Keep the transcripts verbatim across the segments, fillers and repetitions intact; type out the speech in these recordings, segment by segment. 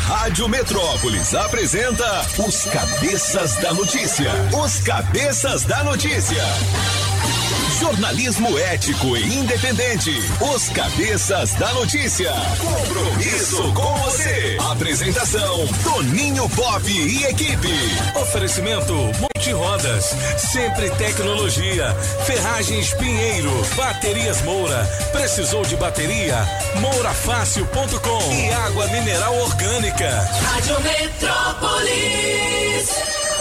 Rádio Metrópolis apresenta os Cabeças da Notícia. Os Cabeças da Notícia. Jornalismo ético e independente. Os Cabeças da Notícia. Compromisso com você. Apresentação: Toninho Pop e equipe. Oferecimento: Multirodas, Sempre Tecnologia, Ferragens Pinheiro, Baterias Moura. Precisou de bateria? moura fácil ponto com e água mineral orgânica. Rádio Metrópolis.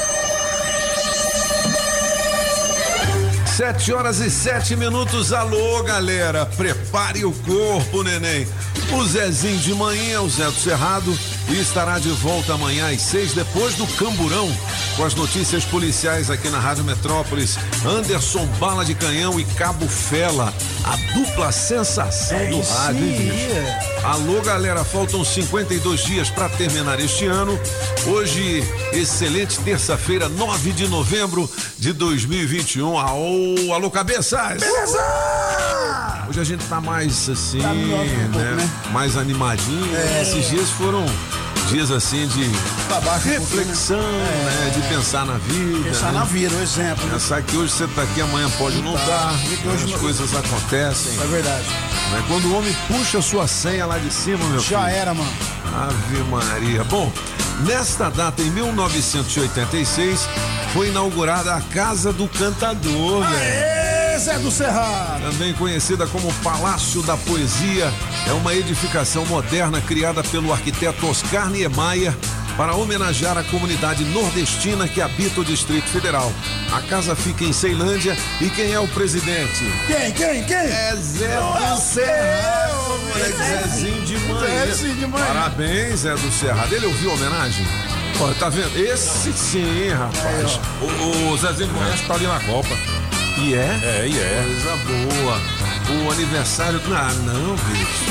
Sete horas e sete minutos. Alô, galera, prepare o corpo, neném. O Zezinho de manhã, o Zé do Cerrado, e estará de volta amanhã às seis, depois do Camburão, com as notícias policiais aqui na Rádio Metrópolis. Anderson Bala de Canhão e Cabo Fela, a dupla sensação é do rádio, hein, bicho? Alô, galera, faltam cinquenta e dois dias para terminar este ano. Hoje, excelente terça-feira, nove de novembro de dois mil e vinte e um. Alô, alô, cabeças! Beleza! Hoje a gente tá mais assim, tá um né? pouco, né? Mais animadinho. É. Esses dias foram dias assim de baixo, reflexão, um né? De pensar na vida. Pensar né? na vida, o exemplo. Pensar que hoje você tá aqui, amanhã pode não estar. Hoje as coisas acontecem. É verdade. Né? Quando o homem puxa a sua senha lá de cima, meu filho. Já era, mano. Ave Maria. Bom, nesta data, em mil novecentos e oitenta e seis, foi inaugurada a Casa do Cantador. Aê, Zé do Cerrado! Também conhecida como Palácio da Poesia, é uma edificação moderna criada pelo arquiteto Oscar Niemeyer para homenagear a comunidade nordestina que habita o Distrito Federal. A casa fica em Ceilândia e quem é o presidente? Quem, quem, quem? É Zé do Cerrado, moleque, Zezinho de manhã. Zezinho de manhã. Parabéns, Zé do Cerrado. Ele ouviu a homenagem? Ó, tá vendo? Esse sim, rapaz. O, o Zezinho de manhã está ali na Copa. E é? É, e é. Coisa boa. O aniversário. Ah, não, bicho.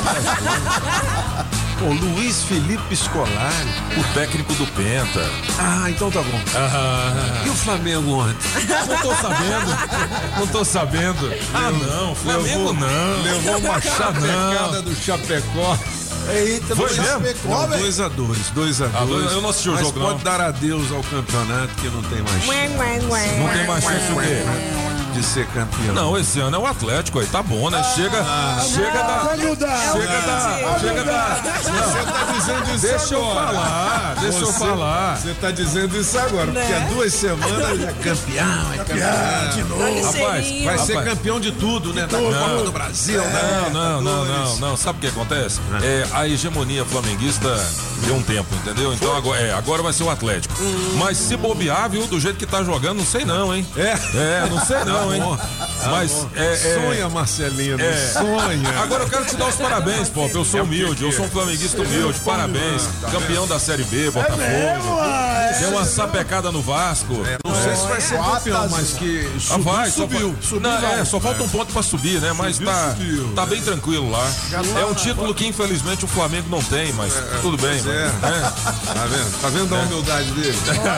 O Luiz Felipe Scolari. O técnico do Penta. Ah, então tá bom. Ah. E o Flamengo ontem? Não tô sabendo. Não tô sabendo. Ah, não. Flamengo levou, não. Levou uma chapecada do Chapecó. Eita, foi mesmo? dois a dois, dois a dois. Eu não assisti o mas jogo, pode não. dar adeus ao campeonato que não tem mais chance. Não tem mais chance o quê? De ser campeão. Não, esse ano é o Atlético aí, tá bom, né? Chega, Ah, chega não, da... vai mudar. Chega da... Chega da... Você tá dizendo isso Deixa eu agora. falar, deixa eu Você- falar. Você tá dizendo isso agora, porque há duas semanas é campeão, é campeão. De novo. Rapaz, Vai ser rapaz. campeão de tudo, né? Da Não. Copa do Brasil, Não, né? não, não, não, não. Sabe o que acontece? É, a hegemonia flamenguista deu um tempo, entendeu? Então agora, é, agora vai ser o Atlético. Mas se bobear, viu, do jeito que tá jogando, não sei não, hein? É? É, não sei não, hein? bom. Mas é, é, Sonha, Marcelino, É. sonha. Agora eu quero te dar os parabéns, Pop. Eu sou humilde, eu sou um flamenguista humilde. Parabéns. Campeão da Série B, Botafogo. Deu uma sapecada no Vasco. Não sei se vai ser campeão, mas que Ah, subiu, vai, só subiu. fa- Não, é, só falta um ponto pra subir, né? Mas Subiu, tá, subiu. tá bem tranquilo lá. É um título que infelizmente o Flamengo não tem, mas tudo bem, Pois é. mano. É. Tá vendo? Tá vendo a humildade dele?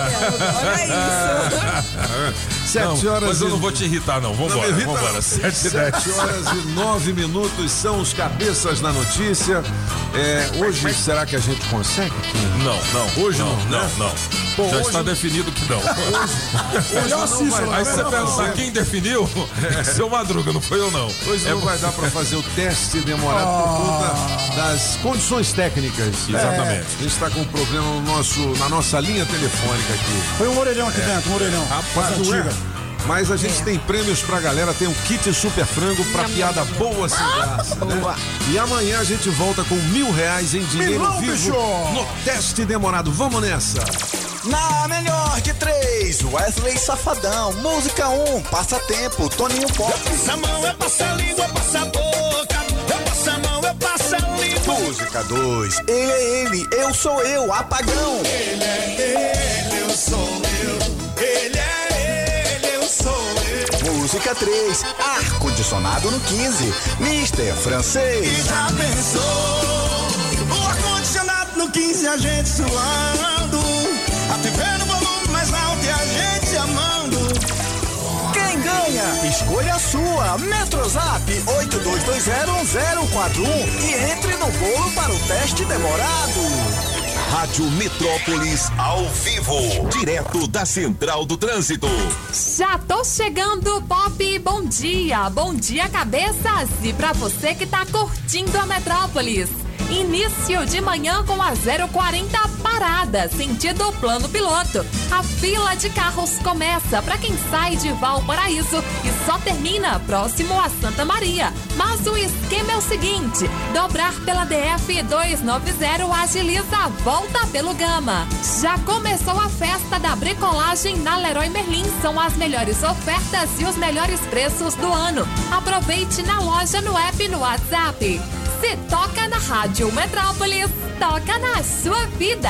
Sete Não, horas mas eu e- não vou te irritar, não. Vambora, Não me irrita, vambora. não. Sete e dez. Sete horas e nove minutos são os cabeças na notícia. É, hoje, será que a gente consegue? Não, não. Hoje não, não, não, né? não. Bom, Já hoje- está definido que não. Hoje não vai, Aí você pensar, quem definiu? Seu Madruga, não foi eu não. hoje não vai dar para fazer o teste demorado por conta das condições técnicas. Exatamente. A gente está com um problema no nosso, na nossa linha telefônica aqui. Foi um orelhão aqui dentro, um orelhão. Rapaz, Coisa não é? antiga. Mas a gente tem prêmios pra galera, tem um kit super frango pra piada boa sem graça, né? E amanhã a gente volta com mil reais em dinheiro Milão, vivo bicho! no teste demorado. Vamos nessa! Na melhor de três, Wesley Safadão. Música um, Passatempo, Toninho Pop. Passa a mão, eu passo a língua, passa a boca. Eu passo a mão, eu passo a língua. Música dois, Ele é ele, eu sou eu, Apagão. Ele é ele, eu sou eu. Ele é ele, eu sou eu. Música três, Ar-condicionado no quinze, mister Francês. Já pensou? O ar-condicionado no quinze, a gente suando. A T V no volume mais alto e a gente amando. Quem ganha? Escolha a sua. Metrozap oito dois dois zero um zero quatro um e entre no bolo para o teste demorado. Rádio Metrópolis ao vivo, direto da Central do Trânsito. Já tô chegando, Pop, bom dia, bom dia, cabeças, e pra você que tá curtindo a Metrópolis. Início de manhã com a zero quarenta parada, sentido plano piloto. A fila de carros começa para quem sai de Valparaíso e só termina próximo a Santa Maria. Mas o esquema é o seguinte: dobrar pela D F duzentos e noventa agiliza a volta pelo Gama. Já começou a festa da bricolagem na Leroy Merlin. São as melhores ofertas e os melhores preços do ano. Aproveite na loja, no app e no WhatsApp. Se toca na Rádio Metrópolis, toca na sua vida.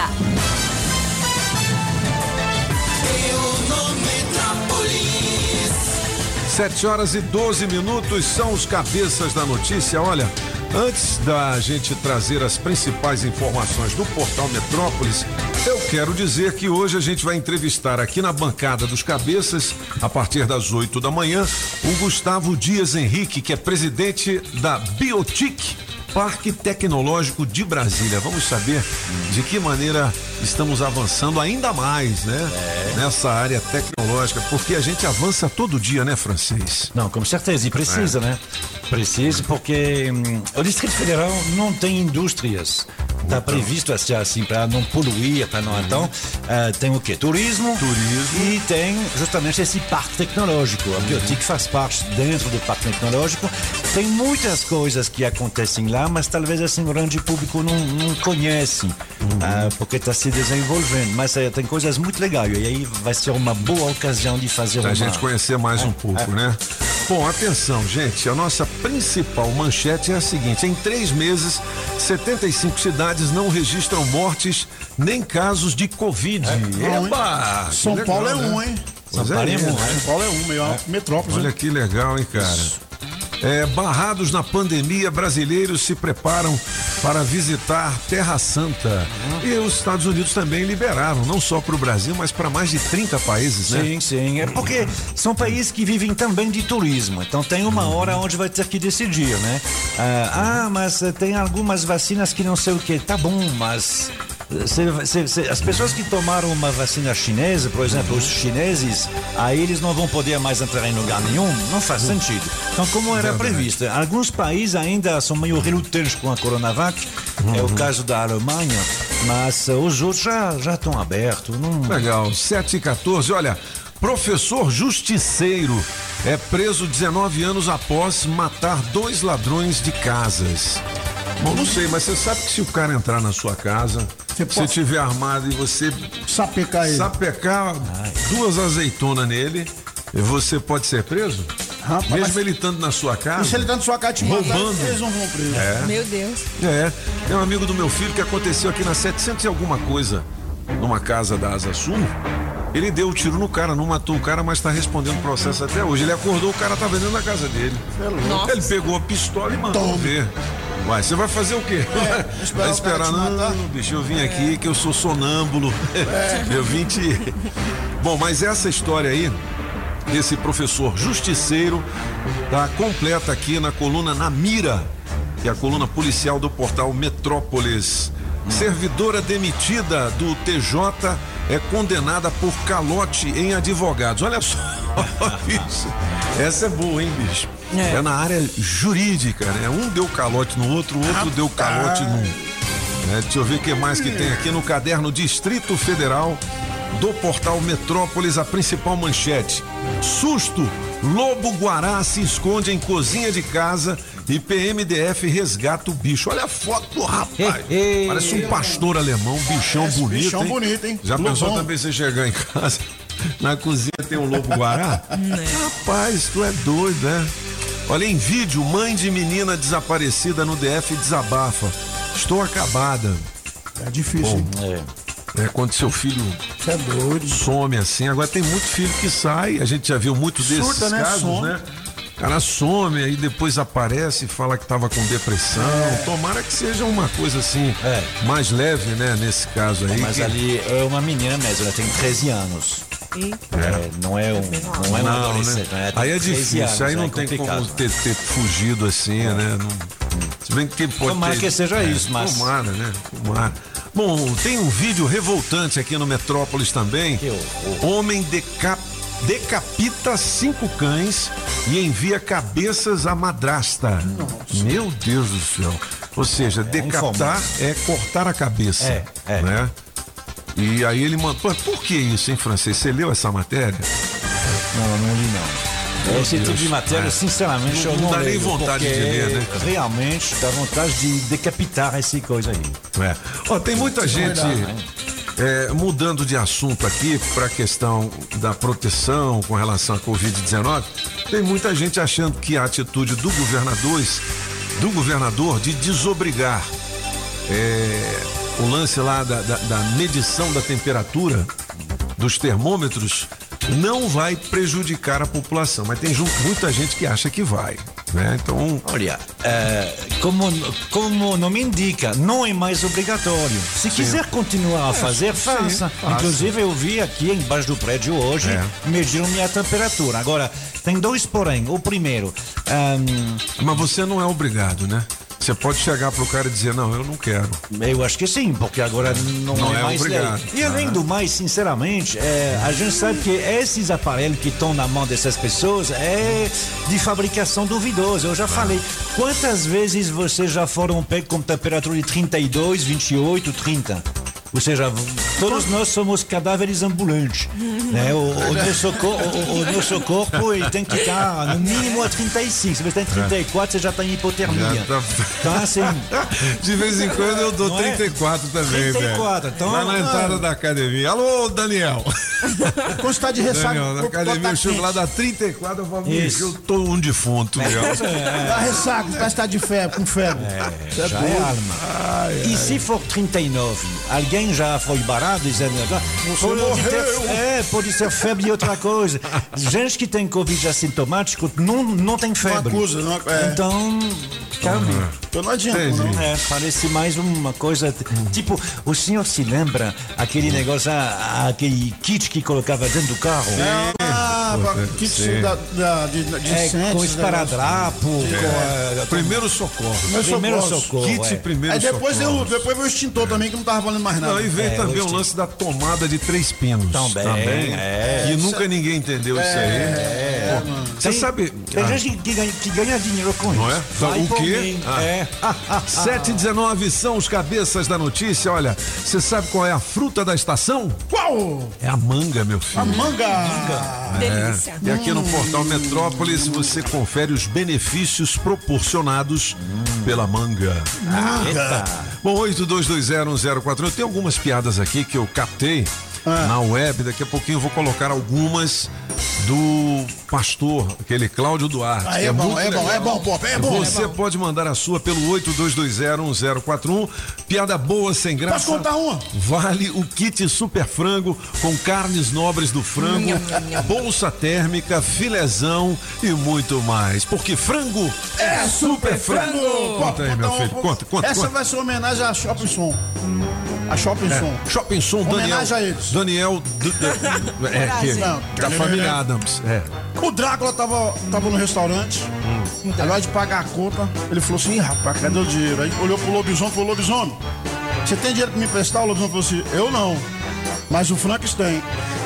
Sete horas e doze minutos são os cabeças da notícia. Olha, antes da gente trazer as principais informações do portal Metrópolis, eu quero dizer que hoje a gente vai entrevistar aqui na bancada dos cabeças, a partir das oito da manhã, o Gustavo Dias Henrique, que é presidente da Biotic Parque Tecnológico de Brasília. Vamos saber de que maneira estamos avançando ainda mais, né? É. Nessa área tecnológica, porque a gente avança todo dia, né, Francês? Não, com certeza, e precisa, é. né? Precisa, porque hum, o Distrito Federal não tem indústrias. Está previsto assim para não poluir, para não. Uhum. Então, uh, tem o quê? Turismo. Turismo. E tem justamente esse parque tecnológico. A Biotic faz parte dentro do parque tecnológico. Tem muitas coisas que acontecem lá, mas talvez assim o grande público não, não conhece, uhum. uh, porque está se desenvolvendo. Mas uh, tem coisas muito legais. E aí vai ser uma boa ocasião de fazer pra uma... gente conhecer mais é, um pouco, é. né? Bom, atenção, gente, a nossa principal manchete é a seguinte: em três meses, setenta e cinco cidades não registram mortes nem casos de Covid. É, Eba! São legal, Paulo é né? um, hein? São Paulo é um, São Paulo é um, meio é. metrópole. Olha que legal, hein, cara? É, barrados na pandemia, brasileiros se preparam para visitar Terra Santa. E os Estados Unidos também liberaram, não só para o Brasil, mas para mais de trinta países, né? Sim, sim. É porque são países que vivem também de turismo. Então tem uma hora onde vai ter que decidir, né? Ah, ah mas tem algumas vacinas que não sei o que. Tá bom, mas... Se, se, se, as pessoas que tomaram uma vacina chinesa, por exemplo, os chineses, aí eles não vão poder mais entrar em lugar nenhum, não faz sentido. Então, como era previsto, alguns países ainda são meio relutantes com a Coronavac, uhum. é o caso da Alemanha, mas uh, os outros já, já estão abertos. Não... Legal, sete e quatorze, olha, professor justiceiro é preso dezenove anos após matar dois ladrões de casas. Bom, não sei, mas você sabe que se o cara entrar na sua casa, você se tiver armado e você sapecar ele, sapecar Ai. duas azeitonas nele, você pode ser preso? Rapaz, mesmo mas... ele estando na sua casa. E se ele estando na sua casa te roubando, eles não vão preso. É. Meu Deus. É, é um amigo do meu filho que aconteceu aqui na setecentos e alguma coisa, numa casa da Asa Sul. Ele deu o um tiro no cara, não matou o cara, mas está respondendo o processo até hoje. Ele acordou, o cara tá dentro da casa dele. Nossa. Ele pegou a pistola e mandou Tome. ver. Uai, você vai fazer o quê? É, vai esperar, não, bicho, eu vim é. aqui que eu sou sonâmbulo. É. Eu vim te... Bom, mas essa história aí, desse professor justiceiro, tá completa aqui na coluna Na Mira, que é a coluna policial do portal Metrópolis. Hum. Servidora demitida do T J é condenada por calote em advogados. Olha só, bicho. Essa é boa, hein, bicho? É. é na área jurídica, né? Um deu calote no outro, o outro ah, deu calote ah. no... É, deixa eu ver o que mais que tem aqui no caderno Distrito Federal do portal Metrópolis, a principal manchete. Susto, lobo-guará se esconde em cozinha de casa e P M D F resgata o bicho. Olha a foto do rapaz. Parece um pastor alemão, bichão bonito, bichão hein? bonito, hein? Já Lobão. Pensou também você chegar em casa, na cozinha tem um lobo-guará? Rapaz, tu é doido, né? Olha, em vídeo, mãe de menina desaparecida no D F desabafa. Estou acabada. É difícil. Bom, é. é quando seu filho é doido. some assim. Agora tem muito filho que sai, a gente já viu muito desses Surta, né? casos, some. né? O cara some, aí depois aparece e fala que tava com depressão. É. Tomara que seja uma coisa assim, é. mais leve, né? Nesse caso aí. Mas que... ali é uma menina mesmo, ela tem treze anos. É, não é um, não é um não, adolescente, né? né? Aí é difícil, anos, aí não é tem como ter, ter fugido assim, é. né? Não, se bem que pode Tomara ter, que seja é, isso, mas... Tomara, né? Tomara. Bom, tem um vídeo revoltante aqui no Metrópolis também. Homem decap, decapita cinco cães e envia cabeças à madrasta. Nossa. Meu Deus do céu. Ou seja, é decapitar é cortar a cabeça. É, é. Né? E aí ele mandou. Por que isso, hein, francês? Você leu essa matéria? Não, não li não. Esse tipo de matéria, é. sinceramente, não, eu não, não dá nem vontade de ler, né? Realmente dá vontade de decapitar essa coisa aí. É. Ó, tem muita gente é, mudando de assunto aqui para a questão da proteção com relação à covid dezenove. Tem muita gente achando que a atitude do governador, do governador de desobrigar é, o lance lá da, da, da medição da temperatura dos termômetros não vai prejudicar a população, mas tem muita gente que acha que vai, né? Então, olha, é, como como o nome indica, não é mais obrigatório. Se sim. quiser continuar a fazer, é, faça. Sim, Inclusive eu vi aqui embaixo do prédio hoje, é. mediram minha temperatura. Agora tem dois porém. O primeiro, um... mas você não é obrigado, né? Você pode chegar pro cara e dizer, não, eu não quero. Eu acho que sim, porque agora não, não é, é mais obrigado. Lei. E além ah. do mais, sinceramente, é, a gente sabe que esses aparelhos que estão na mão dessas pessoas é de fabricação duvidosa. Eu já ah. falei, quantas vezes vocês já foram pegos com temperatura de trinta e dois, vinte e oito, trinta? Ou seja, todos nós somos cadáveres ambulantes, né? O, o, nosso, o, o nosso corpo ele tem que estar no mínimo a trinta e cinco. Se você está em trinta e quatro, você já está em hipotermia. Tá... Então, assim... De vez em quando eu dou trinta e quatro é? também, trinta e quatro, velho. Então, lá na entrada ah, da academia. Alô, Daniel. Quando você tá de ressaca... Daniel, na academia eu chego lá da trinta e quatro, eu falo, eu tô um defunto. É, é. Dá ressaca, você está de febre, com febre. É, é já é alma. Ai, e ai. Se for trinta e nove, alguém já foi barato dizendo pode, pode ter, é, pode ser febre e outra coisa. Gente que tem Covid assintomático não, não tem febre. Não acusa, não, é. Então, calma. Uhum. Então não adianta, não. É, parece mais uma coisa. Uhum. Tipo, o senhor se lembra aquele negócio, aquele kit que colocava dentro do carro? É. Ah, kit da, da, de, de é, Santos, com esparadrapo, é. com a, primeiro socorro. Primeiro socorro. socorro Kit é. primeiro Aí depois socorro. Deu, depois veio o extintor também, que não tava valendo mais nada. Não, e veio é, também o lance da tomada de três pinos. Também, também é. Que nunca ninguém entendeu é, isso aí. É, Pô, você tem, sabe... Tem ah. gente que ganha, que ganha dinheiro com não isso. Não é? O quê? Ah. É. sete e dezenove são os cabeças da notícia. Olha, você sabe qual é a fruta da estação? Qual? É a manga, meu filho. A manga. manga. É. Delícia. E aqui no Portal Metrópolis você confere os benefícios proporcionados hum. pela manga. Manga. Bom, oito dois dois zero um zero quatro. Eu tenho algumas piadas aqui que eu captei ah. na web. Daqui a pouquinho eu vou colocar algumas do pastor, aquele Cláudio Duarte. Ah, é, é, bom, é, bom, é bom, é bom, é bom. Você é bom. pode mandar a sua pelo oito dois dois zero um zero quatro um. Piada boa, sem graça. Posso contar uma? Vale o kit Super Frango com carnes nobres do frango, bolsa térmica, filezão e muito mais. Porque frango é Super Frango. frango. Conta aí, meu filho. Conta, conta. Essa conta. vai ser uma homenagem a Shopping Som. A Shopping é, Som. Shopping Som, Daniel. Homenagem a eles. Daniel do, do, é, que, não, da família Adams. É. O Drácula tava, tava no restaurante. Hum. Aí, na hora de pagar a conta, ele falou assim: rapaz, cadê o dinheiro? Aí olhou pro lobisomem e falou: lobisomem, você tem dinheiro pra me emprestar? O lobisomem falou assim: eu não. Mas o Frankenstein.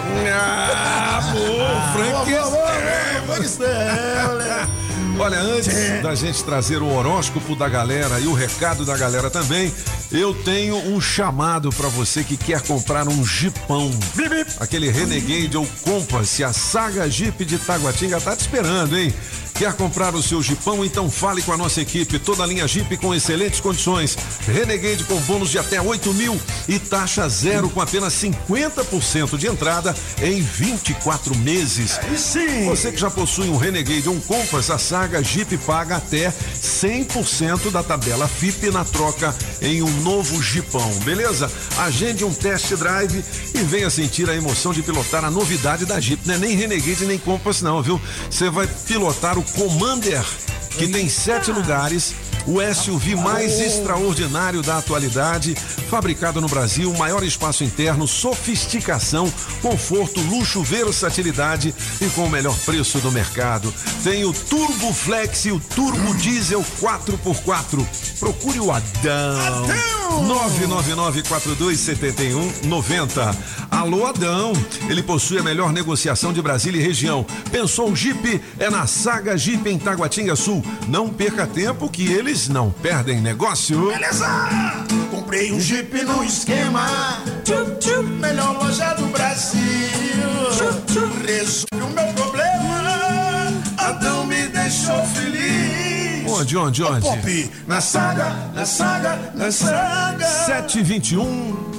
Ah, pô, Frankenstein. Frankenstein. Olha, antes Sim. da gente trazer o horóscopo da galera e o recado da galera também, eu tenho um chamado pra você que quer comprar um Jeepão. Bip, bip. Aquele Renegade ou Compass, a Saga Jeep de Taguatinga tá te esperando, hein? Quer comprar o seu Jeepão? Então fale com a nossa equipe. Toda a linha Jeep com excelentes condições. Renegade com bônus de até oito mil e taxa zero com apenas cinquenta por cento de entrada em vinte e quatro meses. E sim! Você que já possui um Renegade ou um Compass, a Saga Jeep paga até cem por cento da tabela F I P na troca em um novo Jeepão, beleza? Agende um test drive e venha sentir a emoção de pilotar a novidade da Jeep. Não é nem Renegade nem Compass não, viu? Você vai pilotar o Commander, que tem sete lugares, o S U V mais extraordinário da atualidade, fabricado no Brasil, maior espaço interno, sofisticação, conforto, luxo, versatilidade e com o melhor preço do mercado. Tem o Turbo Flex e o Turbo Diesel quatro por quatro. Procure o Adão. nove nove nove quatro dois sete um nove zero. Alô, Adão. Ele possui a melhor negociação de Brasília e região. Pensou Jeep? É na Saga Jeep em Taguatinga Sul. Não perca tempo que eles não perdem negócio. Beleza! Comprei um Jeep no esquema. Tchup, tchup, melhor loja do Brasil. Tchup, tchup, resolve o meu problema. Adão me deixou feliz. Onde, onde, onde? Oh, Pop, na Saga, na Saga, na Saga. sete e vinte e um.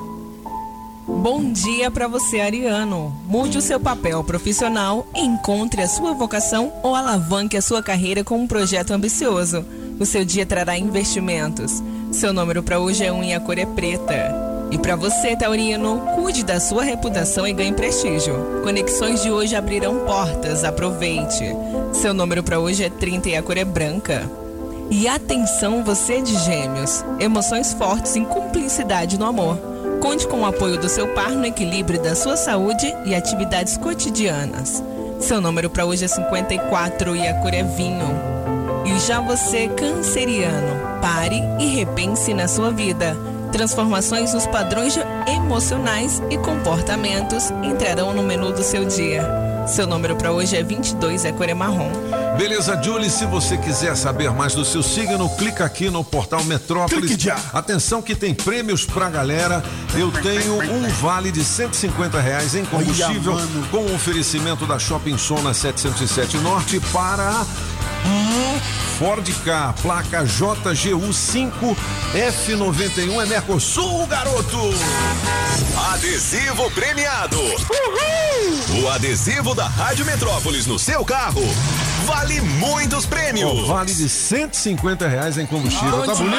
Bom dia para você, ariano. Mude o seu papel profissional, encontre a sua vocação ou alavanque a sua carreira com um projeto ambicioso. O seu dia trará investimentos. Seu número para hoje é um e a cor é preta. E para você, taurino, cuide da sua reputação e ganhe prestígio. Conexões de hoje abrirão portas, aproveite. Seu número para hoje é trinta e a cor é branca. E atenção, você de gêmeos. Emoções fortes em cumplicidade no amor. Conte com o apoio do seu par no equilíbrio da sua saúde e atividades cotidianas. Seu número para hoje é cinquenta e quatro e a cor é vinho. E já você, canceriano, pare e repense na sua vida. Transformações nos padrões emocionais e comportamentos entrarão no menu do seu dia. Seu número para hoje é vinte e dois e a cor é marrom. Beleza, Julie, se você quiser saber mais do seu signo, clica aqui no portal Metrópolis. Atenção que tem prêmios pra galera. Eu tenho um vale de cento e cinquenta reais em combustível. Olha, com o oferecimento da Shopping Sona setecentos e sete Norte para um Ford K, placa J G U cinco F noventa e um, é Mercosul, garoto! Adesivo premiado. Uhul! O adesivo da Rádio Metrópolis no seu carro vale muitos prêmios. Oh, vale de cento e cinquenta reais em combustível. Oh, tá bonito?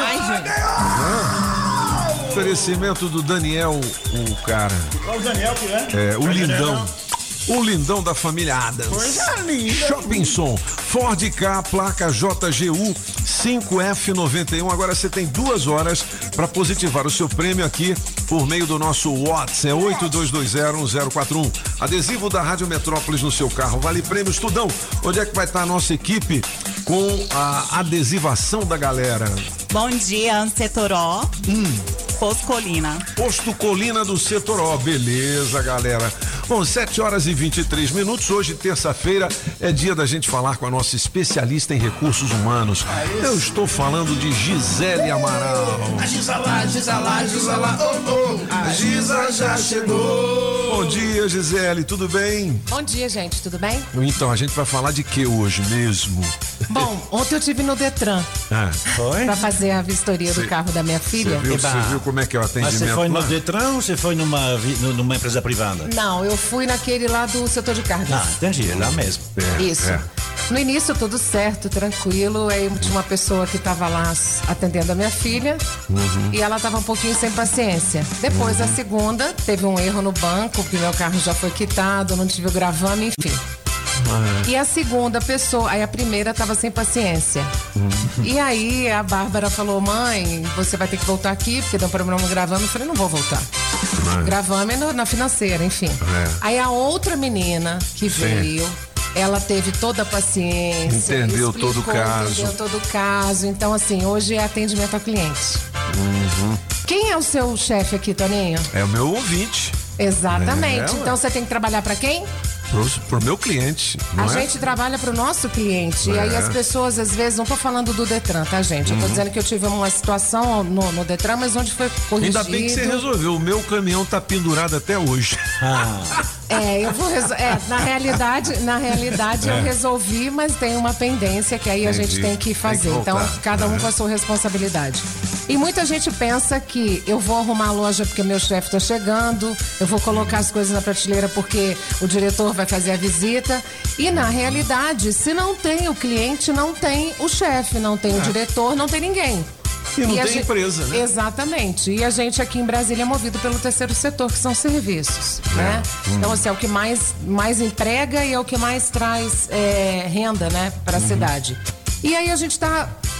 Ah. Oferecimento do Daniel, o cara. Qual o Daniel que é? É, o lindão. O lindão da família Adams. Coisa linda. Shopping Som, Ford K, placa J G U cinco F noventa e um. Agora você tem duas horas para positivar o seu prêmio aqui por meio do nosso WhatsApp. É oito dois dois zero um zero quatro um. Adesivo da Rádio Metrópolis no seu carro. Vale prêmios, tudão. Onde é que vai estar a nossa equipe com a adesivação da galera? Bom dia, Setoró. Hum. Posto Colina. Posto Colina do Setoró. Beleza, galera. Bom, sete horas e vinte e três minutos. Hoje, terça-feira, é dia da gente falar com a nossa especialista em recursos humanos. Eu estou falando de Gisele Amaral. A Gisa lá, Gisa lá, Gisa lá, oh, oh. A Gisa já chegou. Bom dia, Gisele, tudo bem? Bom dia, gente, tudo bem? Então, a gente vai falar de que hoje mesmo? Bom, ontem eu tive no Detran. Ah, foi? Pra fazer a vistoria cê, do carro da minha filha. Você viu, viu como é que é o atendimento? Mas você foi no lá? Detran ou você foi numa, numa empresa privada? Não, eu fui naquele lá do setor de cargas. Ah, entendi, é lá mesmo. É, Isso. É. No início tudo certo, tranquilo. Aí tinha uma pessoa que estava lá atendendo a minha filha, uhum, e ela estava um pouquinho sem paciência. Depois, uhum, a segunda, teve um erro no banco, que meu carro já foi quitado, não tive o gravame, enfim. Uhum. E a segunda pessoa, aí a primeira estava sem paciência. Uhum. E aí a Bárbara falou: mãe, você vai ter que voltar aqui, porque deu um problema no gravame. Eu falei: não vou voltar. Uhum. Gravame no, na financeira, enfim. É. Aí a outra menina que Sim. veio, ela teve toda a paciência. Entendeu explicou, todo o caso. Entendeu todo o caso. Então, assim, hoje é atendimento ao cliente. Uhum. Quem é o seu chefe aqui, Toninho? É o meu ouvinte. Exatamente. É, então você tem que trabalhar para quem? Pro, pro meu cliente. A é? gente trabalha pro nosso cliente. É. E aí as pessoas, às vezes, não tô falando do Detran, tá, gente? Eu tô Uhum. dizendo que eu tive uma situação no, no Detran, mas onde foi corrigido. Ainda bem que você resolveu. O meu caminhão tá pendurado até hoje. Ah. É, eu vou resol... é, na realidade, na realidade é. eu resolvi, mas tem uma pendência que aí Entendi. a gente tem que fazer. Tem que então, cada um é. com a sua responsabilidade. E muita gente pensa que eu vou arrumar a loja porque meu chefe tá chegando, eu vou colocar as coisas na prateleira porque o diretor vai fazer a visita. E na realidade, se não tem o cliente, não tem o chefe, não tem é. o diretor, não tem ninguém. E não e tem gente... empresa, né? Exatamente. E a gente aqui em Brasília é movido pelo terceiro setor, que são serviços, é. né? Hum. Então, assim, é o que mais, mais emprega e é o que mais traz é, renda, né, para a uhum. cidade. E aí a gente está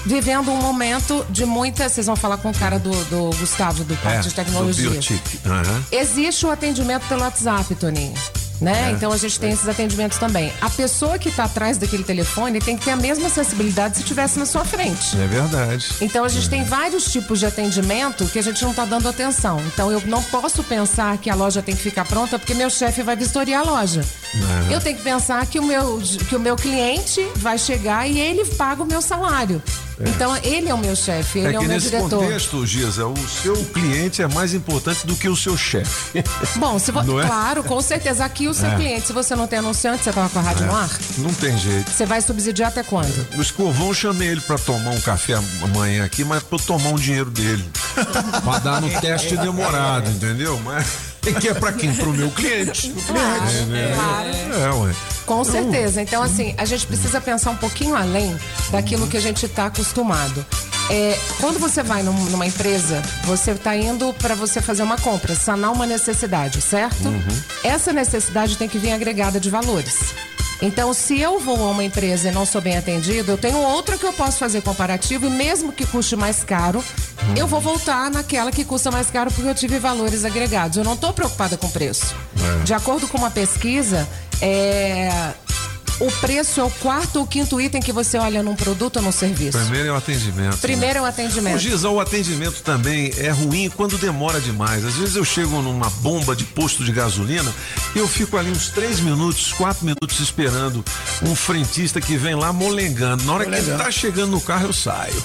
vivendo um momento de muita. Vocês vão falar com o cara do, do Gustavo, do Parque É, de Tecnologia. do Biotic. Aham. Existe o atendimento pelo WhatsApp, Toninho. Né? É, então a gente tem esses atendimentos também. A pessoa que está atrás daquele telefone tem que ter a mesma sensibilidade se estivesse na sua frente. É verdade. Então a gente tem vários tipos de atendimento que a gente não está dando atenção. Então eu não posso pensar que a loja tem que ficar pronta porque meu chefe vai vistoriar a loja. Uhum. Eu tenho que pensar que o meu, que o meu cliente vai chegar e ele paga o meu salário. É. Então ele é o meu chefe, ele É é, que o meu nesse diretor. contexto, Giza, o seu cliente é mais importante do que o seu chefe. Bom, se vo... Não é? claro, com certeza. Aqui o seu É. cliente, se você não tem anunciante, você tava com a rádio É. no ar, Não tem jeito. você vai subsidiar até quando? O Escovão, eu chamei ele pra tomar um café amanhã aqui, mas pra eu tomar um dinheiro dele. Pra dar no teste demorado, entendeu? Mas que é pra quem? Pro meu cliente. Claro, É, né? claro. É, ué. Com certeza. Então, assim, a gente precisa pensar um pouquinho além daquilo que a gente está acostumado. É, quando você vai num, numa empresa, você está indo para você fazer uma compra, sanar uma necessidade, certo? Essa necessidade tem que vir agregada de valores. Então, se eu vou a uma empresa e não sou bem atendido, eu tenho outra que eu posso fazer comparativo e mesmo que custe mais caro, eu vou voltar naquela que custa mais caro porque eu tive valores agregados. Eu não estou preocupada com preço. É. De acordo com uma pesquisa, é... o preço é o quarto ou quinto item que você olha num produto ou num serviço. Primeiro é o atendimento. Primeiro né? é o atendimento. Ô, Giza, o atendimento também é ruim quando demora demais. Às vezes eu chego numa bomba de posto de gasolina e eu fico ali uns três minutos, quatro minutos esperando um frentista que vem lá molengando. Na hora que ele tá chegando no carro, eu saio.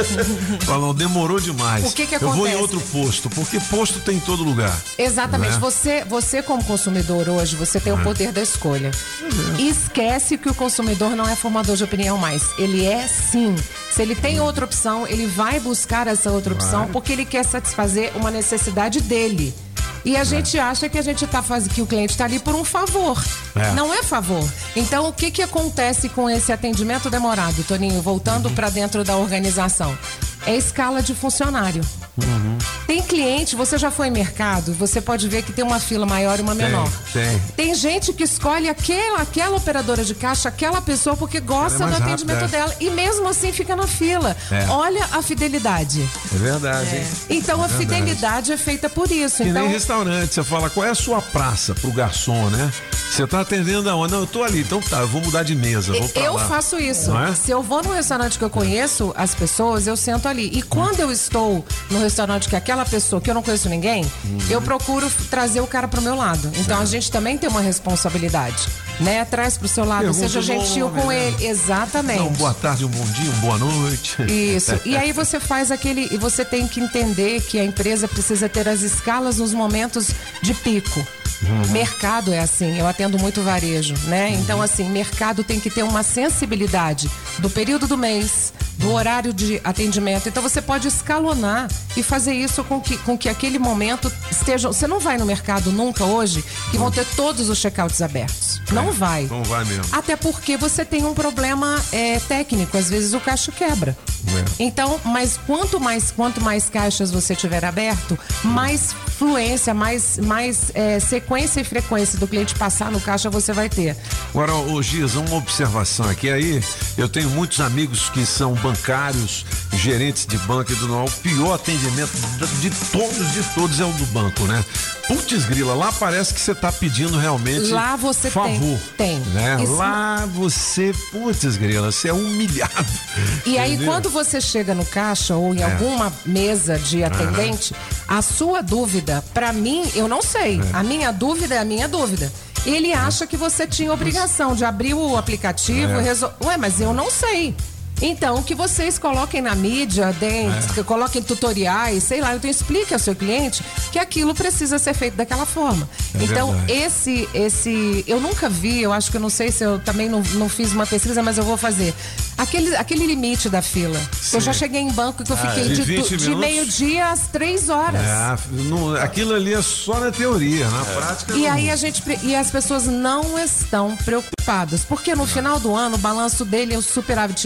Falou, demorou demais. O que que eu vou em acontece? outro posto, porque posto tem em todo lugar. Exatamente. Né? Você, você como consumidor hoje, você tem o poder da escolha. E esquece que o consumidor não é formador de opinião mais. Ele é sim. Se ele tem outra opção, ele vai buscar essa outra opção Vai. porque ele quer satisfazer uma necessidade dele. E a gente acha que a gente tá fazendo que o cliente está ali por um favor. É. Não é favor. Então, o que que acontece com esse atendimento demorado, Toninho? Voltando para dentro da organização. É escala de funcionário. Uhum. Tem cliente, você já foi em mercado, você pode ver que tem uma fila maior e uma menor. Tem. Tem gente que escolhe aquela, aquela operadora de caixa, aquela pessoa, porque gosta Ela é do mais atendimento rápida, é. dela. E mesmo assim fica na fila. É. Olha a fidelidade. É verdade, hein? Então É a verdade. fidelidade é feita por isso. Que então, nem restaurante, você fala, qual é a sua praça pro garçom, né? Você tá atendendo aonde? Não, eu tô ali, então tá, eu vou mudar de mesa, vou pra eu lá. faço isso. Não é? Se eu vou num restaurante que eu conheço as pessoas, eu sento ali. E quando eu estou no restaurante que aquela pessoa, que eu não conheço ninguém, Uhum. eu procuro trazer o cara pro meu lado. Então É. a gente também tem uma responsabilidade, né? Traz pro seu lado, Pergunta seja o gentil nome, com né? ele. Exatamente. Não, um boa tarde, um bom dia, um boa noite. Isso. E aí você faz aquele. E você tem que entender que a empresa precisa ter as escalas nos momentos de pico. Uhum. Mercado é assim, eu atendo muito varejo, né? Então, assim, mercado tem que ter uma sensibilidade do período do mês, do horário de atendimento. Então, você pode escalonar e fazer isso com que, com que aquele momento esteja. Você não vai no mercado nunca hoje que vão ter todos os checkouts abertos. Não vai. Não vai mesmo. Até porque você tem um problema é, técnico, às vezes o caixa quebra. É. Então, mas quanto mais quanto mais caixas você tiver aberto, mais fluência, mais, mais é, sequência e frequência do cliente passar no caixa você vai ter. Agora, ô Giza, uma observação aqui. Aí, eu tenho muitos amigos que são bancários, gerentes de banco e do não. O pior atendimento de todos, de todos é o do banco, né? Putz grila, lá parece que você tá pedindo realmente Lá você favor. tem. tem. Né? Isso- Lá você, putz grila, você é humilhado. E aí, Entendeu? quando você chega no caixa ou em É. alguma mesa de atendente, a sua dúvida, pra mim, eu não sei. É. A minha dúvida é a minha dúvida. Ele acha que você tinha obrigação de abrir o aplicativo É. e resolver. Ué, mas eu não sei. Então, que vocês coloquem na mídia, deem, É. que coloquem tutoriais, sei lá, então explique ao seu cliente que aquilo precisa ser feito daquela forma. É então, verdade. esse, esse, eu nunca vi, eu acho que eu não sei se eu também não, não fiz uma pesquisa, mas eu vou fazer. Aquele, aquele limite da fila. Sim. Eu já cheguei em banco que eu Ah, fiquei de de, vinte tu- de minutos? meio-dia às três horas. É, não- aquilo ali é só na teoria, na prática. E não. aí a gente pre- e as pessoas não estão preocupadas, porque no final do ano o balanço dele é o superávit lá em cima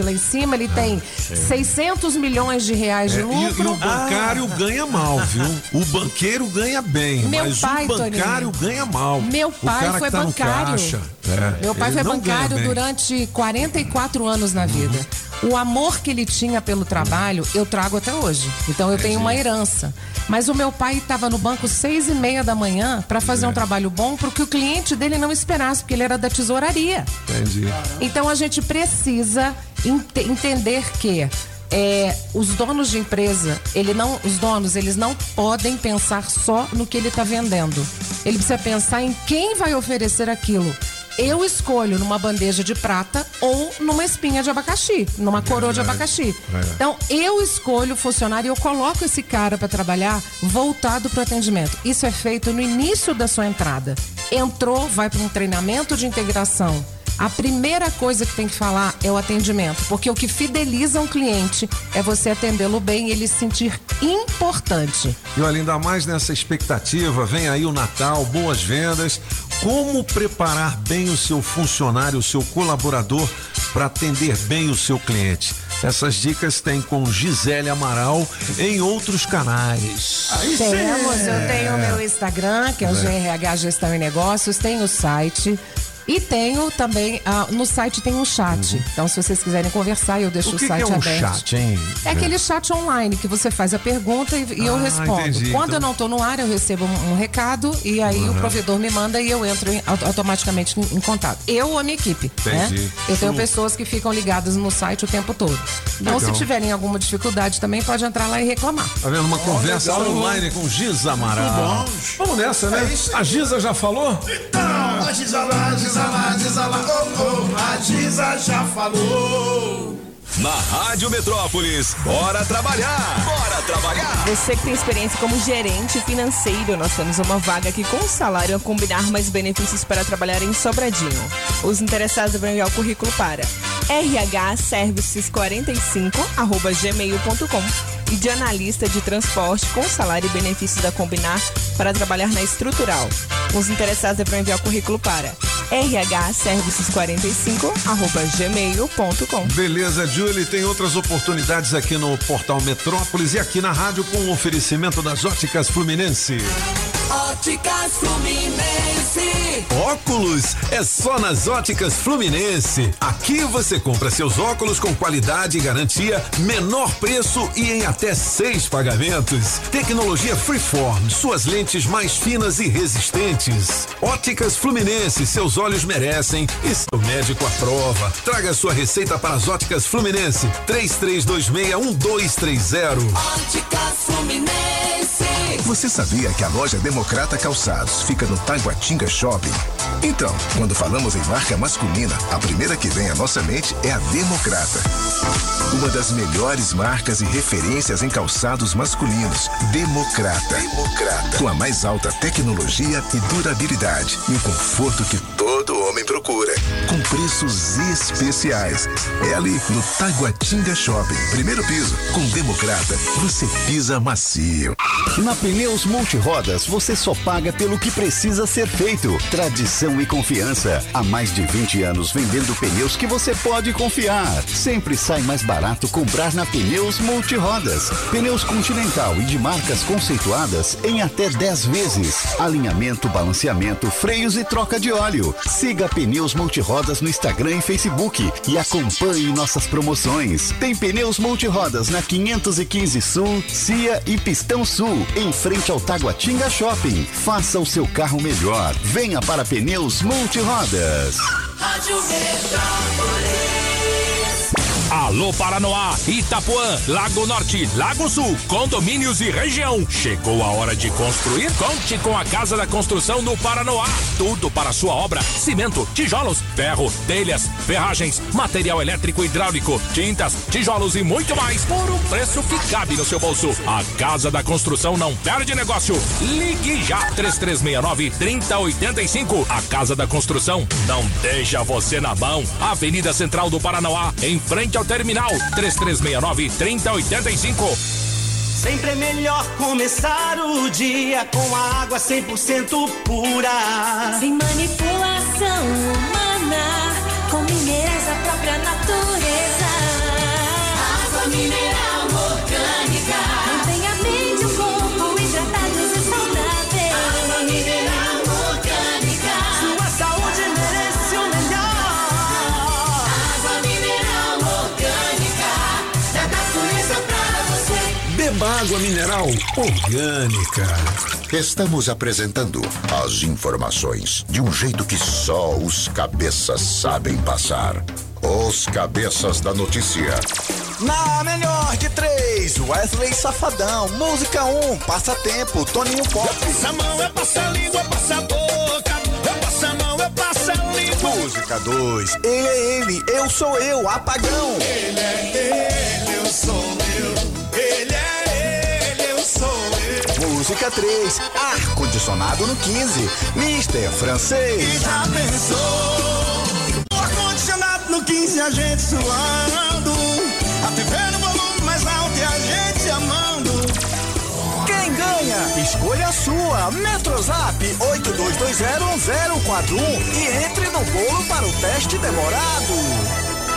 cima, ele tem seiscentos milhões de reais de É, e, lucro. e o bancário Ah. ganha mal, viu? O banqueiro ganha bem, Meu mas pai, o bancário Toninho. ganha mal. Meu O pai cara foi que tá no bancário. caixa, é, Meu pai ele foi não ganha bancário bem. durante quarenta e quatro anos na vida. O amor que ele tinha pelo trabalho, eu trago até hoje. Então eu tenho uma herança. Mas o meu pai estava no banco seis e meia da manhã para fazer É. um trabalho bom para que o cliente dele não esperasse, porque ele era da tesouraria. Entendi. Então a gente precisa ente- entender que é, os donos de empresa, ele não, os donos, eles não podem pensar só no que ele está vendendo. Ele precisa pensar em quem vai oferecer aquilo. Eu escolho numa bandeja de prata ou numa espinha de abacaxi, numa coroa de abacaxi. É. Então, eu escolho o funcionário e eu coloco esse cara para trabalhar voltado para o atendimento. Isso é feito no início da sua entrada. Entrou, vai para um treinamento de integração. A primeira coisa que tem que falar é o atendimento, porque o que fideliza um cliente é você atendê-lo bem e ele se sentir importante. E olha, ainda mais nessa expectativa, vem aí o Natal, boas vendas. Como preparar bem o seu funcionário, o seu colaborador, para atender bem o seu cliente? Essas dicas tem com Gisele Amaral em outros canais. Temos, eu tenho o meu Instagram, que é o É. G R H Gestão e Negócios, tenho o site. E tenho também, ah, no site tem um chat. Então, se vocês quiserem conversar, eu deixo O o, que, que site é um aberto. chat, hein? É aquele chat online que você faz a pergunta e, e eu Ah, respondo. entendi. Quando Então- eu não estou no ar, eu recebo um, um recado e aí Uhum. o provedor me manda e eu entro em- auto- automaticamente em, em contato. Eu ou a minha equipe. Né? Entendi. Eu tenho Show. pessoas que ficam ligadas no site o tempo todo. Então, Legal. se tiverem alguma dificuldade também, pode entrar lá e reclamar. Tá vendo? Uma conversa legal. online com Giza Amaral. Muito Vamos nessa, né? A Giza já falou? Então, a Giza lá, Giza lá, Giza lá, oh, oh, a Giza já falou. Na Rádio Metrópolis, bora trabalhar! Bora trabalhar! Você que tem experiência como gerente financeiro, nós temos uma vaga aqui com salário a combinar mais benefícios para trabalhar em Sobradinho. Os interessados devem enviar o currículo para r h services quarenta e cinco arroba gmail ponto com e de analista de transporte com salário e benefícios a combinar para trabalhar na estrutural. Os interessados devem enviar o currículo para r h services quarenta e cinco arroba gmail ponto com. Beleza, Julie, tem outras oportunidades aqui no Portal Metrópolis e aqui na rádio com o oferecimento das Óticas Fluminense. Óticas Fluminense. Óculos é só nas Óticas Fluminense. Aqui você compra seus óculos com qualidade e garantia, menor preço e em até seis pagamentos. Tecnologia Freeform, suas lentes mais finas e resistentes. Óticas Fluminense, seus olhos merecem e seu médico aprova. Traga sua receita para as Óticas Fluminense. três três dois seis um dois três zero. Óticas Fluminense. Você sabia que a loja Democrata Calçados fica no Taguatinga Shopping? Então, quando falamos em marca masculina, a primeira que vem à nossa mente é a Democrata. Uma das melhores marcas e referências em calçados masculinos. Democrata. Democrata. Com a mais alta tecnologia e durabilidade e o conforto que todo homem procura. Com preços especiais. É ali no Taguatinga Shopping. Primeiro piso. Com Democrata, você pisa macio. Na Pneus Multirodas, você só paga pelo que precisa ser feito. Tradição e confiança. Há mais de vinte anos vendendo pneus que você pode confiar. Sempre sai mais barato comprar na Pneus Multirodas. Pneus Continental e de marcas conceituadas em até dez vezes. Alinhamento, balanceamento, freios e troca de óleo. Siga Pneus Multirodas no Instagram e Facebook e acompanhe nossas promoções. Tem Pneus Multirodas na quinhentos e quinze Sul, Cia e Pistão Sul, em frente ao Taguatinga Shopping. Faça o seu carro melhor. Venha para Pneus Multirodas. Rádio Metrópolis. Alô Paranoá, Itapuã, Lago Norte, Lago Sul, condomínios e região. Chegou a hora de construir? Conte com a Casa da Construção no Paranoá. Tudo para a sua obra: cimento, tijolos, ferro, telhas, ferragens, material elétrico e hidráulico, tintas, tijolos e muito mais por um preço que cabe no seu bolso. A Casa da Construção não perde negócio. Ligue já três três seis nove, três zero oito cinco. A Casa da Construção não deixa você na mão. Avenida Central do Paranoá, em frente ao terminal. Três três seis nove, três zero oito cinco. Sempre é melhor começar o dia com a água cem por cento pura. Sem manipulação humana, com minerais da própria natureza. mineral orgânica. Mantém a mente, o corpo hidratados e saudáveis. Água mineral orgânica. Sua saúde merece o melhor. Água mineral orgânica. Da natureza pra você. Beba água mineral orgânica. Estamos apresentando as informações de um jeito que só os cabeças sabem passar. Os cabeças da notícia. Na melhor de três, Wesley Safadão. Música um, passatempo, Toninho Pop. Eu passo a mão, eu passo a língua, eu passo a boca. Eu passo a mão, eu passo a língua. Música dois, ele é ele, eu sou eu, Apagão. Ele é ele, eu sou eu. Ele é ele, eu sou eu. Música três, ar-condicionado no quinze, mister Francês. E já pensou? O ar-condicionado no quinze, a gente suando. A T V no volume mais alto e a gente amando. Quem ganha? Escolha a sua. Metrozap oito dois dois zero um zero quatro um e entre no bolo para o teste demorado.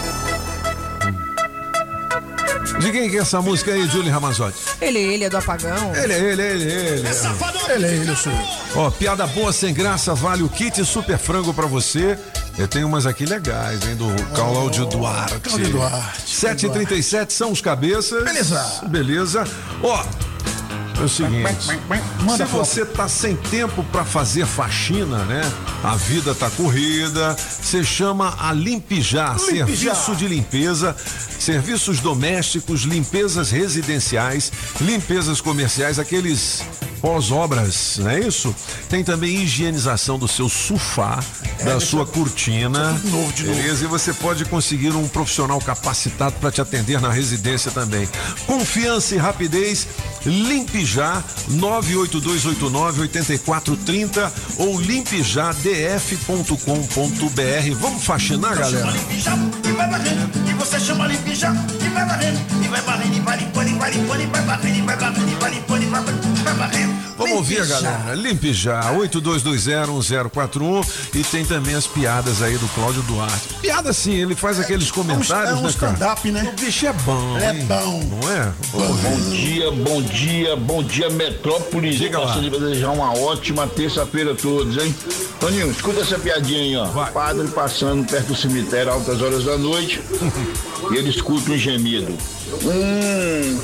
De quem que é essa música aí, Julie Ramazotti? Ele, ele é do Apagão. Ele, ele, ele, ele. Ele, ele, eu sou eu. Ó, piada boa sem graça, vale o kit super frango pra você. Eu tenho umas aqui legais, hein, do Cláudio Duarte. Cláudio Duarte. sete e trinta e sete são os cabeças. Beleza. Beleza. Ó, é o seguinte, Manda se você tá sem tempo pra fazer faxina, né? A vida tá corrida, você chama a Limpijá, serviço de limpeza, serviços domésticos, limpezas residenciais, limpezas comerciais, aqueles pós-obras, não é isso? Tem também higienização do seu sofá, é, da sua cortina, novo de novo. Beleza? E você pode conseguir um profissional capacitado para te atender na residência também. Confiança e rapidez, Limpe Já, nove oito dois oito nove oito quatro três zero ou limpejá d f ponto com ponto b r. Vamos faxinar, galera? E vai varrendo, e você chama Limpijá, e vai varrendo, e vai varrendo, e vai limpando, e vai limpando, e vai varrendo, e vai varrendo, e vai limpando, e vai vai varrendo. Vamos ouvir, galera. Limpe Já, oito dois dois zero um zero quatro um e tem também as piadas aí do Cláudio Duarte. Piada sim, ele faz aqueles comentários, é um, é um né, cara? stand-up, né? O bicho é bom, é hein? bom. Não é? Bom, bom dia, bom dia, bom dia, Metrópolis. Diga lá. Gostaria de desejar uma ótima terça-feira a todos, hein? Toninho, escuta essa piadinha aí, ó. Vai. Padre passando perto do cemitério altas horas da noite e ele escuta um gemido. Hum,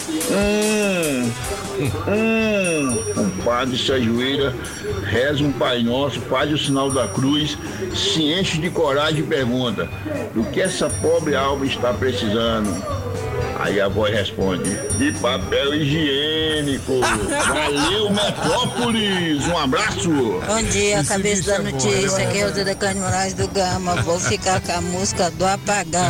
hum, hum. O padre se ajoelha, reza um Pai Nosso, faz o sinal da cruz, se enche de coragem e pergunta: do que essa pobre alma está precisando? Aí a voz responde: de papel higiênico. Valeu, Metrópolis. Um abraço. Bom dia, Esse cabeça da notícia. É Aqui é o Zé da Carne Moraes do Gama. Vou ficar com a música do Apagão.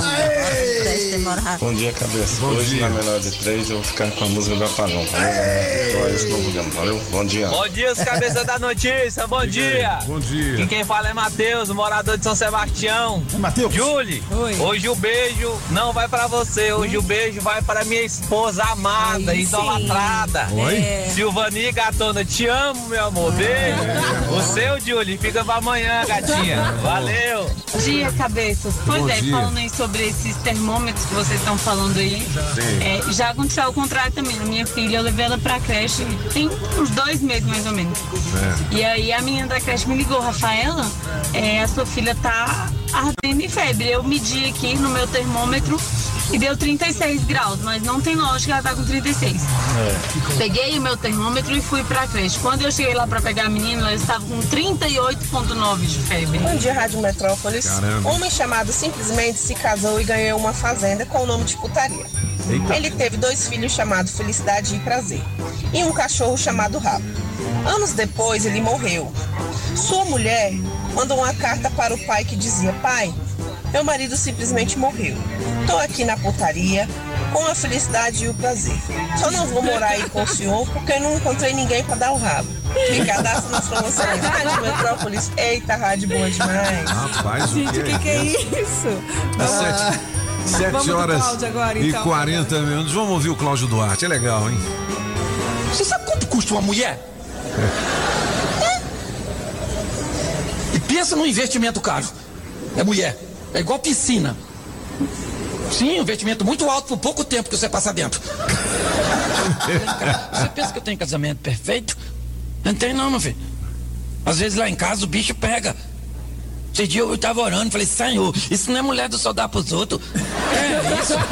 Bom dia, cabeça. Bom Hoje, dia. Na menor de três, eu vou ficar com a música do Apagão. Valeu? Valeu? Bom dia. Bom dia, os cabeças da notícia. Bom dia. Bom dia. Quem, quem fala é Matheus, morador de São Sebastião. É Matheus? Julie, Oi. Hoje o beijo não vai pra você. Hoje o beijo vai para minha esposa amada, Aí idolatrada. Oi? É. Silvani Gatona, te amo, meu amor. Beijo. O seu, Julie, fica pra amanhã, gatinha. Valeu. Bom dia, cabeças. Pois Bom é, dia. falando aí sobre esses termômetros que vocês estão falando aí, é, já aconteceu ao contrário também. A minha filha, eu levei ela pra creche tem uns dois meses mais ou menos. É. E aí a menina da creche me ligou: Rafaela, é, a sua filha tá ardendo em febre. Eu medi aqui no meu termômetro e deu trinta e seis graus, mas não tem lógica que ela tá com trinta e seis. É. Peguei o meu termômetro e fui pra creche. Quando eu cheguei lá pra pegar a menina, ela estava com trinta e oito vírgula nove de febre. Bom dia, Rádio Metrópolis. Caramba. Homem chamado simplesmente se casou e ganhou uma fazenda com o nome de putaria. Eita. Ele teve dois filhos chamados Felicidade e Prazer e um cachorro chamado Rabo. Anos depois, ele morreu. Sua mulher mandou uma carta para o pai que dizia: pai, meu marido simplesmente morreu. Tô aqui na putaria com a felicidade e o prazer. Só não vou morar aí com o senhor porque eu não encontrei ninguém para dar o rabo. Me cadastro nas promoções. Rádio Metrópolis. Eita, rádio boa demais. Rapaz, o Gente, que o que, que é isso? Sete, sete Vamos do horas Cláudio agora, e então. quarenta minutos. Vamos ouvir o Cláudio Duarte. É legal, hein? Você sabe quanto custa uma mulher? É. E pensa num investimento caro. É mulher. É igual piscina. Sim, um investimento muito alto por pouco tempo que você passa dentro. Você pensa que eu tenho casamento perfeito? Não tem não, meu filho. Às vezes lá em casa o bicho pega. Esse dia eu tava orando, falei, Senhor, isso não é mulher do sol dar pros outros. É isso.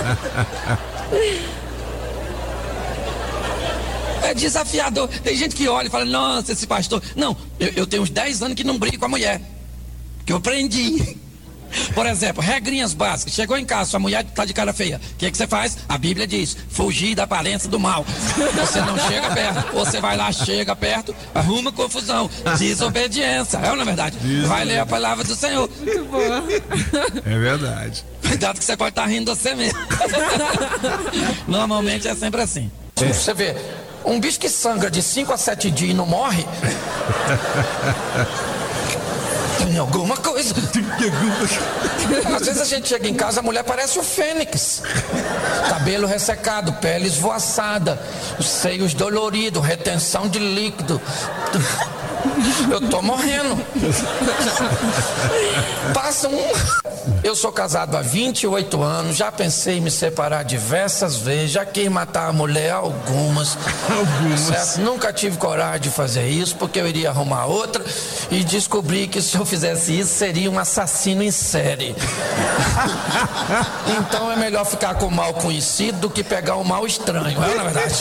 É desafiador. Tem gente que olha e fala, nossa, esse pastor. Não, eu, eu tenho uns dez anos que não brigo com a mulher. Que eu aprendi. Por exemplo, regrinhas básicas. Chegou em casa, sua mulher tá de cara feia. O que que você faz? A Bíblia diz, fugir da aparência do mal. Você não chega perto. Você vai lá, chega perto, arruma confusão. Desobediência. É ou não é verdade? Vai ler a palavra do Senhor. Muito bom. É verdade. Cuidado que você pode estar rindo de você mesmo. Normalmente é sempre assim. É. Você vê, um bicho que sangra de cinco a sete dias e não morre... Tem alguma coisa. Tem alguma coisa. Às vezes a gente chega em casa, a mulher parece o Fênix. Cabelo ressecado, pele esvoaçada, os seios doloridos, retenção de líquido. Eu tô morrendo. Passa um... Eu sou casado há vinte e oito anos, já pensei em me separar diversas vezes, já quis matar a mulher algumas. Algumas. Certo? Nunca tive coragem de fazer isso, porque eu iria arrumar outra e descobri que se eu fizesse isso, seria um assassino em série. Então é melhor ficar com o mal conhecido do que pegar o mal estranho, não é na verdade?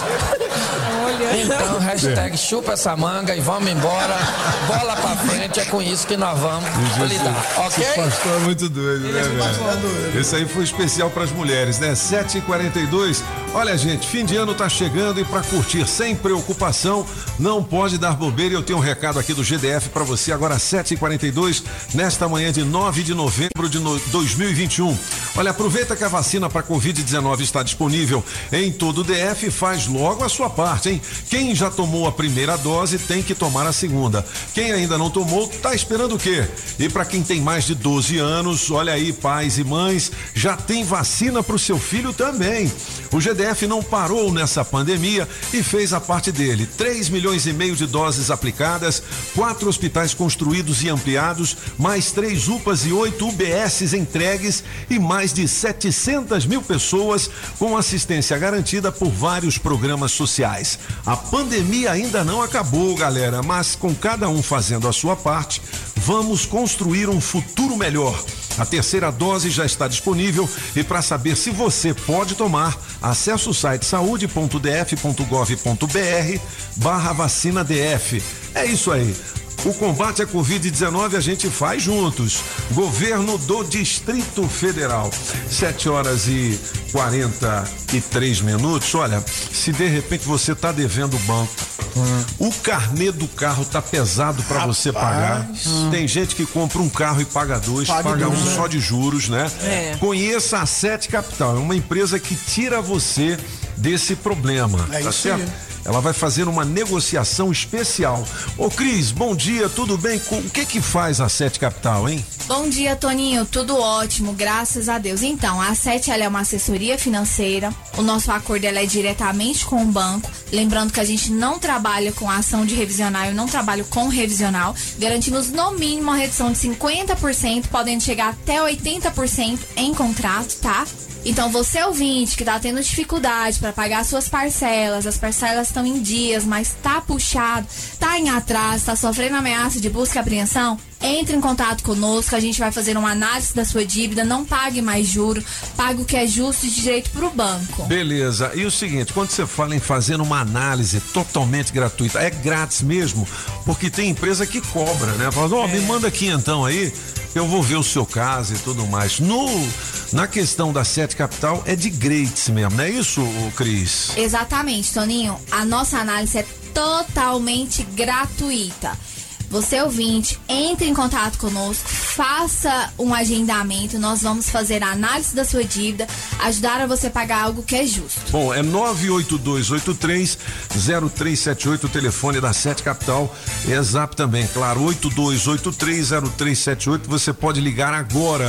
Olha. Então, hashtag chupa essa manga e vamos embora. Bola pra frente, é com isso que nós vamos lidar, ok? Esse pastor é muito doido, né, velho? Esse aí foi especial pras mulheres, né? sete e quarenta e dois. Olha, gente, fim de ano tá chegando e pra curtir sem preocupação, não pode dar bobeira. Eu tenho um recado aqui do G D F pra você agora, sete e quarenta e dois, nesta manhã de nove de novembro de dois mil e vinte e um. Olha, aproveita que a vacina pra covid dezenove está disponível em todo o D F e faz logo a sua parte, hein? Quem já tomou a primeira dose tem que tomar a segunda. Quem ainda não tomou, tá esperando o quê? E pra quem tem mais de doze anos, olha aí, pais e mães, já tem vacina pro seu filho também. O G D F não parou nessa pandemia e fez a parte dele. três milhões e meio de doses aplicadas, quatro hospitais construídos e ampliados, mais três U P As e oito U B S entregues e mais de setecentas mil pessoas com assistência garantida por vários programas sociais. A pandemia ainda não acabou, galera, mas com cada um fazendo a sua parte, vamos construir um futuro melhor. A terceira dose já está disponível e para saber se você pode tomar, acesse o site saúde ponto d f ponto gov ponto b r barra vacina D F. É isso aí. O combate à covid dezenove a gente faz juntos. Governo do Distrito Federal. sete horas e quarenta e três minutos. Olha, se de repente você tá devendo o banco, hum. o carnê do carro tá pesado para você pagar. Hum. Tem gente que compra um carro e paga dois, Pague paga dois, um né? só de juros, né? É. Conheça a Sete Capital, é uma empresa que tira você desse problema, é tá isso certo? Aí. Ela vai fazer uma negociação especial. Ô Cris, bom dia, tudo bem? O que que faz a Sete Capital, hein? Bom dia, Toninho, tudo ótimo, graças a Deus. Então, a Sete, ela é uma assessoria financeira, o nosso acordo ela é diretamente com o banco, lembrando que a gente não trabalha com a ação de revisional, eu não trabalho com revisional, garantimos no mínimo uma redução de cinquenta por cento, podendo chegar até oitenta por cento em contrato, tá? Então, você ouvinte que tá tendo dificuldade para pagar suas parcelas, as parcelas estão em dias, mas tá puxado, tá em atraso, tá sofrendo ameaça de busca e apreensão, entre em contato conosco, a gente vai fazer uma análise da sua dívida, não pague mais juros, pague o que é justo e de direito pro banco. Beleza, e o seguinte, quando você fala em fazer uma análise totalmente gratuita, é grátis mesmo? Porque tem empresa que cobra, né? Fala, ó, oh, é. me manda aqui então aí, eu vou ver o seu caso e tudo mais. No, na questão da Sete Capital é de grátis mesmo, não é isso, Cris? Exatamente, Toninho. A nossa análise é totalmente gratuita. Você ouvinte, entre em contato conosco, faça um agendamento, nós vamos fazer a análise da sua dívida, ajudar a você pagar algo que é justo. Bom, é nove oito dois oito três zero três sete oito, o telefone da Sete Capital, é Zap também, claro, oito dois oito três zero três sete oito, você pode ligar agora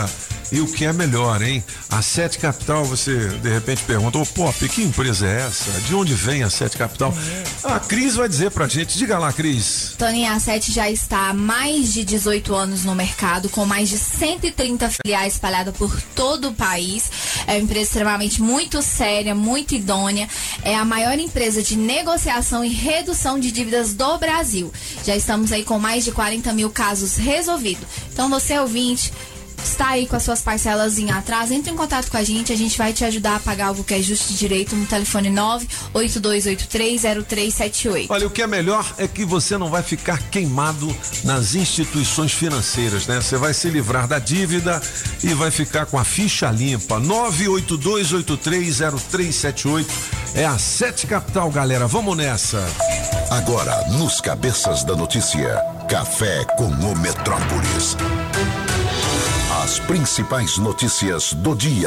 E o que é melhor, hein? A Sete Capital, você de repente perguntou, pô, que empresa é essa? De onde vem a Sete Capital? A Cris vai dizer pra gente. Diga lá, Cris. Toninho, a Sete já está há mais de dezoito anos no mercado, com mais de cento e trinta filiais espalhadas por todo o país. É uma empresa extremamente muito séria, muito idônea. É a maior empresa de negociação e redução de dívidas do Brasil. Já estamos aí com mais de quarenta mil casos resolvidos. Então, você ouvinte, está aí com as suas parcelas em atraso, entre em contato com a gente, a gente vai te ajudar a pagar algo que é justo e direito no telefone nove oito dois oito três zero três sete oito. Olha, o que é melhor é que você não vai ficar queimado nas instituições financeiras, né? Você vai se livrar da dívida e vai ficar com a ficha limpa. nove oito dois oito três zero três sete oito é a Sete Capital, galera. Vamos nessa. Agora, nos Cabeças da Notícia, Café com o Metrópolis. As principais notícias do dia.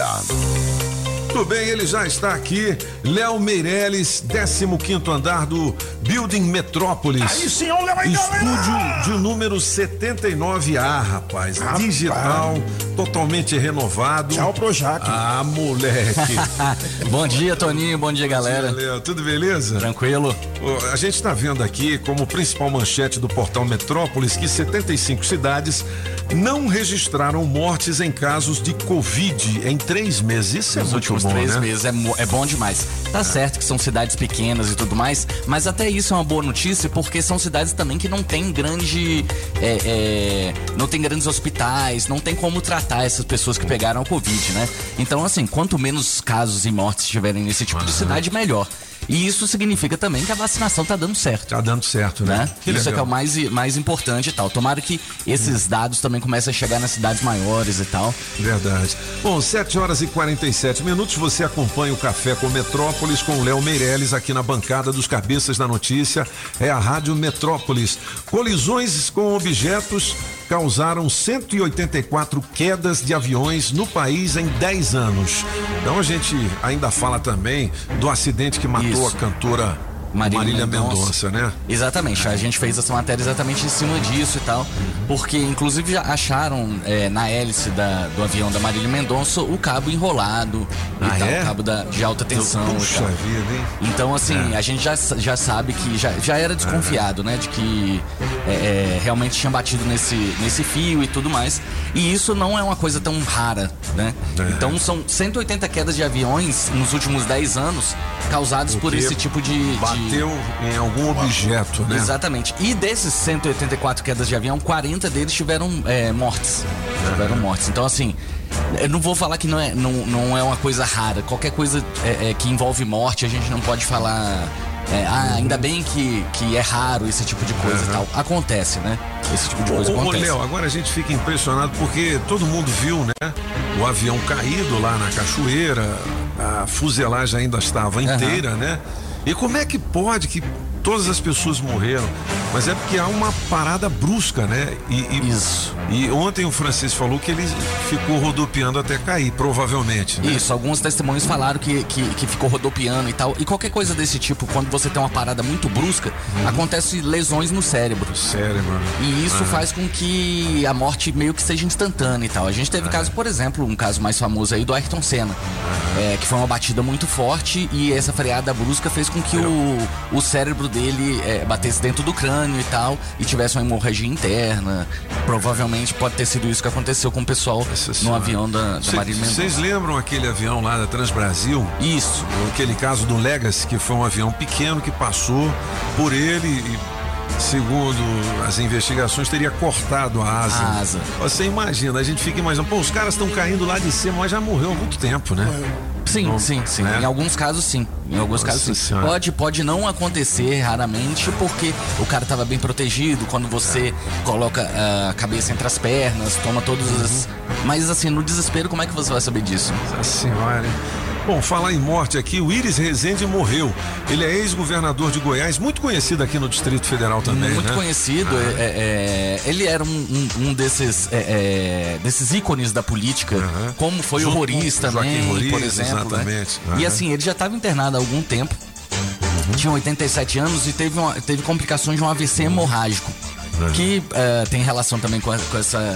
Tudo bem, ele já está aqui, Léo Meirelles, décimo quinto andar do Building Metrópolis. Aí sim, olha aí, Estúdio de número setenta e nove A, rapaz. rapaz. Digital, totalmente renovado. Tchau pro Jaque. Ah, moleque. Bom dia, Toninho, bom dia, galera. Bom dia, Léo. Tudo beleza? Tranquilo. A gente está vendo aqui como principal manchete do portal Metrópolis que setenta e cinco cidades não registraram mortes em casos de Covid em três meses. Isso é Nos muito últimos bom, três né? meses é, é bom demais. Tá é. certo que são cidades pequenas e tudo mais, mas até isso é uma boa notícia porque são cidades também que não tem grande, é, é, não tem grandes hospitais, não tem como tratar essas pessoas que pegaram a Covid, né? Então, assim, quanto menos casos e mortes tiverem nesse tipo de cidade, melhor. E isso significa também que a vacinação tá dando certo. Tá dando certo, né? né? Isso legal. É que é o mais, mais importante e tal. Tomara que esses hum. dados também comecem a chegar nas cidades maiores e tal. Verdade. Bom, sete horas e quarenta e sete minutos, você acompanha o Café com Metrópolis com o Léo Meirelles aqui na bancada dos Cabeças da Notícia. É a Rádio Metrópolis. Colisões com objetos causaram cento e oitenta e quatro quedas de aviões no país em dez anos. Então a gente ainda fala também do acidente que matou Isso. a cantora Marília, Marília Mendonça, né? Exatamente, é. a gente fez essa matéria exatamente em cima disso e tal, porque inclusive já acharam é, na hélice da, do avião da Marília Mendonça o cabo enrolado ah, e tal, é? o cabo da, de alta tensão. Puxa vida, hein? Então assim, é. a gente já, já sabe que já, já era desconfiado, é. né? De que é, é, realmente tinha batido nesse, nesse fio e tudo mais, e isso não é uma coisa tão rara, né? É. Então são cento e oitenta quedas de aviões nos últimos dez anos causadas por esse tipo de... Bateu de... em algum objeto, né? Exatamente. E desses cento e oitenta e quatro quedas de avião, quarenta deles tiveram é, mortes. É. Tiveram mortes. Então, assim, eu não vou falar que não é, não, não é uma coisa rara. Qualquer coisa é, é, que envolve morte, a gente não pode falar... É, ah, ainda bem que, que é raro esse tipo de coisa uhum. e tal. Acontece, né? Esse tipo de coisa ô, acontece. Ô, Léo, agora a gente fica impressionado porque todo mundo viu, né? O avião caído lá na cachoeira, a fuselagem ainda estava inteira, uhum. né? E como é que pode que todas as pessoas morreram? Mas é porque há uma parada brusca, né? E, e, Isso. E ontem o Francisco falou que ele ficou rodopiando até cair, provavelmente. Né? Isso, alguns testemunhos falaram que, que, que ficou rodopiando e tal. E qualquer coisa desse tipo, quando você tem uma parada muito brusca, uhum. acontece lesões no cérebro. Cérebro. E isso uhum. faz com que a morte meio que seja instantânea e tal. A gente teve uhum. caso, por exemplo, um caso mais famoso aí do Ayrton Senna, uhum. é, que foi uma batida muito forte e essa freada brusca fez com que o, o cérebro dele é, batesse dentro do crânio e tal, e tivesse uma hemorragia interna. Provavelmente pode ter sido isso que aconteceu com o pessoal no avião da, da Marília Mendonça. Vocês lembram aquele avião lá da Transbrasil? Isso. Aquele caso do Legacy, que foi um avião pequeno que passou por ele e, segundo as investigações, teria cortado a asa. A asa. Você imagina, a gente fica imaginando, pô, os caras estão caindo lá de cima, mas já morreu há muito tempo, né? Sim, não, sim, sim. Né? Em alguns casos, sim. Em alguns Nossa casos, sim. Pode, pode não acontecer raramente, porque o cara estava bem protegido. Quando você é. coloca a cabeça entre as pernas, toma todas uhum. as... Mas, assim, no desespero, como é que você vai saber disso? Nossa senhora, hein? Bom, falar em morte aqui, o Íris Rezende morreu. Ele é ex-governador de Goiás, muito conhecido aqui no Distrito Federal também, muito né? conhecido. Ah. É, é, ele era um, um, um desses, é, é, desses ícones da política, uhum. como foi Junto o Roriz também, Roriz, por exemplo. Exatamente. Né? Uhum. E assim, ele já estava internado há algum tempo, uhum. tinha oitenta e sete anos e teve, uma, teve complicações de um A V C hemorrágico, uhum. que uh, tem relação também com, a, com essa...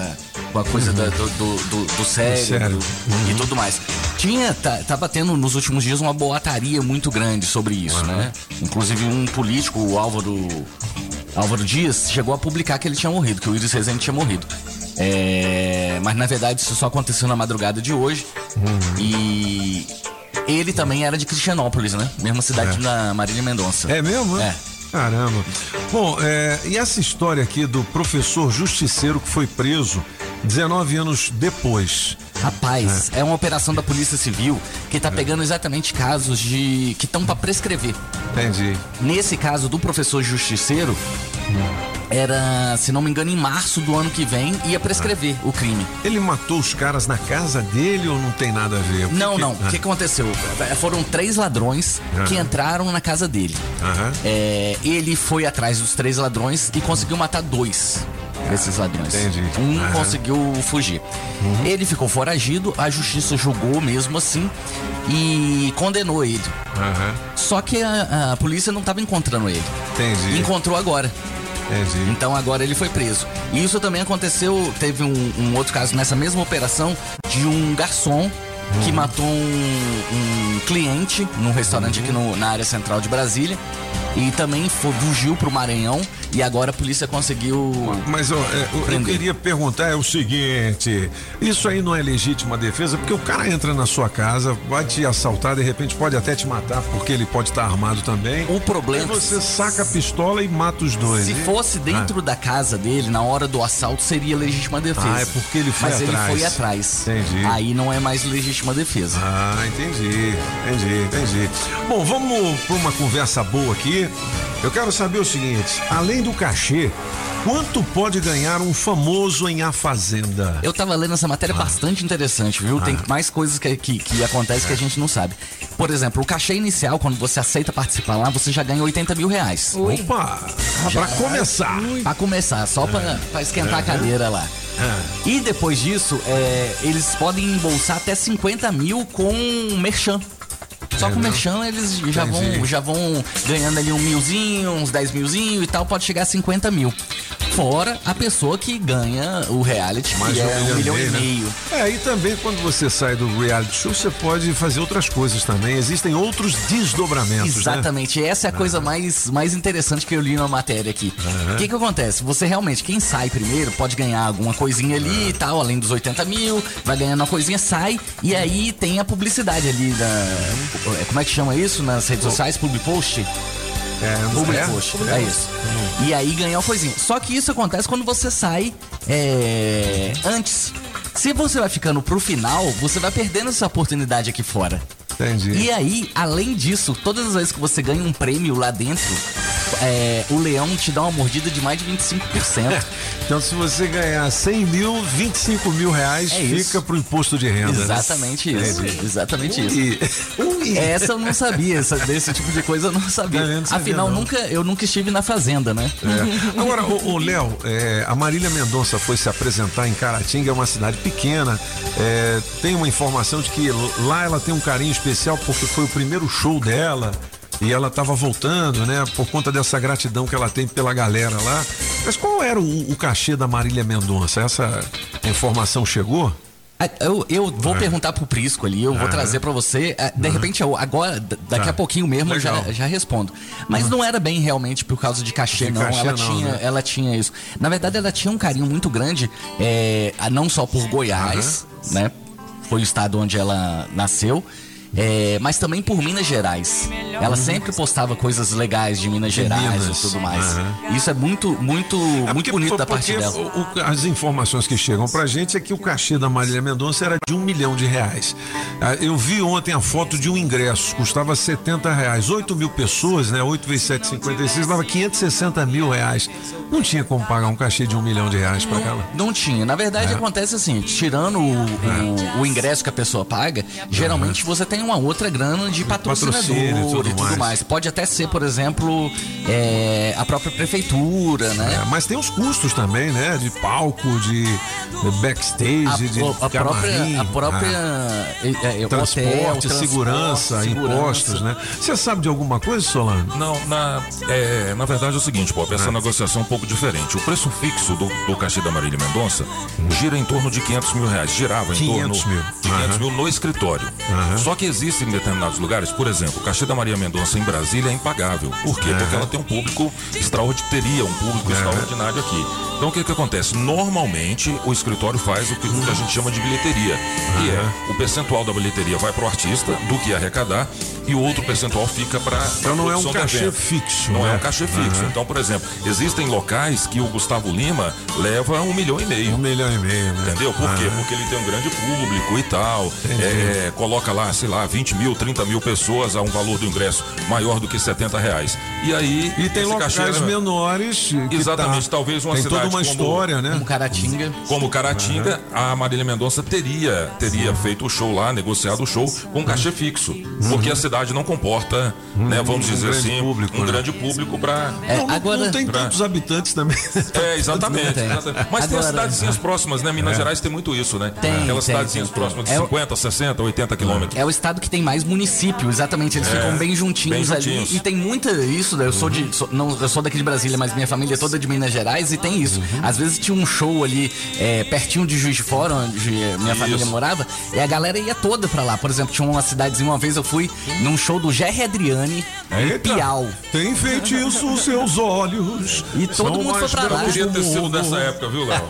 com a coisa Uhum. da- do, do, do, do cérebro, cérebro. e tudo mais. Tinha, tá, tava tendo nos últimos dias uma boataria muito grande sobre isso, né? Inclusive um político, o Álvaro, Álvaro Dias, chegou a publicar que ele tinha morrido, que o Iris Rezende tinha morrido. É, mas na verdade isso só aconteceu na madrugada de hoje. E ele também era de Cristianópolis, né? Mesma cidade É. da Marília Mendonça. É mesmo? É. Caramba. Bom, é, e essa história aqui do professor justiceiro que foi preso dezenove anos depois? Rapaz, é. uma operação da Polícia Civil que tá pegando exatamente casos de que estão para prescrever. Entendi. Nesse caso do professor justiceiro, era, se não me engano, em março do ano que vem, ia prescrever o crime. Ele matou os caras na casa dele ou não tem nada a ver? O que Não, que- não. O que aconteceu? Foram três ladrões que Aham. entraram na casa dele. Aham. É, ele foi atrás dos três ladrões e conseguiu matar dois desses ladrões. Entendi. Um Aham. conseguiu fugir. Ele ficou foragido, a justiça julgou mesmo assim e condenou ele. Aham. Só que a, a polícia não estava encontrando ele. Entendi. Encontrou agora. Entendi. Então agora ele foi preso. E isso também aconteceu, teve um, um outro caso nessa mesma operação de um garçom que matou um, um cliente num restaurante aqui no- na área central de Brasília e também foi, fugiu pro Maranhão e agora a polícia conseguiu. Mas ó, é, eu, eu prender. queria perguntar é o seguinte: isso aí não é legítima defesa, porque o cara entra na sua casa, vai te assaltar, de repente pode até te matar, porque ele pode estar armado também. O problema Aí você saca a pistola e mata os dois. Se E- fosse dentro Ah. da casa dele, na hora do assalto, seria legítima defesa. Ah, é porque ele foi Mas atrás. ele foi atrás. Entendi. Aí não é mais legítima defesa. Ah, entendi, entendi, entendi. Bom, vamos para uma conversa boa aqui. Eu quero saber o seguinte: além do cachê, quanto pode ganhar um famoso em A Fazenda? Eu tava lendo essa matéria bastante interessante, viu? Tem mais coisas que, que, que acontecem que a gente não sabe. Por exemplo, o cachê inicial, quando você aceita participar lá, você já ganha oitenta mil reais. Opa! Pra começar. Pra começar, só pra, pra esquentar a cadeira lá. E depois disso, é, eles podem embolsar até cinquenta mil com merchan. Só com merchan eles já vão, já vão ganhando ali um milzinho, uns dez milzinho e tal, pode chegar a cinquenta mil. Fora a pessoa que ganha o reality, Mais que de é um milhão e meio. É, e também quando você sai do reality show, você pode fazer outras coisas também. Existem outros desdobramentos, Exatamente, né? essa é a coisa mais, mais interessante que eu li na matéria aqui. O que que acontece? Você realmente, quem sai primeiro, pode ganhar alguma coisinha ali e tal, além dos oitenta mil, vai ganhando uma coisinha, sai, e aí tem a publicidade ali da... Como é que chama isso nas redes sociais? Public post? É, Public é? post, é isso. E aí ganhar uma coisinha. Só que isso acontece quando você sai é, antes. Se você vai ficando pro final, você vai perdendo essa oportunidade aqui fora. Entendi. E aí, além disso, todas as vezes que você ganha um prêmio lá dentro, é, o leão te dá uma mordida de mais de vinte e cinco por cento. Então, se você ganhar cem mil, vinte e cinco mil reais É fica isso. pro imposto de renda. né? Exatamente isso. Entendi. Exatamente isso. Ui. Ui. Essa eu não sabia, essa, desse tipo de coisa eu não sabia. Não, eu não sabia, Afinal, não. nunca, eu nunca estive na fazenda, né? É. Agora, o Léo, é, a Marília Mendonça foi se apresentar em Caratinga, é uma cidade pequena. É, tem uma informação de que lá ela tem um carinho especial porque foi o primeiro show dela e ela estava voltando, né? Por conta dessa gratidão que ela tem pela galera lá. Mas qual era o, o cachê da Marília Mendonça? Essa informação chegou? Ah, Eu, eu vou É. perguntar pro Prisco ali, eu vou Ah. trazer pra você. Ah, De repente, eu- agora, d- daqui Tá. a pouquinho mesmo, eu já, Legal. já respondo. Mas não era bem realmente por causa de cachê, De não. cachê ela, não, tinha, né? ela tinha isso. Na verdade, ela tinha um carinho muito grande, é, a- não só por Goiás, né? Foi o estado onde ela nasceu. É, mas também por Minas Gerais. Ela sempre postava coisas legais de Minas De Gerais Minas. e tudo mais. Aham. Isso é muito, muito, muito bonito da parte Porque dela. o- o- as informações que chegam pra gente é que o cachê da Marília Mendonça era de um milhão de reais. Ah, Eu vi ontem a foto de um ingresso, custava setenta reais. oito mil pessoas, né? oito vezes sete, cinquenta e seis, dava quinhentos e sessenta mil reais. Não tinha como pagar um cachê de um milhão de reais pra ela. Não tinha. Na verdade, É. acontece assim, tirando o, o- o ingresso que a pessoa paga, geralmente você tem tem uma outra grana de patrocinador Patrocínio e tudo e tudo mais. mais. Pode até ser, por exemplo, é, a própria prefeitura, né? É, mas tem os custos também, né? De palco, de, de backstage, A, de a própria, camarim, a própria ah, é, é, transporte, hotel, transporte, segurança, segurança, impostos, né? Você sabe de alguma coisa, Solano? Não, na, é, na verdade é o seguinte, Pop, essa É. negociação é um pouco diferente. O preço fixo do, do cachê da Marília Mendonça gira em torno de quinhentos mil reais. Girava em quinhentos torno mil. de quinhentos mil no escritório. Só que existem determinados lugares, por exemplo, o cachê da Maria Mendonça em Brasília é impagável. Por quê? Porque ela tem um público extraordinário, teria um público extraordinário aqui. Então o que que acontece? Normalmente o escritório faz o que, o que a gente chama de bilheteria, que é o percentual da bilheteria vai para o artista do que arrecadar e o outro percentual fica para Então não é um cachê fixo, Não né? é um cachê fixo. Aham. Então, por exemplo, existem locais que o Gustavo Lima leva um milhão e meio. Um milhão e meio, né? Entendeu? Por quê? Aham. Porque ele tem um grande público e tal. Entendi. É, coloca lá, sei lá, vinte mil, trinta mil pessoas a um valor do ingresso maior do que setenta reais. E aí. E tem esse locais cachê, né? menores. que Exatamente, tá- talvez uma tem cidade toda uma como, história, né? Como Caratinga. Como Caratinga, a Marília Mendonça teria, teria feito o show lá, negociado o show com um cachê fixo. Porque a cidade não comporta, né, vamos um dizer grande assim, público, um né? grande público para. não, não- não tem tantos habitantes também. É, exatamente. Tem. exatamente. Mas tem as Agora- cidadezinhas próximas, né? Minas É. Gerais tem muito isso, né? Tem, Aquelas tem, cidadezinhas tem, tem. próximas de É o- cinquenta, sessenta, oitenta quilômetros. É o estado que tem mais município, exatamente. Eles É, ficam bem juntinhos, bem ali. juntinhos. E tem muita isso, né? Eu sou de. sou- não, eu sou daqui de Brasília, mas minha família é toda de Minas Gerais e tem isso. Às vezes tinha um show ali é, pertinho de Juiz de Fora, onde minha Isso. família morava, e a galera ia toda pra lá. Por exemplo, tinha uma cidadezinha, uma vez eu fui num show do Jerry Adriane em Eita. Piau. Tem feitiço os seus olhos. E todo mundo foi pra lá. Podia ter sido dessa época, viu, Léo?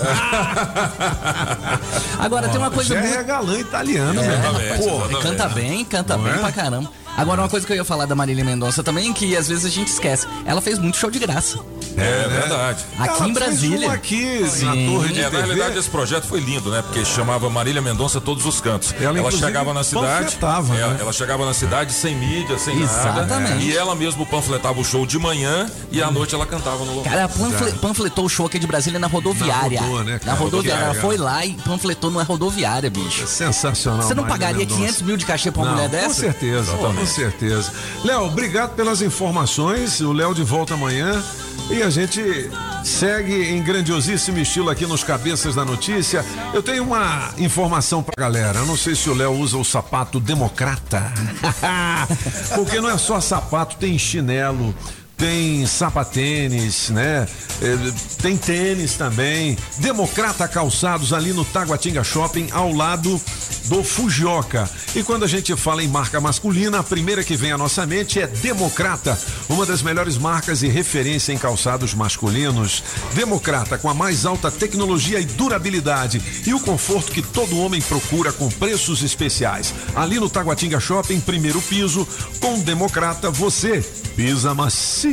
Agora tem uma coisa Já muito. é galã italiano, É, né? rapaz, Porra. ele canta bem, canta Não bem é? pra caramba. Agora, uma coisa que eu ia falar da Marília Mendonça também, que às vezes a gente esquece. Ela fez muito show de graça. É, verdade. Aqui Ela em Brasília. fez um aqui Sim. na Torre de É, na T V. realidade, esse projeto foi lindo, né? Porque chamava Marília Mendonça Todos os Cantos. Ela, Ela, inclusive, chegava na cidade. panfletava, ela, né? ela chegava na cidade sem mídia, sem Exatamente. nada. E ela mesmo panfletava o show de manhã e à noite ela cantava no local. Cara, ela panfle- panfletou o show aqui de Brasília na rodoviária. Na rodô, né, cara? Na rodoviária. Ela Rodoviária. foi lá e panfletou na rodoviária, bicho. Sensacional. Você não Marília pagaria Mendonça. quinhentos mil de cachê pra uma Não, mulher dessa? Com certeza, com Exatamente. certeza. Léo, obrigado pelas informações. O Léo de volta amanhã. E a gente segue em grandiosíssimo estilo aqui nos Cabeças da Notícia. Eu tenho uma informação pra galera. Eu não sei se o Léo usa o sapato democrata. Porque não é só sapato, tem chinelo. Tem sapatênis, né? É, tem tênis também. Democrata Calçados ali no Taguatinga Shopping, ao lado do Fujioka. E quando a gente fala em marca masculina, a primeira que vem à nossa mente é Democrata, uma das melhores marcas e referência em calçados masculinos. Democrata, com a mais alta tecnologia e durabilidade e o conforto que todo homem procura, com preços especiais. Ali no Taguatinga Shopping, primeiro piso, com Democrata você pisa macio.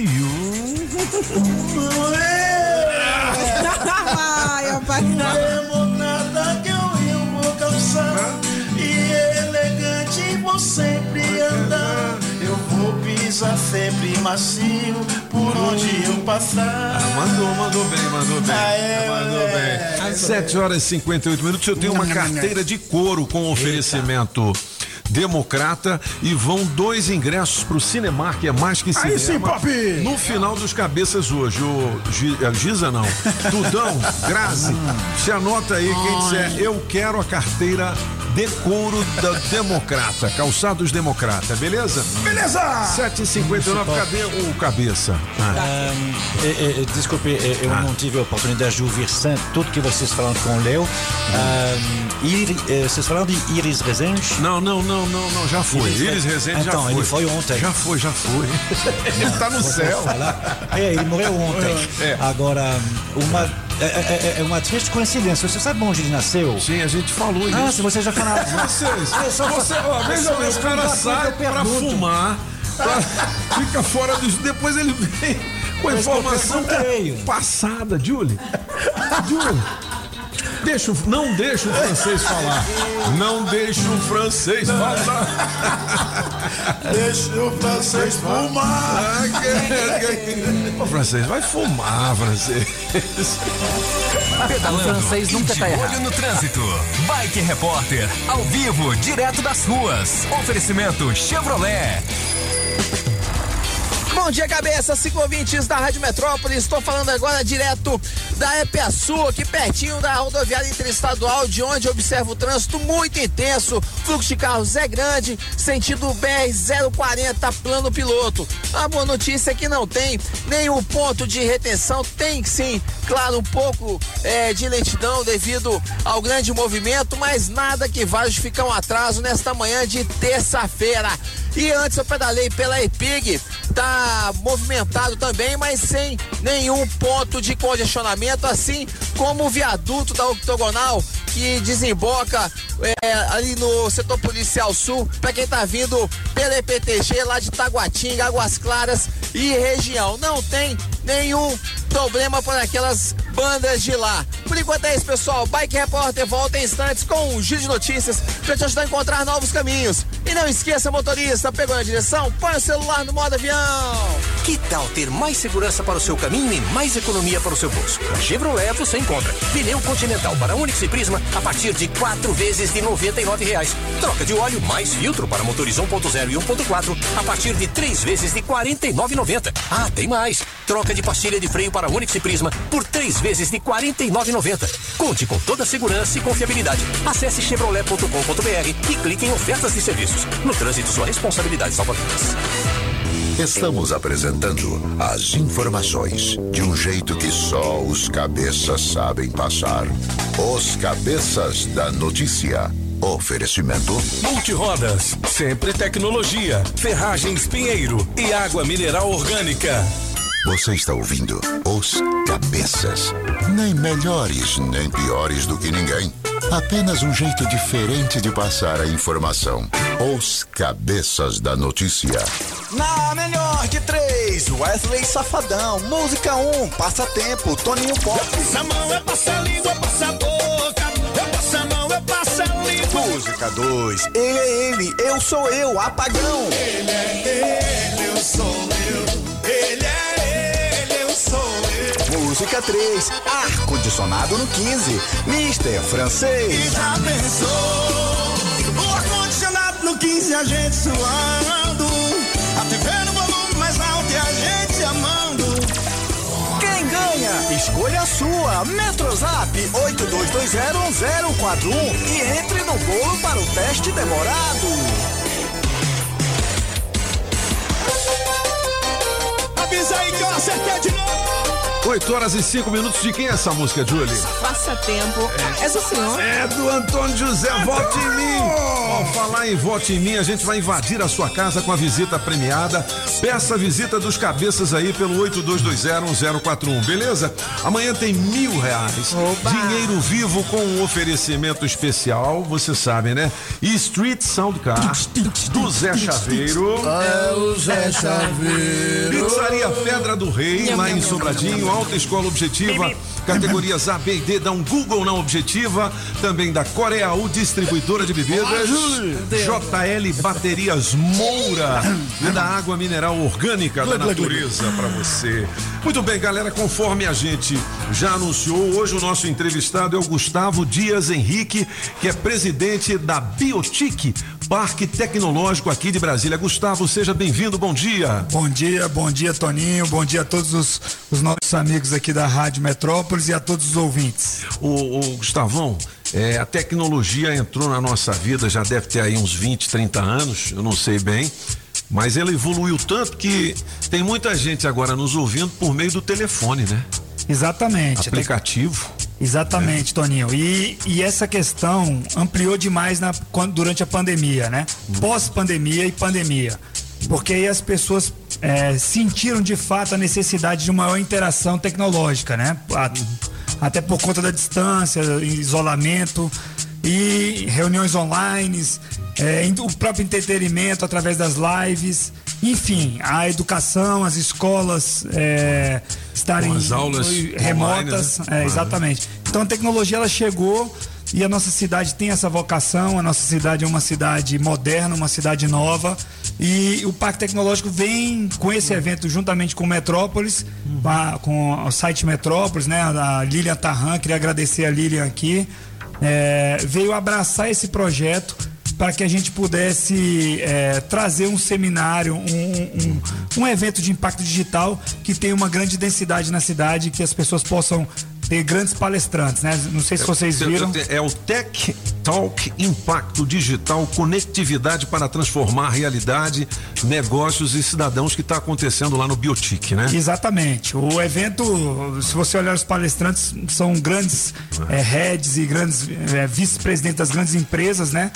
Ai, rapaz. Democrata que eu, eu vou calçar e elegante vou sempre andar. Eu vou pisar sempre macio por onde eu passar. Ah, mandou, mandou bem, mandou bem. Ah, é, mandou é. bem. sete horas e cinquenta e oito minutos. Eu tenho uma carteira de couro com oferecimento Democrata e vão dois ingressos pro Cinemark, é mais que cinema. Aí sim, Pop! No final dos Cabeças hoje, o Gi- é, Giza não, Tudão, Grazi, se anota aí quem disser eu quero a carteira de couro da Democrata, Calçados Democrata, beleza? Beleza! sete e cinquenta e nove, cadê o cabeça? Ah. Ahm, eh, eh, desculpe, eh, eu não tive a oportunidade de ouvir sempre tudo que vocês falaram com o Léo. Ahm, Iri- eh, vocês falaram de Iris Rezende? Não, não, não, não, não, já foi. Iris Iris Rezende já então, foi. ele foi ontem. Já foi, já foi. Ele tá no Você céu. fala- É, ele morreu ontem. É. Agora, uma, é, é- é uma triste coincidência. Você sabe onde ele nasceu? Sim, a gente falou Ah, isso. se você já falaram. Vocês, Ah, é só- você, ó, é veja só bem, os eu caras perguntar saem quando eu pra pergunto. fumar, pra- fica fora dos. Depois ele vem com a Mas que eu informação perguntei. passada, Julie. Julie. Deixa, o- não deixa o francês falar. Não deixa o francês falar. Deixa o francês fumar. Ô, francês, vai fumar, francês. Pedalando, O francês nunca de tá errado. olho no trânsito. Bike Repórter, ao vivo, direto das ruas. Oferecimento Chevrolet. Bom dia, cabeça, ciclovintes da Rádio Metrópole. Estou falando agora direto da Epiaçu, aqui pertinho da rodoviária interestadual, de onde observo o trânsito muito intenso. Fluxo de carros é grande, sentido B R zero quarenta, plano piloto. A boa notícia é que não tem nenhum ponto de retenção. Tem sim, claro, um pouco é, de lentidão devido ao grande movimento, mas nada que vá justificar um atraso nesta manhã de terça-feira. E antes eu pedalei pela E P I G, tá movimentado também, mas sem nenhum ponto de congestionamento, assim como o viaduto da Octogonal, que desemboca é, ali no setor policial sul, para quem tá vindo pela E P T G lá de Taguatinga, Águas Claras e região. Não tem nenhum problema por aquelas bandas de lá. Por enquanto é isso, pessoal. Bike Repórter volta em instantes com um giro de notícias para te ajudar a encontrar novos caminhos. E não esqueça, motorista, pegou na direção? Põe o celular no modo avião. Que tal ter mais segurança para o seu caminho e mais economia para o seu bolso? Na Chevrolet você encontra pneu Continental para Onix e Prisma a partir de quatro vezes de noventa e nove reais. Troca de óleo mais filtro para motores um ponto zero e um ponto quatro a partir de três vezes de quarenta e nove reais e noventa centavos. Ah, tem mais! Troca de pastilha de freio para Onix e Prisma por três vezes de quarenta e nove reais e noventa centavos. Conte com toda a segurança e confiabilidade. Acesse chevrolet ponto com ponto br e clique em ofertas e serviços. No trânsito, sua responsabilidade salva vidas. Estamos apresentando as informações de um jeito que só os cabeças sabem passar. Os cabeças da notícia. Oferecimento Multirodas, sempre tecnologia, ferragens Pinheiro e água mineral orgânica. Você está ouvindo Os Cabeças. Nem melhores, nem piores do que ninguém. Apenas um jeito diferente de passar a informação. Os Cabeças da Notícia. Na melhor de três, Wesley Safadão. Música um, Passatempo, Toninho Pop. Eu passo a mão, eu passo a língua, eu passo a boca. Eu passo a mão, eu passo a língua. Música dois, Ele é ele, eu sou eu, Apagão. Ele é ele, eu sou eu. Ele é ele, eu sou eu. Música três, Ar-condicionado no quinze, mister Francês. E já pensou? O ar-condicionado no quinze, a gente suando. A T V no volume mais alto e a gente amando. Quem ganha? Escolha a sua. Metrozap oito dois dois zero um zero quatro um e entre no bolo para o teste demorado. Avisa aí que eu acertei de novo. oito horas e cinco minutos. De quem é essa música, Julie? Passatempo. É. Essa senhora. É do Antônio José. Vote em mim. Ao falar em Vote em mim, a gente vai invadir a sua casa com a visita premiada. Peça a visita dos cabeças aí pelo oito dois dois zero um zero quatro um, beleza? Amanhã tem mil reais. Oba. Dinheiro vivo com um oferecimento especial, você sabe, né? E Street Soundcar do Zé Chaveiro. É o Zé Chaveiro. Pizzaria Pedra do Rei, lá em Sobradinho. Alta Escola Objetiva, categorias A, B e D, dá um Google na Objetiva, também da Coreia U, distribuidora de bebidas, J L Baterias Moura e da água mineral orgânica da natureza para você. Muito bem, galera, conforme a gente já anunciou, hoje o nosso entrevistado é o Gustavo Dias Henrique, que é presidente da Biotic, Parque Tecnológico aqui de Brasília. Gustavo, seja bem-vindo, bom dia. Bom dia, bom dia, Toninho, bom dia a todos os, os nossos amigos aqui da Rádio Metrópolis e a todos os ouvintes. O, o Gustavão, é, a tecnologia entrou na nossa vida, já deve ter aí uns vinte, trinta anos, eu não sei bem, mas ela evoluiu tanto que tem muita gente agora nos ouvindo por meio do telefone, né? Exatamente. Aplicativo. Exatamente, é. Toninho. E, e essa questão ampliou demais na, durante a pandemia, né? Hum. Pós-pandemia e pandemia. Porque aí as pessoas é, sentiram de fato a necessidade de uma maior interação tecnológica, né? A, até por conta da distância, isolamento e reuniões online, é, o próprio entretenimento através das lives. Enfim, a educação, as escolas é, estarem as aulas remotas, online, né? é, exatamente. Então a tecnologia ela chegou e a nossa cidade tem essa vocação. A nossa cidade é uma cidade moderna, uma cidade nova E o Parque Tecnológico vem com esse evento juntamente com o Metrópolis, uhum. com, a, com o site Metrópolis, né? A Lilian Tarran, queria agradecer a Lilian aqui, é, veio abraçar esse projeto para que a gente pudesse é, trazer um seminário, um, um, um evento de impacto digital que tenha uma grande densidade na cidade, que as pessoas possam ter grandes palestrantes, né? Não sei se vocês viram. É o Tech Talk Impacto Digital, conectividade para transformar realidade, negócios e cidadãos, que está acontecendo lá no Biotic, né? Exatamente. O evento, se você olhar os palestrantes, são grandes é, heads e grandes é, vice-presidentes das grandes empresas, né?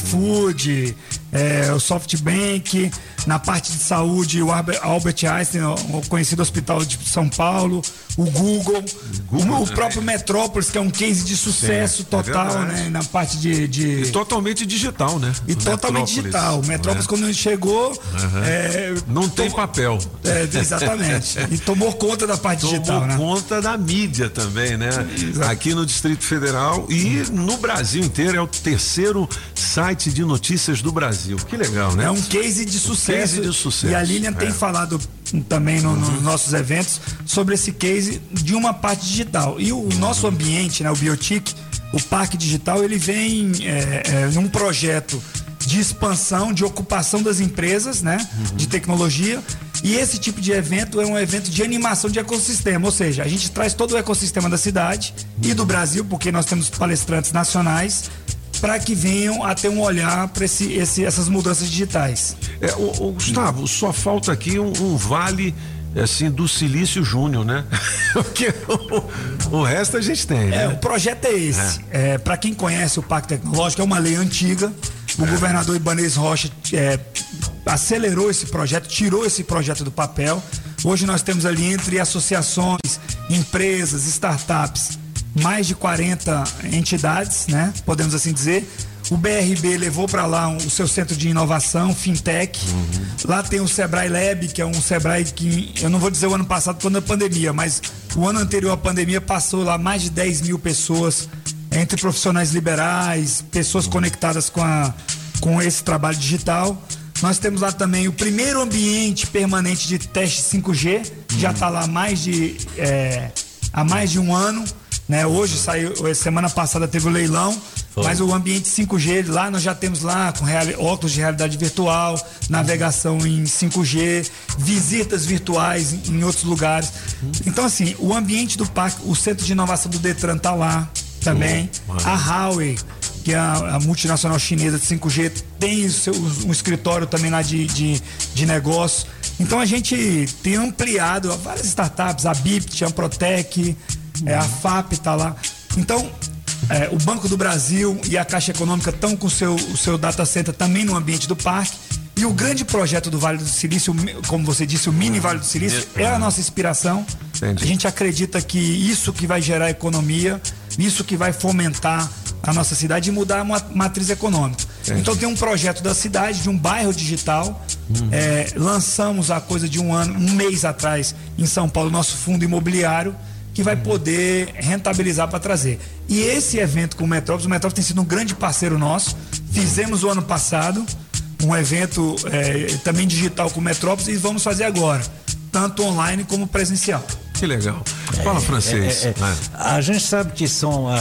iFood, é, o SoftBank, na parte de saúde, o Albert Einstein, o conhecido Hospital de São Paulo, o Google, Google o, o próprio Metrópolis, que é um case de sucesso. Sim, total, é né? Na parte de, de... E totalmente digital, né? E o totalmente Metrópolis. digital. O Metrópolis, é. quando ele chegou... Uhum. É, não tem tomou... papel. É, exatamente. E tomou conta da parte tomou digital, né? Tomou conta da mídia também, né? Exato. Aqui no Distrito Federal e no Brasil inteiro. É o terceiro site de notícias do Brasil. Que legal, né? É um case de sucesso. Case de sucesso. E a Lilian é. tem falado também no, nos nossos eventos sobre esse case de uma parte digital. E o nosso ambiente, né, o Biotic, o Parque Digital, ele vem é, é, num projeto de expansão, de ocupação das empresas, né, uhum. de tecnologia. E esse tipo de evento é um evento de animação de ecossistema, ou seja, a gente traz todo o ecossistema da cidade e do Brasil, porque nós temos palestrantes nacionais, para que venham a ter um olhar para esse, esse, essas mudanças digitais. É, o, o Gustavo, só falta aqui um, um vale assim do Silício Júnior, né? Porque o, o resto a gente tem, né? É, o projeto é esse. É. É, para quem conhece o Parque Tecnológico, é uma lei antiga. O é. governador Ibanez Rocha é, acelerou esse projeto, tirou esse projeto do papel. Hoje nós temos ali entre associações, empresas, startups, mais de quarenta entidades, né? Podemos assim dizer. O B R B levou para lá um, o seu centro de inovação, fintech. Uhum. Lá tem o Sebrae Lab, que é um Sebrae que, eu não vou dizer o ano passado quando a pandemia, mas o ano anterior à pandemia passou lá mais de dez mil pessoas, entre profissionais liberais, pessoas uhum. conectadas com, a, com esse trabalho digital. Nós temos lá também o primeiro ambiente permanente de teste cinco G, uhum. já está lá há mais de, é, há mais de um ano. Né? Hoje saiu, semana passada teve o leilão, Foi. mas o ambiente cinco G, lá nós já temos lá com real, óculos de realidade virtual, navegação em cinco G, visitas virtuais em, em outros lugares. Então assim, o ambiente do parque, o centro de inovação do Detran tá lá também. Oh, a Huawei, que é a, a multinacional chinesa de cinco G, tem o seu, um escritório também lá de, de, de negócio. Então a gente tem ampliado várias startups, a Bipt, a Amprotec, é, a F A P está lá. Então, é, o Banco do Brasil e a Caixa Econômica estão com o seu, o seu data center também no ambiente do parque. E o grande projeto do Vale do Silício, como você disse, o mini Vale do Silício, é a nossa inspiração. Entendi. A gente acredita que isso que vai gerar economia, isso que vai fomentar a nossa cidade e mudar a matriz econômica. Entendi. Então tem um projeto da cidade, de um bairro digital. Uhum. É, lançamos há coisa de um ano, um mês atrás, em São Paulo, nosso fundo imobiliário, que vai poder rentabilizar para trazer. E esse evento com o Metrópolis, o Metrópolis tem sido um grande parceiro nosso. Fizemos o ano passado um evento é, também digital com o Metrópolis e vamos fazer agora, tanto online como presencial. Que legal. Fala, francês. É, é, é. A gente sabe que são uh,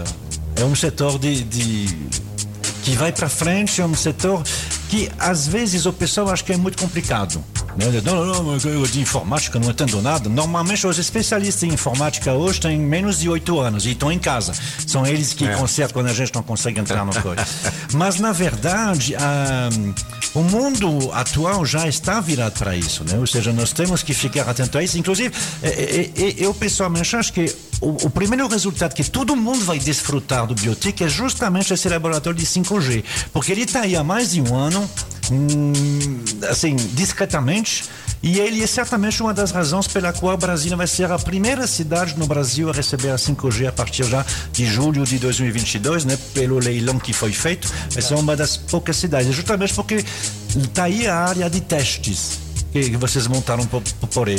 é um setor de, de que vai para frente, é um setor que às vezes o pessoal acha que é muito complicado. Não, não, não, eu de informática não entendo nada. Normalmente os especialistas em informática hoje têm menos de oito anos e estão em casa. São eles que é. consertam quando a gente não consegue entrar no coisa. Mas na verdade, um, o mundo atual já está virado para isso, né? Ou seja, nós temos que ficar atentos a isso. Inclusive, eu pessoalmente acho que o, o primeiro resultado que todo mundo vai desfrutar do Biotic é justamente esse laboratório de cinco G, porque ele está aí há mais de um ano. Hum, assim, discretamente, e ele é certamente uma das razões pela qual Brasília vai ser a primeira cidade no Brasil a receber a cinco G a partir já de julho de dois mil e vinte e dois, né, pelo leilão que foi feito. Vai ser uma das poucas cidades, justamente porque está aí a área de testes que vocês montaram por, por ele.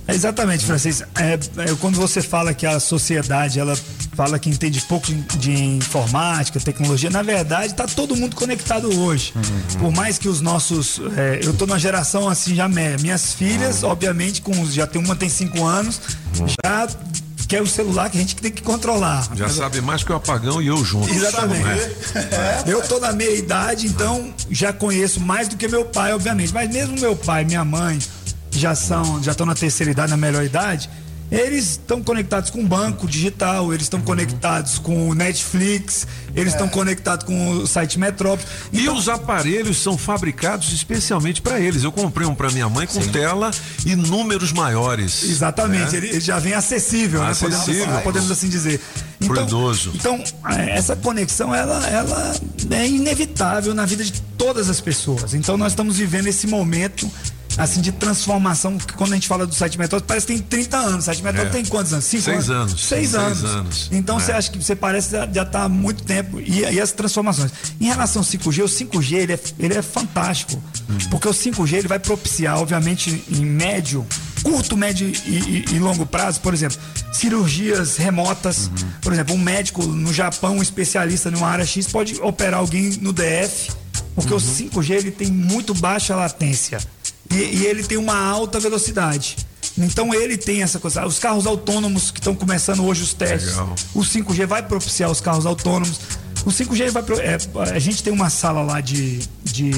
Exatamente, Francisco. É, é, quando você fala que a sociedade, ela fala que entende pouco de, de informática, tecnologia, na verdade está todo mundo conectado hoje. Uhum. Por mais que os nossos, é, eu estou numa geração assim já minhas filhas, uhum. obviamente, com já tem uma tem cinco anos, uhum. já quer o celular que a gente tem que controlar. Já sabe mais que o apagão e eu junto. Exatamente. Né? É, eu tô na meia idade, então já conheço mais do que meu pai, obviamente. Mas mesmo meu pai, minha mãe já são, já estão na terceira idade, na melhor idade. Eles estão conectados com o banco digital, eles estão conectados com o Netflix, eles estão é. conectados com o site Metrópole. Então, e os aparelhos são fabricados especialmente para eles. Eu comprei um para minha mãe com Sim. tela e números maiores. Exatamente, né? ele, ele já vem acessível, acessível. Né? Podemos, podemos assim dizer. Então, pro idoso. Então, essa conexão, ela, ela é inevitável na vida de todas as pessoas. Então, nós estamos vivendo esse momento assim, de transformação, que quando a gente fala do site Metrópole, parece que tem trinta anos. O site Metrópole é. tem quantos anos? Cinco Seis anos? anos. Seis, Seis anos. anos. Então, é. você acha que você parece já, já tá há muito tempo. E, e as transformações. Em relação ao cinco G, o cinco G, ele é, ele é fantástico. Hum. Porque o cinco G, ele vai propiciar, obviamente, em médio, curto, médio e, e, e longo prazo, por exemplo, cirurgias remotas. Uhum. Por exemplo, um médico no Japão, um especialista numa área X, pode operar alguém no D F, porque uhum. o cinco G, ele tem muito baixa latência. E, e ele tem uma alta velocidade. Então ele tem essa coisa. Os carros autônomos que estão começando hoje os testes. Legal. O cinco G vai propiciar os carros autônomos. O cinco G vai. É, a gente tem uma sala lá de. de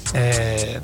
é,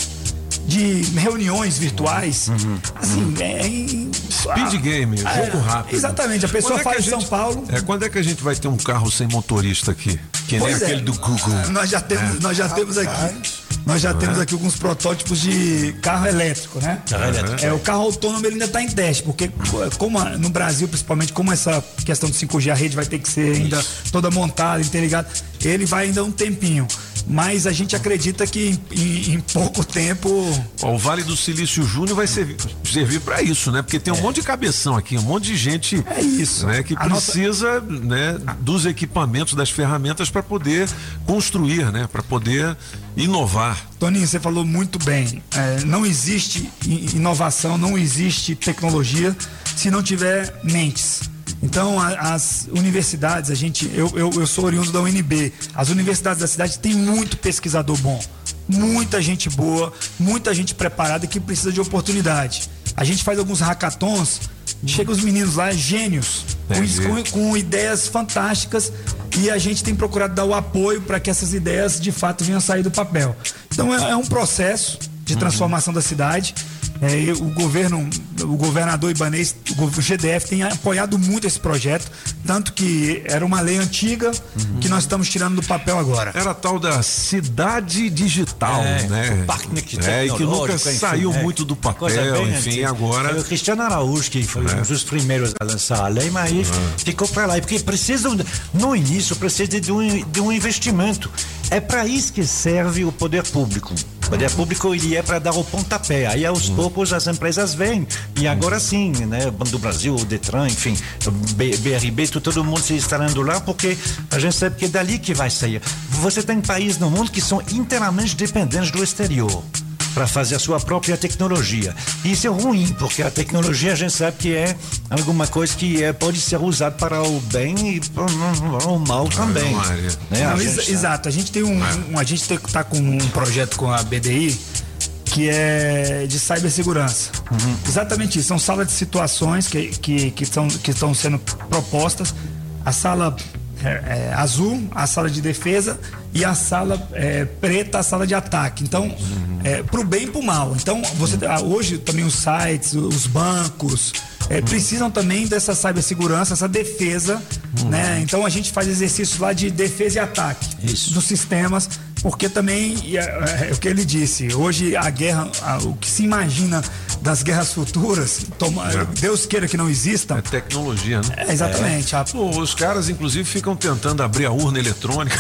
de reuniões virtuais. Uhum. Assim, é em. Speed game, é, jogo rápido. Exatamente, a pessoa é faz em São Paulo. É, quando é que a gente vai ter um carro sem motorista aqui? Que nem é. aquele do Google. Nós já temos, é. nós já temos aqui. Nós já temos aqui alguns protótipos de carro elétrico, né? Carro elétrico. É, o carro autônomo ele ainda está em teste, porque como a, no Brasil, principalmente, como essa questão do cinco G, a rede vai ter que ser ainda toda montada, interligada, ele vai ainda um tempinho. Mas a gente acredita que em, em, em pouco tempo... O Vale do Silício Júnior vai servir, servir para isso, né? Porque tem um é. monte de cabeção aqui, um monte de gente é isso. Né, que a precisa nossa... né, dos equipamentos, das ferramentas para poder construir, né? Para poder inovar. Toninho, você falou muito bem. É, não existe inovação, não existe tecnologia se não tiver mentes. Então, a, as universidades, a gente, eu, eu, eu sou oriundo da U N B, as universidades da cidade têm muito pesquisador bom, muita gente boa, muita gente preparada que precisa de oportunidade. A gente faz alguns hackathons, chega os meninos lá, gênios, com, com ideias fantásticas, e a gente tem procurado dar o apoio para que essas ideias de fato venham a sair do papel. Então, é, é um processo de transformação uhum. da cidade. É, o governo, o governador Ibanez, o G D F tem apoiado muito esse projeto, tanto que era uma lei antiga uhum. que nós estamos tirando do papel agora. Era a tal da cidade digital, é, né? O Parque é, e que nunca saiu enfim, muito do papel, enfim, antiga. Agora... Foi o Cristiano Araújo que foi é. um dos primeiros a lançar a lei, mas uhum. ficou para lá, porque precisam, no início, precisa de um, de um investimento. É para isso que serve o poder público. O poder público ele é para dar o pontapé. Aí aos uhum. poucos as empresas vêm. E agora sim, né? Banco do Brasil, o Detran, enfim, B, BRB, todo mundo se instalando lá, porque a gente sabe que é dali que vai sair. Você tem países no mundo que são inteiramente dependentes do exterior para fazer a sua própria tecnologia. E isso é ruim, porque a tecnologia a gente sabe que é alguma coisa que é, pode ser usada para o bem e para o mal também. Né? Não, ex- exato, a gente tem um, um a gente está com um projeto com a B D I que é de cibersegurança. Uhum. Exatamente isso, são salas de situações que, que, que, são, que estão sendo propostas. A sala é, é, azul, a sala de defesa, e a sala é, preta, a sala de ataque. Então, uhum. é, pro bem e pro mal. Então, você, hoje também os sites, os bancos é, uhum. precisam também dessa cibersegurança, essa defesa, uhum. né? Então a gente faz exercícios lá de defesa e ataque Isso. dos sistemas, porque também é, é, é o que ele disse, hoje a guerra, a, o que se imagina das guerras futuras, toma, é. Deus queira que não existam. É tecnologia, né? É, exatamente. É. A... Pô, os caras, inclusive, ficam tentando abrir a urna eletrônica.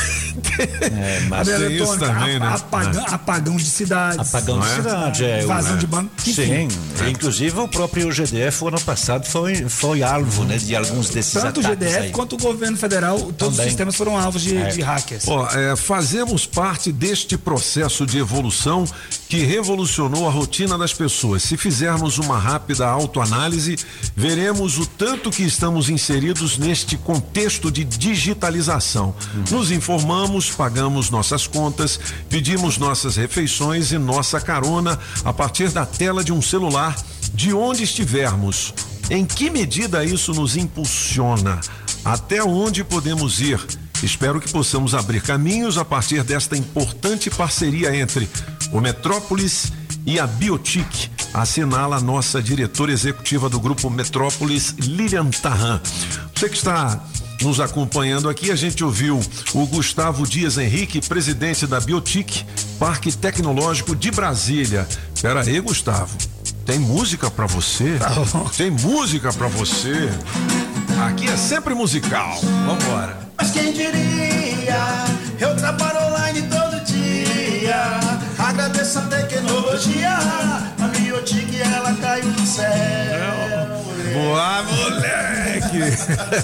É, mas a tem isso também, né? Apagão, é. apagão de cidades. Apagão de cidades, é. Invasão de banco. Sim, é. Inclusive o próprio G D F, o ano passado, foi, foi alvo, né, de alguns desses Tanto ataques. Tanto o G D F aí. quanto o governo federal, todos também. Os sistemas foram alvos de, é. de hackers. Ó, é, fazemos parte parte deste processo de evolução que revolucionou a rotina das pessoas. Se fizermos uma rápida autoanálise, veremos o tanto que estamos inseridos neste contexto de digitalização. Nos informamos, pagamos nossas contas, pedimos nossas refeições e nossa carona a partir da tela de um celular, de onde estivermos. Em que medida isso nos impulsiona? Até onde podemos ir? Espero que possamos abrir caminhos a partir desta importante parceria entre o Metrópolis e a Biotic, assinala a nossa diretora executiva do Grupo Metrópolis, Lilian Tarran. Você que está nos acompanhando aqui, a gente ouviu o Gustavo Dias Henrique, presidente da Biotic, Parque Tecnológico de Brasília. Pera aí, Gustavo, tem música pra você? Tem música pra você? Aqui é sempre musical. Vambora. Mas quem diria, eu trabalho online todo dia. Agradeço a tecnologia, a Biotic ela caiu do céu. Boa, moleque!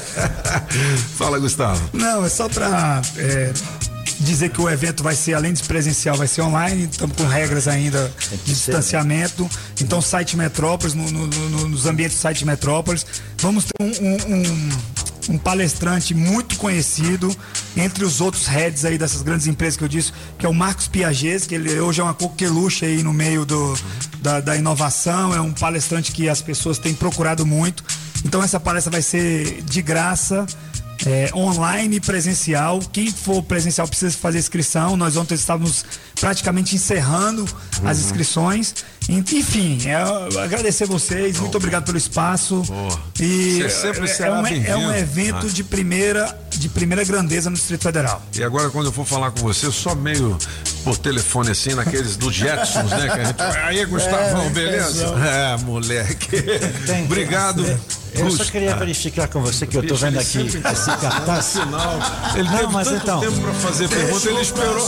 Fala, Gustavo. Não, é só pra é, dizer que o evento vai ser, além de presencial, vai ser online. Estamos com regras ainda de distanciamento. Então, site Metrópolis, no, no, no, nos ambientes do site Metrópolis, vamos ter um, um, um um palestrante muito conhecido entre os outros heads aí dessas grandes empresas que eu disse, que é o Marcos Piaget, que ele hoje é uma coqueluche aí no meio do, da, da inovação, é um palestrante que as pessoas têm procurado muito. Então essa palestra vai ser de graça, é, online e presencial. Quem for presencial precisa fazer inscrição. Nós ontem estávamos praticamente encerrando uhum. as inscrições. Enfim, é, agradecer vocês, muito obrigado pelo espaço. Boa. E Você sempre é, será é, um, bem-vindo. é um evento ah. de primeira, de primeira grandeza no Distrito Federal. E agora, quando eu for falar com você, só meio por telefone assim, naqueles do Jetsons, né? Que a gente... Aí, Gustavão, é, beleza? É, moleque. Tem, obrigado. É. Eu só queria verificar com você que eu tô vendo aqui esse cartaz. Sinal. Ele Não, teve mas tanto então, tempo pra fazer pergunta, ele esperou.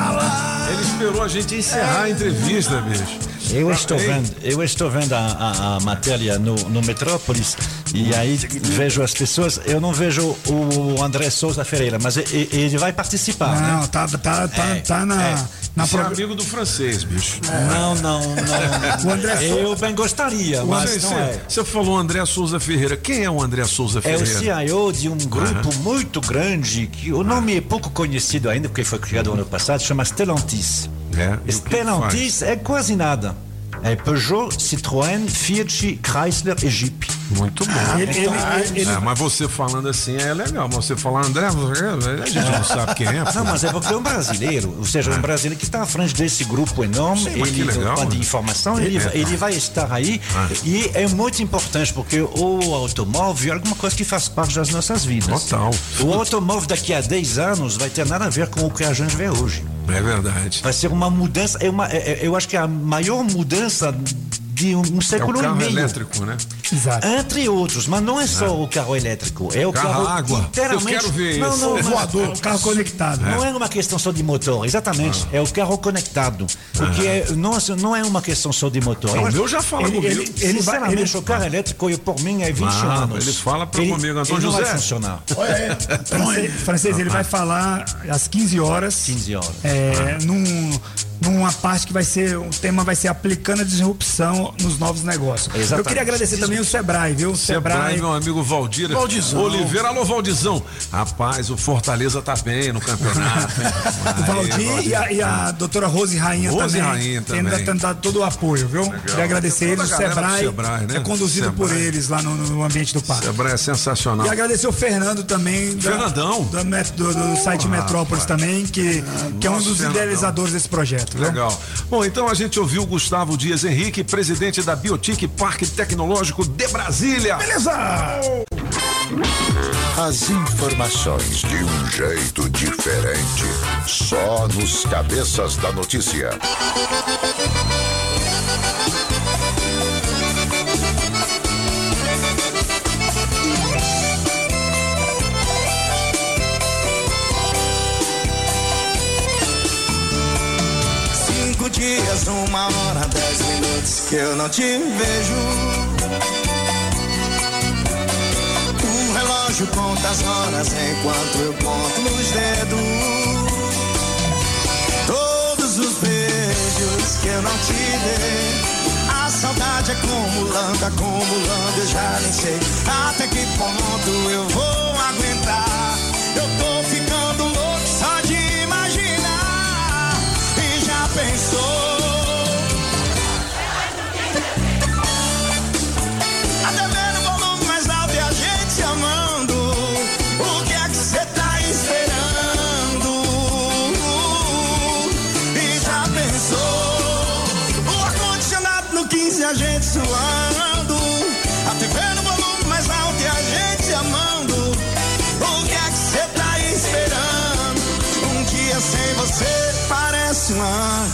Ele esperou a gente encerrar a entrevista, bicho. Eu estou vendo, eu estou vendo a, a, a matéria no, no Metrópolis e aí vejo as pessoas. Eu não vejo o André Souza Ferreira, mas ele, ele vai participar. Não, né? tá, tá, tá, é, tá na. É. na Você pro... é amigo do francês, bicho. É. Não, não, não. O André eu Souza... bem gostaria, mas você, não é. Você falou André Souza Ferreira. Quem é o André Souza Ferreira? É o C I O de um grupo uhum. muito grande que o nome é pouco conhecido ainda porque foi criado ano passado. Chama Stellantis. É. Stellantis é quase nada. É Peugeot, Citroën, Fiat, Chrysler e Jeep. Muito bom. Ah, ele, ele, ele... É, mas você falando assim é legal. Mas você falar André, a gente não sabe quem é. Pô. Não, mas é porque é um brasileiro. Ou seja, é. um brasileiro que está à frente desse grupo enorme. Sim, ele legal, de informação. Ele, é. ele vai estar aí. Ah. E é muito importante porque o automóvel é alguma coisa que faz parte das nossas vidas. Total. O automóvel daqui a dez anos vai ter nada a ver com o que a gente vê hoje. É verdade. Vai ser uma mudança. É uma, é, eu acho que é a maior mudança de um, um século é o carro e meio. elétrico, né? Exato. Entre outros, mas não é só é. o carro elétrico, é o carro, carro água. inteiramente. Eu quero ver não, isso. Não, o voador, o carro conectado. Não é. é uma questão só de motor, exatamente. Ah. É o carro conectado. Porque ah. é, não, não é uma questão só de motor. O meu já fala ele, comigo. Ele, ele vai, ele, o carro elétrico, eu, por mim, é vinte ah, anos. Ele fala pra ele, comigo, Antônio ele José. Não vai funcionar. Francês, francês ele vai falar às quinze horas. quinze horas. É, ah. num, numa parte que vai ser, o tema vai ser aplicando a disrupção nos novos negócios. Exatamente. Eu queria agradecer também o Sebrae, viu? Sebrae, Sebrae meu amigo Valdir Valdizão. Oliveira. Alô, Valdizão. Rapaz, o Fortaleza tá bem no campeonato. O Valdir e a, e a doutora Rose Rainha Rose também. Rainha também. Tendo dado todo o apoio, viu? Legal. Queria agradecer eles. O Sebrae, Sebrae né? é conduzido Sebrae. por eles lá no, no ambiente do parque. Sebrae é sensacional. E agradecer o Fernando também. Fernandão. Da, do, do, do site oh, Metrópolis rapaz. também, que, que é um dos Fernandão. idealizadores desse projeto. Legal. Viu? Bom, então a gente ouviu o Gustavo Dias Henrique, presidente da Biotic Parque Tecnológico de Brasília. Beleza! As informações de um jeito diferente, só nos Cabeças da Notícia. Cinco dias, uma hora, dez minutos que eu não te vejo. O relógio conta as horas enquanto eu conto nos dedos. beijos que eu não te dei. A saudade acumulando, acumulando, eu já nem sei até que ponto eu vou aguentar. Eu tô ficando louco só de imaginar. E já pensou? Até ver o volume mais alto e a gente se amando. O que é que cê tá esperando? E já pensou? O ar-condicionado no quinze, a gente suando. A T V no volume mais alto e a gente se amando. O que é que cê tá esperando? Um dia sem você parece um ano.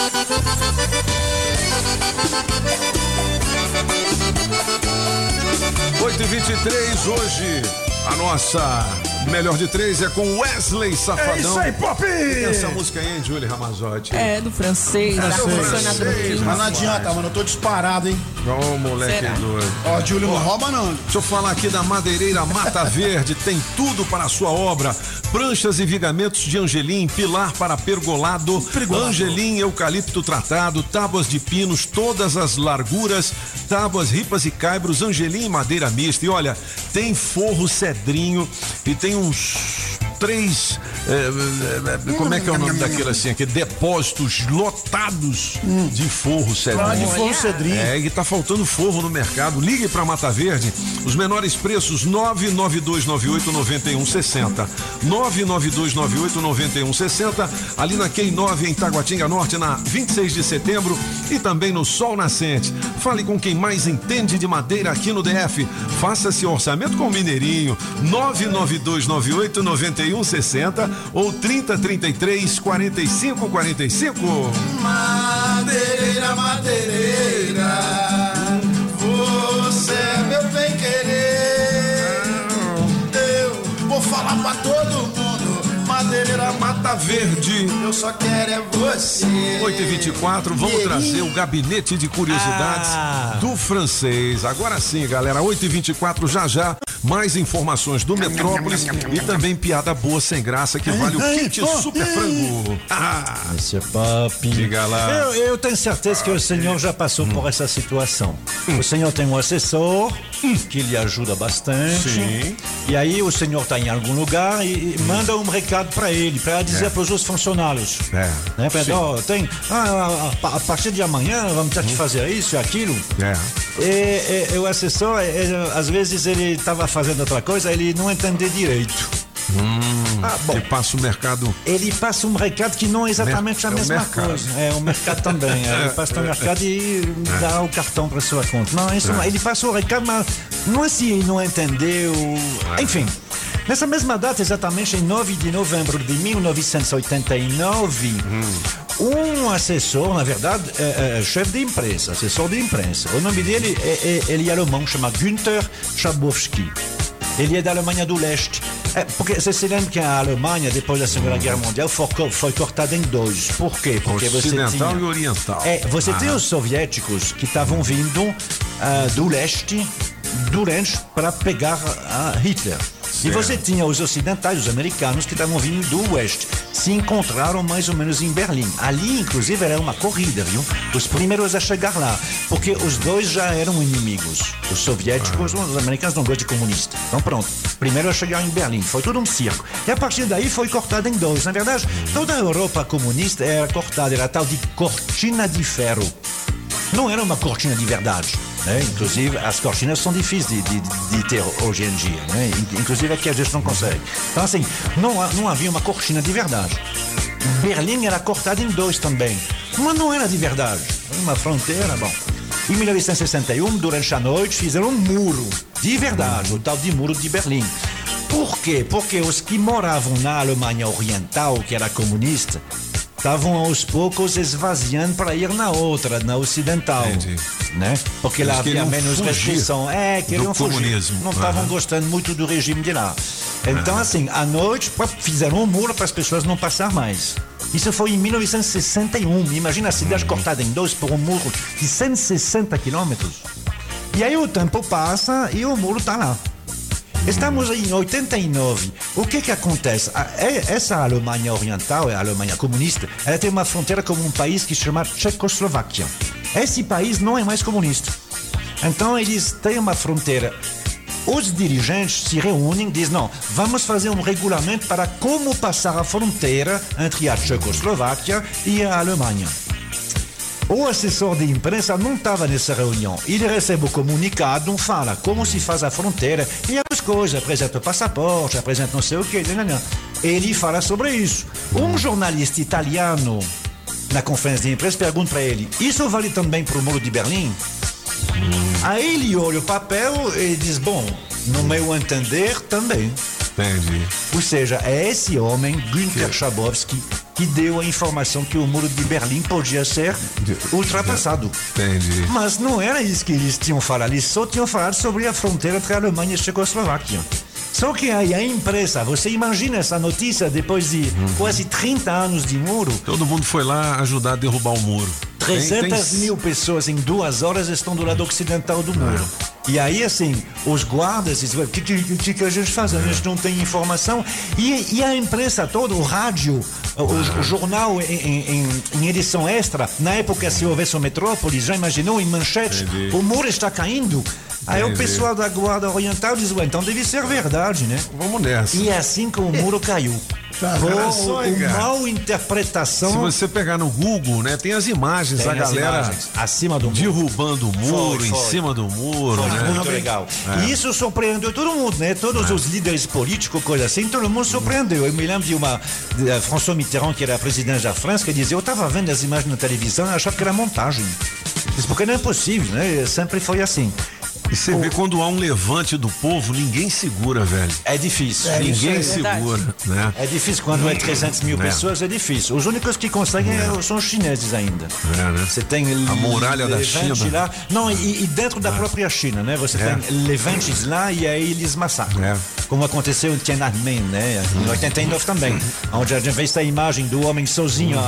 oito e vinte e três, hoje a nossa melhor de três é com Wesley Safadão. É isso aí, Pop! E essa música aí, hein, Julie Ramazotti? É, do francês, É da do francês, Mas não adianta, mano, eu tô disparado, hein? Ô, oh, moleque Será? doido. Ó, Júlio, não rouba não. Deixa eu falar aqui da Madeireira Mata Verde, tem tudo para a sua obra. Pranchas e vigamentos de angelim, pilar para pergolado, angelim, eucalipto tratado, tábuas de pinos, todas as larguras, tábuas, ripas e caibros, angelim e madeira mista. E olha, tem forro cedrinho e tem uns três, é, é, como é que é o nome daquele assim, aquele depósitos lotados de forro cedrinho. Ah, de forro cedrinho. É, e tá faltando forro no mercado. Ligue pra Mata Verde, os menores preços nove nove dois nove oito nove um seis zero, nove nove dois nove oito nove um seis zero, ali na Q nove em Taguatinga Norte, na vinte e seis de setembro e também no Sol Nascente. Fale com quem mais entende de madeira aqui no D F. Faça seu orçamento com o Mineirinho, nove nove dois nove oito nove um seis zero ou trinta, trinta e três, quarenta e cinco, quarenta e cinco. Madeireira, madeireira, você é meu bem querer. Eu vou falar pra todo mundo, Madeireira Mata Verde. Eu só quero é você. oito e vinte e quatro, vamos trazer o gabinete de curiosidades Ah. do francês. Agora sim, galera, oito e vinte e quatatro, já já. Mais informações do Metrópolis e também piada boa sem graça que vale o kit super frango. Ah, Monsieur Papi. Diga lá. Eu, eu tenho certeza que o senhor já passou por essa situação. O senhor tem um assessor que lhe ajuda bastante. Sim. E aí o senhor está em algum lugar e, e manda um recado para ele, para dizer É. para os outros funcionários. É. Né, pra Sim. dizer, ó, tem, ah, a, a partir de amanhã vamos ter que fazer isso e aquilo. É. E, e, e o assessor, e, às vezes ele estava fazendo outra coisa, ele não entendeu direito. Hum, Ah, bom. E passa o mercado. Ele passa um recado que não é exatamente Mer- a é o mesma mercado. coisa. É o mercado também. é, Ele passa no mercado e dá o cartão para sua conta. Não, isso não. É. Ele passa o recado, mas não é se ele não entendeu. Enfim. Nessa mesma data, exatamente em nove de novembro de mil novecentos e oitenta e nove, um assessor, na verdade, é, é, chefe de imprensa, assessor de imprensa. O nome dele é, é, ele é alemão, chama Günther Schabowski. Ele é da Alemanha do Leste. É, porque você se lembra que a Alemanha, depois da Segunda Guerra Mundial, foi, co- foi cortada em dois. Por quê? Porque Ocidental você tinha... e oriental. É, você Ah. tem os soviéticos que estavam vindo ah, do leste, do leste, para pegar ah, Hitler. E Certo. você tinha os ocidentais, os americanos, que estavam vindo do oeste. Se encontraram mais ou menos em Berlim. Ali, inclusive, era uma corrida, viu? Os primeiros a chegar lá. Porque os dois já eram inimigos. Os soviéticos, os americanos não gostam de comunista. Então pronto. Primeiro a chegar em Berlim. Foi tudo um circo. E a partir daí foi cortado em dois. Na verdade, toda a Europa comunista era cortada. Era a tal de cortina de ferro. Não era uma cortina de verdade. Né? Inclusive, as cortinas são difíceis de, de, de ter hoje em dia. Né? Inclusive, aqui a gente não consegue. Então, assim, não, há- não havia uma cortina de verdade. Berlim era cortada em dois também. Mas não era de verdade. Era uma fronteira, bom. Em mil novecentos e sessenta e um, durante a noite, fizeram um muro. De verdade, o tal de muro de Berlim. Por quê? Porque os que moravam na Alemanha Oriental, que era comunista, estavam aos poucos esvaziando para ir na outra, na ocidental. Né? Porque lá Eles havia queriam menos fugir restrição. É, queriam do fugir. comunismo. Não estavam Aham. gostando muito do regime de lá. Então, Aham. assim, à noite, pá, fizeram um muro para as pessoas não passar mais. Isso foi em mil novecentos e sessenta e um. Imagina a cidade cortada em dois por um muro de cento e sessenta quilômetros. E aí o tempo passa e o muro está lá. Estamos em oitenta e nove. O que que acontece? A, essa Alemanha Oriental, a Alemanha comunista, ela tem uma fronteira com um país que se chama Tchecoslováquia. Esse país não é mais comunista. Então eles têm uma fronteira. Os dirigentes se reúnem e dizem, não, vamos fazer um regulamento para como passar a fronteira entre a Tchecoslováquia e a Alemanha. O assessor de imprensa não estava nessa reunião. Ele recebe o comunicado, fala como se faz a fronteira e as coisas, apresenta o passaporte, apresenta não sei o que. Ele fala sobre isso. Um jornalista italiano, na conferência de imprensa, pergunta para ele, isso vale também para o Muro de Berlim? Aí ele olha o papel e diz, bom, no meu entender, também. Entendi. Ou seja, é esse homem, Günther Schabowski, que deu a informação que o Muro de Berlim podia ser ultrapassado. Entendi. Mas não era isso que eles tinham falado, eles só tinham falado sobre a fronteira entre a Alemanha e a Tchecoslováquia. Só que aí a imprensa, você imagina essa notícia depois de uhum. quase trinta anos de muro? Todo mundo foi lá ajudar a derrubar o muro. trezentas mil pessoas em duas horas estão do lado ocidental do muro. E aí, assim, os guardas dizem, o que, que, que a gente faz? A gente não tem informação. E, e a imprensa toda, o rádio, o, o jornal em, em, em edição extra, na época, se houvesse o Metrópolis, já imaginou, em manchete, Entendi. O muro está caindo. Aí Entendi. O pessoal da Guarda Oriental diz, ué, então deve ser verdade, né? Vamos nessa. E é assim que o muro caiu. Com uma mal interpretação. Se você pegar no Google, né, tem as imagens da galera imagens, acima do muro, derrubando o muro, foi, foi. em cima do muro, foi, né? Muito legal. É. E isso surpreendeu todo mundo, né? Todos é. os líderes políticos, coisa assim, todo mundo surpreendeu. Eu me lembro de uma de François Mitterrand, que era presidente da França, que dizia: eu estava vendo as imagens na televisão e achava que era montagem. Isso porque não é possível, né? Sempre foi assim. E você o... vê quando há um levante do povo, ninguém segura, velho. É difícil. É, ninguém é segura, né? É difícil quando é trezentas mil é. pessoas, é difícil. Os únicos que conseguem é. são os chineses ainda. É, né? Você tem a muralha da China. Lá. Não, e, e dentro da própria China, né? Você é. tem levantes lá e aí eles massacram. É. Como aconteceu em Tiananmen, né? Em oitenta e nove também. Onde a gente vê essa imagem do homem sozinho uhum.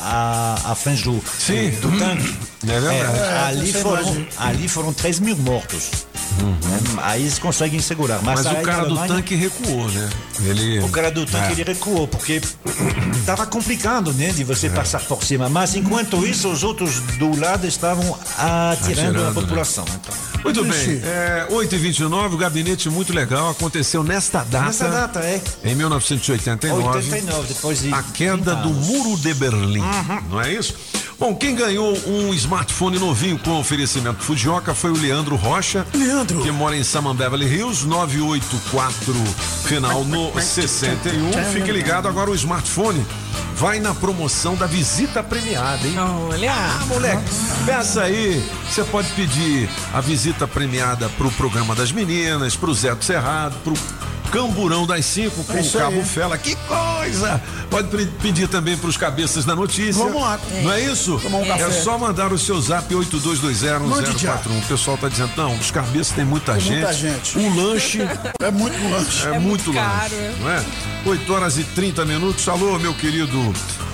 à, à, à frente do, Sim. do, do tanque. É verdade. É, ali, foram, ali foram três mil mortos. Uhum. Aí eles conseguem segurar. Mas, Mas o cara do Alemanha, tanque recuou, né? Ele... O cara do tanque é. ele recuou, porque estava complicado, né? De você é. passar por cima. Mas enquanto isso, os outros do lado estavam atirando, atirando a população. Né? Então. Muito bem, é, oito e vinte e nove, o gabinete muito legal aconteceu nesta data. Nesta data, é. Em mil novecentos e oitenta e nove. oitenta e nove, depois de a queda do Muro de Berlim. Uhum. Não é isso? Bom, quem ganhou um smartphone novinho com oferecimento Fujioka foi o Leandro Rocha. Leandro. Que mora em Saman Beverly Hills, nove oito quatro, final no sessenta e um. Fique ligado, agora o smartphone vai na promoção da visita premiada, hein? Olha! Ah, moleque, peça aí. Você pode pedir a visita premiada pro programa das meninas, pro Zé do Cerrado, pro Camburão das cinco com o Cabo Fela. Que coisa! Pode pedir também para os cabeças da notícia. Vamos lá. Não é isso? Tomar um café. É só mandar o seu zap oito dois dois zero um zero quatro um. O pessoal tá dizendo, não, os cabeças tem muita tem gente. Muita gente. O lanche. É muito lanche. É, é muito, muito lanche. Caro. Não é? oito horas e trinta minutos. Alô, meu querido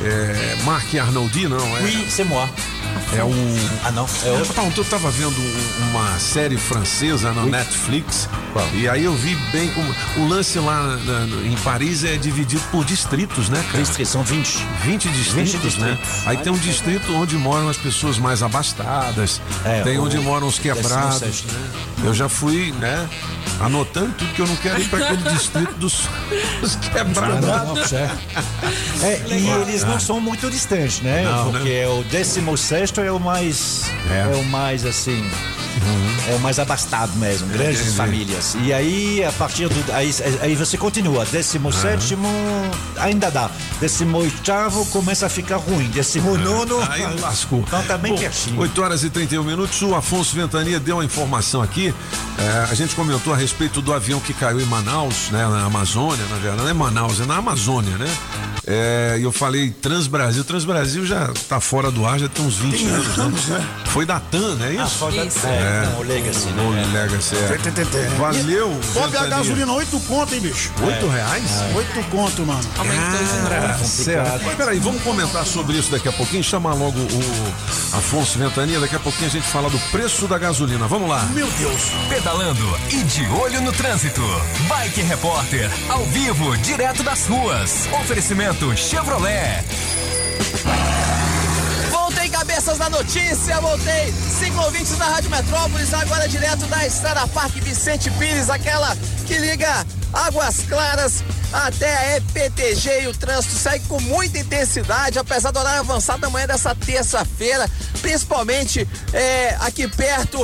é, Marc Arnoldi, não é? Oui, c'est moi. É o. Ah, não? É eu, eu tava vendo uma série francesa na oui. Netflix. Qual? E aí eu vi bem como. O lance lá na, em Paris é dividido por distritos, né, cara? Distritos, são vinte. vinte distritos, vinte distritos, né? Aí tem um distrito onde moram as pessoas mais abastadas. É, tem o, onde moram os quebrados. Né? Eu já fui, né? Anotando tudo que eu não quero ir para aquele distrito dos, dos quebrados. Não, não, certo. É, e eles não são muito distantes, né? Não, porque né? o décimo sexto é o mais. É, é o mais assim. Uhum. É o mais abastado mesmo, grandes Entendi. famílias. E aí, a partir do. Aí, aí você continua. Décimo uhum. sétimo ainda dá. Décimo oitavo começa a ficar ruim. Décimo nono. Aí lascou. Então tá bem pertinho. oito horas e trinta e um minutos. O Afonso Ventania deu uma informação aqui. É, a gente comentou a respeito do avião que caiu em Manaus, né? Na Amazônia, na verdade. Não é Manaus, é na Amazônia, né? É, e eu falei Transbrasil. Transbrasil já tá fora do ar, já tem uns vinte anos, anos, né? Foi da TAM, não é isso? Ah, foi da TAM. É, Não, o Legacy, né? O Legacy, é. Tem, tem, tem. Valeu, Sobe a Ventania. gasolina, oito conto, hein, bicho? Oito reais? Oito conto, mano. Ah, certo. Mas peraí, vamos comentar sobre isso daqui a pouquinho. Chamar logo o Afonso Ventania. Daqui a pouquinho a gente fala do preço da gasolina. Vamos lá. Meu Deus. Pedalando e de olho no trânsito. Bike Repórter, ao vivo, direto das ruas. Oferecimento Chevrolet. Voltei, cabeças da notícia, voltei. Cinco ouvintes da Rádio Metrópolis, agora direto da Estrada Parque Vicente Pires, aquela que liga Águas Claras até a E P T G, e o trânsito segue com muita intensidade, apesar do horário avançado da manhã dessa terça-feira, principalmente é, aqui perto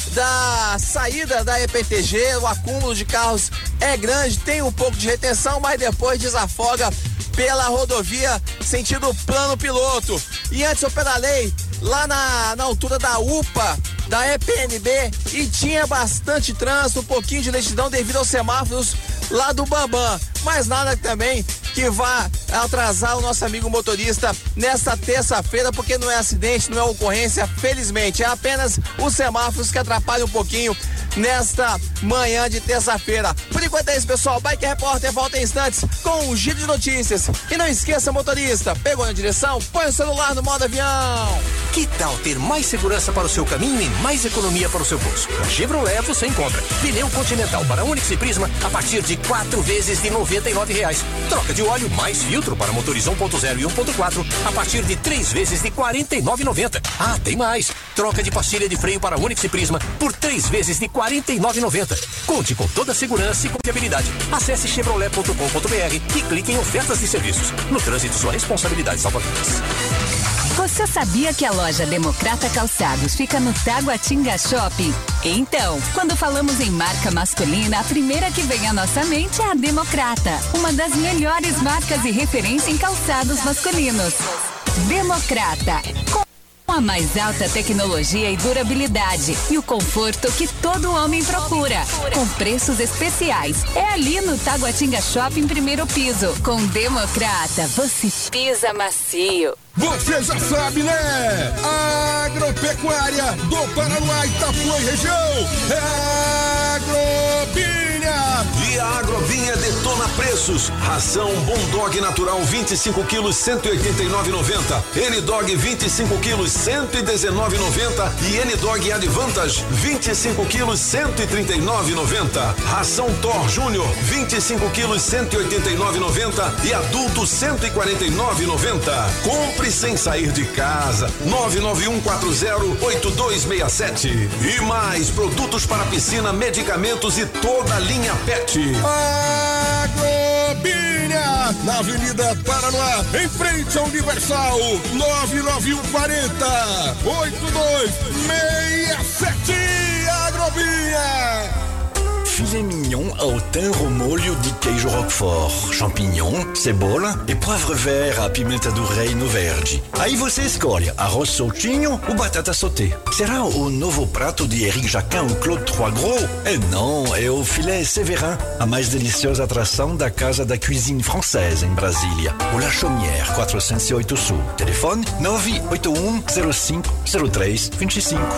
da saída da E P T G, o acúmulo de carros é grande, tem um pouco de retenção, mas depois desafoga pela rodovia sentido plano piloto. E antes eu pedalei lá na, na altura da U P A, da E P N B, e tinha bastante trânsito, um pouquinho de lentidão devido aos semáforos lá do Bambam, mas nada também que vá atrasar o nosso amigo motorista nesta terça-feira, porque não é acidente, não é ocorrência, felizmente, é apenas os semáforos que atrapalham um pouquinho nesta manhã de terça-feira. Por enquanto é isso, pessoal. Bike Repórter volta em instantes com um giro de notícias. E não esqueça, motorista, pegou na direção, põe o celular no modo avião. Que tal ter mais segurança para o seu caminho e mais economia para o seu bolso? Na Chevrolet você encontra pneu Continental para Onix e Prisma a partir de quatro vezes de noventa e nove reais. Troca de óleo mais filtro para motores um ponto zero e um ponto quatro a partir de três vezes de quarenta e nove reais e noventa centavos. Ah, tem mais! Troca de pastilha de freio para Onix e Prisma por três vezes de quarenta e nove reais e noventa centavos. Conte com toda a segurança e confiabilidade. Acesse chevrolet ponto com ponto br e clique em ofertas e serviços. No trânsito, sua responsabilidade salva vidas. Você sabia que a loja Democrata Calçados fica no Taguatinga Shopping? Então, quando falamos em marca masculina, a primeira que vem à nossa mente é a Democrata, uma das melhores marcas e referência em calçados masculinos. Democrata, com a mais alta tecnologia e durabilidade e o conforto que todo homem procura, com preços especiais. É ali no Taguatinga Shopping, primeiro piso. Com Democrata, você pisa macio. Você já sabe, né? Agropecuária do Paraná, Itapuã e região. É Agrobinha. E a Agrobinha detona preços. Ração Bondog Natural vinte e cinco quilos, cento e oitenta e nove reais e noventa centavos. N-Dog vinte e cinco quilos, cento e dezenove reais e noventa centavos. E N-Dog Advantage vinte e cinco quilos, cento e trinta e nove reais e noventa centavos. Ração Thor Júnior vinte e cinco quilos, cento e oitenta e nove reais e noventa centavos. E adulto cento e quarenta e nove reais e noventa centavos. Compre sem sair de casa. nove nove um quatro zero oito dois seis sete. E mais produtos para piscina, medicamentos e toda a linha pet. Agrobinha, na Avenida Paraná, em frente ao Universal, nove nove um quarenta oito dois seis sete. Agrobinha. Filet mignon ao thym au molho de queijo roquefort, champignon, cebola e poivre vert à pimenta do reino verde. Aí você escolhe arroz soltinho ou batata sauté. Será o novo prato de Éric Jacquin ou Claude Trois Gros? É não, é o Filet Séverin, a mais deliciosa atração da Casa da Cuisine Française em Brasília. O La Chaumière, quatrocentos e oito Sul. Telefone nove oito um zero cinco zero três dois cinco.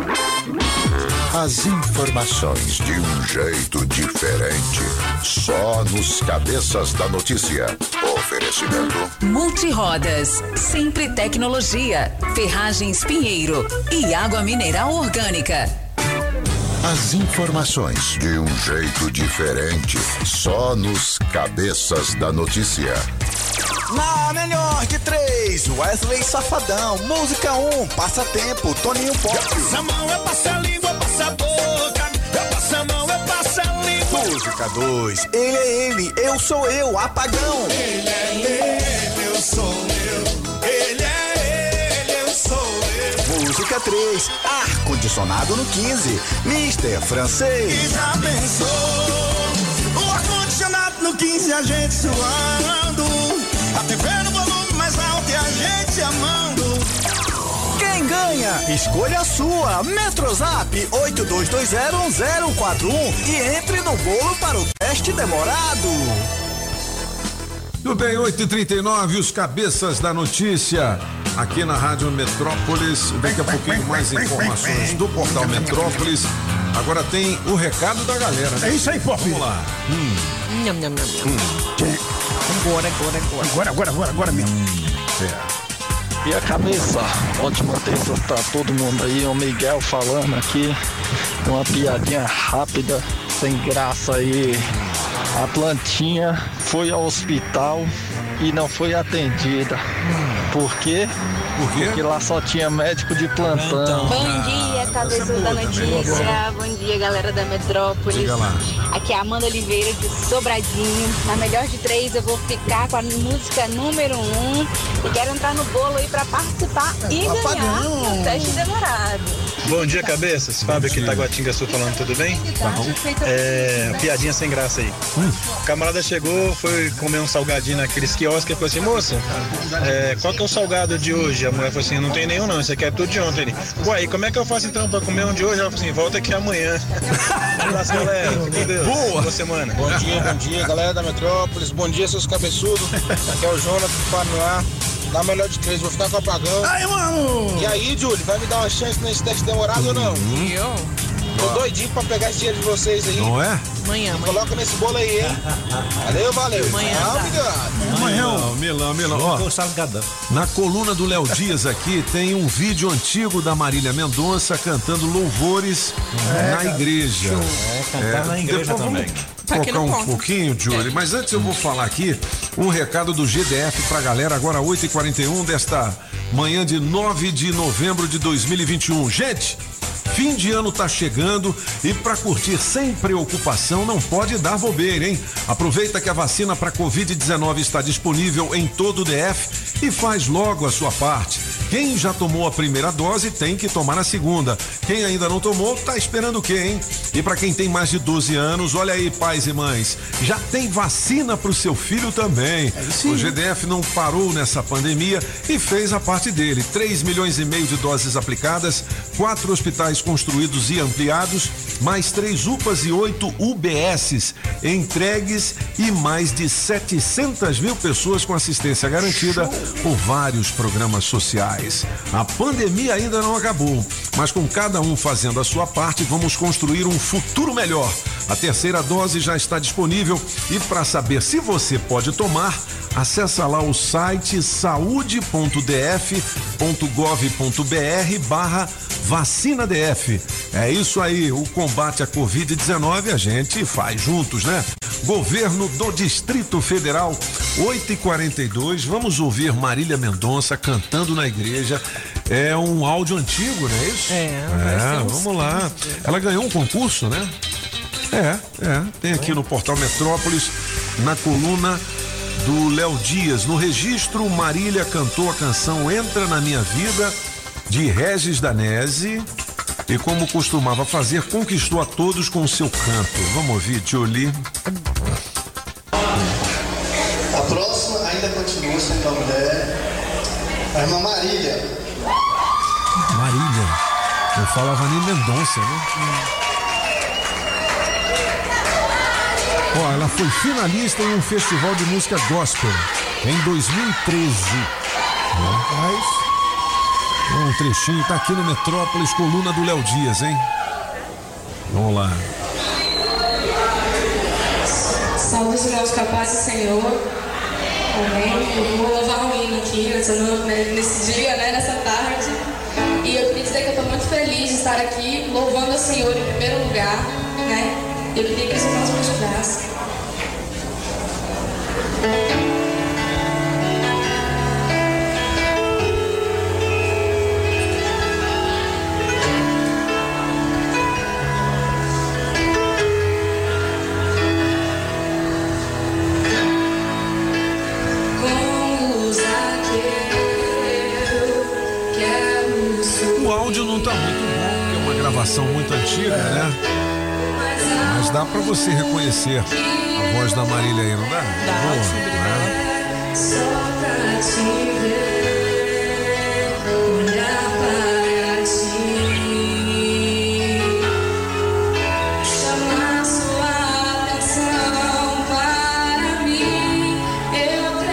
As informações de um jeito diferente, só nos Cabeças da Notícia. Oferecimento Multirodas, Sempre Tecnologia, Ferragens Pinheiro e Água Mineral Orgânica. As informações de um jeito diferente, só nos Cabeças da Notícia. Na melhor de três, Wesley Safadão. Música um, Passatempo, Toninho Pop. Passa a mão, é passa a língua, passa a boca. É passa a mão, é passa a língua. Música dois, Ele é ele, eu sou eu, Apagão. Ele é ele, eu sou eu. Ele é ele, eu sou eu. Música três, Ar-condicionado no quinze, mister Francês. E já pensou? O ar-condicionado no quinze, a gente suando. A T V no volume mais alto e a gente amando. Quem ganha? Escolha a sua. Metrozap oito dois dois zero um zero quatro um e entre no bolo para o teste demorado. Tudo bem, oito e trinta e nove, os cabeças da notícia aqui na Rádio Metrópolis. Daqui a pouquinho mais informações do Portal Metrópolis. Agora tem o recado da galera, né? É isso aí, Pop. Vamos lá. Hum. Nham, nham, nham, nham. Hum. Agora, agora, agora. Agora, agora, agora, agora mesmo. Hum. É. E a cabeça, ótima terça pra todo mundo aí, o Miguel falando aqui, uma piadinha rápida, sem graça aí. A plantinha foi ao hospital e não foi atendida. Por quê? Por quê? Porque lá só tinha médico de plantão. Bom dia, cabeças da notícia. Bom dia, galera da Metrópolis. Diga lá. Aqui é a Amanda Oliveira de Sobradinho. Na melhor de três, eu vou ficar com a música número um. E quero entrar no bolo aí pra participar e ganhar o teste demorado. Bom dia, cabeças. Fábio aqui, Taguatinga Sul falando, tudo bem? Tá bom. É, piadinha sem graça aí. Hum. O camarada chegou, foi comer um salgadinho naqueles quiosques e falou assim, moça, é, qual que é o salgado de hoje? A mulher falou assim, não tem nenhum não, isso aqui é tudo de ontem. Ele, ué, e como é que eu faço então pra comer um de hoje? Ela falou assim, volta aqui amanhã. Um abraço, galera. Fique com Deus. Boa. Boa semana. Bom dia, bom dia, galera da Metrópolis. Bom dia, seus cabeçudos. Aqui é o Jonas do Paraná. Na melhor de três, vou ficar com o apagão. Aí, mano! E aí, Júlio, vai me dar uma chance nesse teste demorado ou não? Eu? Tô doidinho pra pegar esse dinheiro de vocês aí. Não é? Amanhã, amanhã. Coloca nesse bolo aí, hein? Valeu, valeu. Amanhã, ah, tá. obrigado. Milão, milão, milão. Ó, na coluna do Léo Dias aqui tem um vídeo antigo da Marília Mendonça cantando louvores É, na cara. igreja. Show. É, cantar na igreja depois também. Vamos Tá aqui Colocar no um ponto. pouquinho, Julie, mas antes eu vou falar aqui um recado do G D F pra galera, agora oito e quarenta e um desta manhã de nove de novembro de dois mil e vinte e um. Gente, fim de ano tá chegando e para curtir sem preocupação não pode dar bobeira, hein? Aproveita que a vacina para covid dezenove está disponível em todo o D F e faz logo a sua parte. Quem já tomou a primeira dose tem que tomar a segunda. Quem ainda não tomou, tá esperando o quê, hein? E para quem tem mais de doze anos, olha aí, pais e mães, já tem vacina pro seu filho também. O G D F não parou nessa pandemia e fez a parte dele. três milhões e meio de doses aplicadas, quatro hospitais construídos e ampliados, mais três U P As e oito U B Ss entregues e mais de setecentas mil pessoas com assistência garantida por vários programas sociais. A pandemia ainda não acabou, mas com cada um fazendo a sua parte, vamos construir um futuro melhor. A terceira dose já está disponível e para saber se você pode tomar, acessa lá o site saúde ponto d f ponto gov ponto b r barra vacina D F. É isso aí, o combate à covid dezenove a gente faz juntos, né? Governo do Distrito Federal, oito e quarenta e dois, vamos ouvir Marília Mendonça cantando na igreja. É um áudio antigo, não é isso? É, é vamos lá. Ela ganhou um concurso, né? É, é. Tem aqui no Portal Metrópolis, na coluna do Léo Dias. No registro, Marília cantou a canção Entra na Minha Vida, de Regis Danese, e como costumava fazer, conquistou a todos com o seu canto. Vamos ouvir, Jolie. A próxima ainda continua sendo a mulher, a irmã Marília. Marília. Eu falava nem Mendonça, né? Ó, ela foi finalista em um festival de música gospel em dois mil e treze. Mas um trechinho tá aqui no Metrópolis, coluna do Léo Dias, hein? Vamos lá. Salve os meus capazes, Senhor. Amém. Eu vou louvar um hino aqui nessa, nesse dia, né, nessa tarde. E eu queria dizer que eu estou muito feliz de estar aqui louvando o Senhor em primeiro lugar, né? Eu queria que os irmãos me ajudassem. O áudio não tá muito bom, porque é uma gravação muito antiga, né? Mas dá pra você reconhecer a voz da Marília aí, não dá? Dá, boa, né? Só pra te ver, olhar para ti, chamar sua atenção para mim. Eu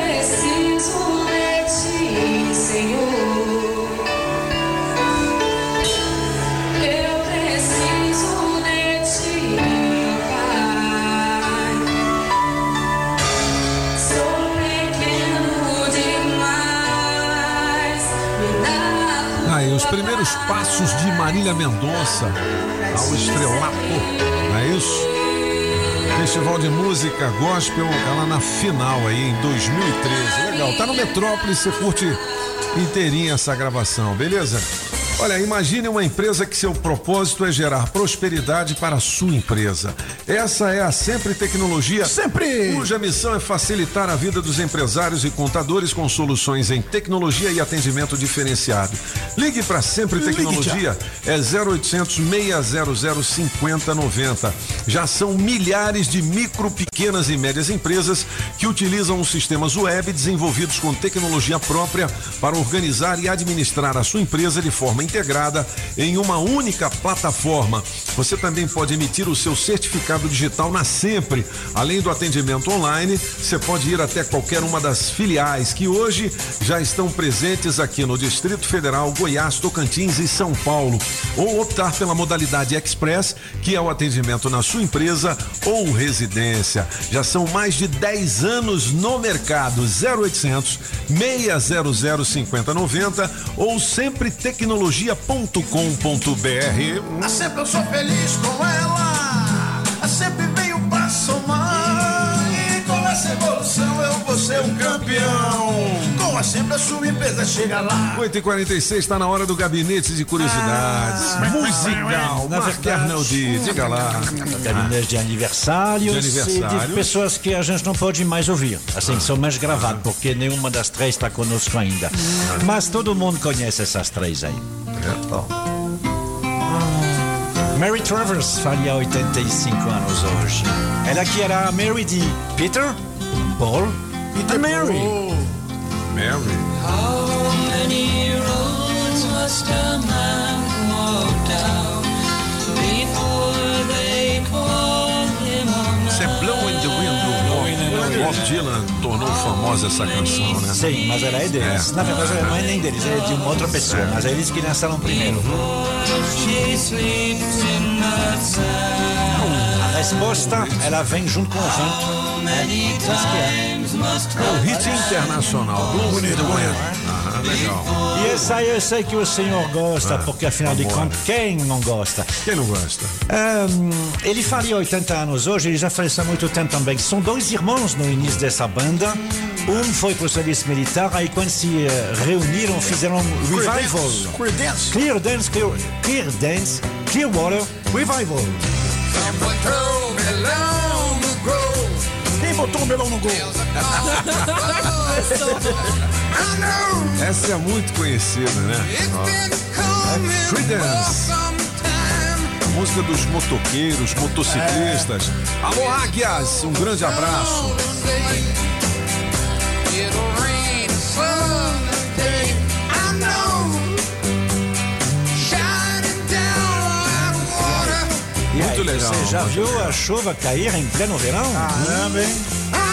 primeiros passos de Marília Mendonça ao estrelato, não é isso? Festival de Música Gospel, ela na final aí em dois mil e treze. Legal, tá no Metrópolis, você curte inteirinha essa gravação, beleza? Olha, imagine uma empresa que seu propósito é gerar prosperidade para a sua empresa. Essa é a Sempre Tecnologia, Sempre! cuja missão é facilitar a vida dos empresários e contadores com soluções em tecnologia e atendimento diferenciado. Ligue para Sempre Tecnologia, é zero oitocentos, seis zero zero, cinco zero nove zero. Já são milhares de micro, pequenas e médias empresas que utilizam os sistemas web desenvolvidos com tecnologia própria para organizar e administrar a sua empresa de forma integrada em uma única plataforma. Você também pode emitir o seu certificado digital na Sempre. Além do atendimento online, você pode ir até qualquer uma das filiais que hoje já estão presentes aqui no Distrito Federal, Goiás, Tocantins e São Paulo. Ou optar pela modalidade Express, que é o atendimento na sua empresa ou residência. Já são mais de dez anos no mercado. zero oitocentos, seis zero zero, cinco zero nove zero ou sempre tecnologia ponto com ponto b r. A Sempre eu sou feliz com ela, a Sempre veio pra somar, e com essa evolução eu vou ser um campeão. Com a Sempre a sua empresa chega lá. oito e quarenta e seis, está na hora do Gabinete de Curiosidades. Ah, musical, Marc Arnoldi, diga lá. Gabinete de aniversários, de aniversários. E de pessoas que a gente não pode mais ouvir, assim, são mais gravadas, porque nenhuma das três está conosco ainda. Mas todo mundo conhece essas três aí. É, bom. Mary Travers faria oitenta e cinco anos hoje. Ela que era a Mary de Peter, Paul e Mary. Mary. How many roads must a man walk down before they call him a Isso é Blowing the Wind do Bob Dylan, tornou famosa essa canção, né? Sim, mas ela é deles. É. Na verdade, não é nem deles, é de uma outra pessoa, é. Mas é eles que lançaram primeiro. A resposta, ela vem junto com o vento. É, é um hit internacional. Blowing the Wind. Ah, legal. E essa aí eu sei que o senhor gosta, ah, porque afinal de contas, quem não gosta? Quem não gosta? Um, ele faria oitenta anos hoje, ele já faleceu há muito tempo também. São dois irmãos no início dessa banda. Um foi pro serviço militar, aí quando se uh, reuniram, fizeram um revival. Clear Dance. Clear Dance, Clear, Clear Dance, Clearwater Revival. Quem botou o melão no gol? Essa é muito conhecida, né? É Creedence. A música dos motoqueiros, motociclistas. É. Alô, Águias, um grande abraço. Muito legal. Você já viu a chuva cair em pleno verão? Caramba, hein?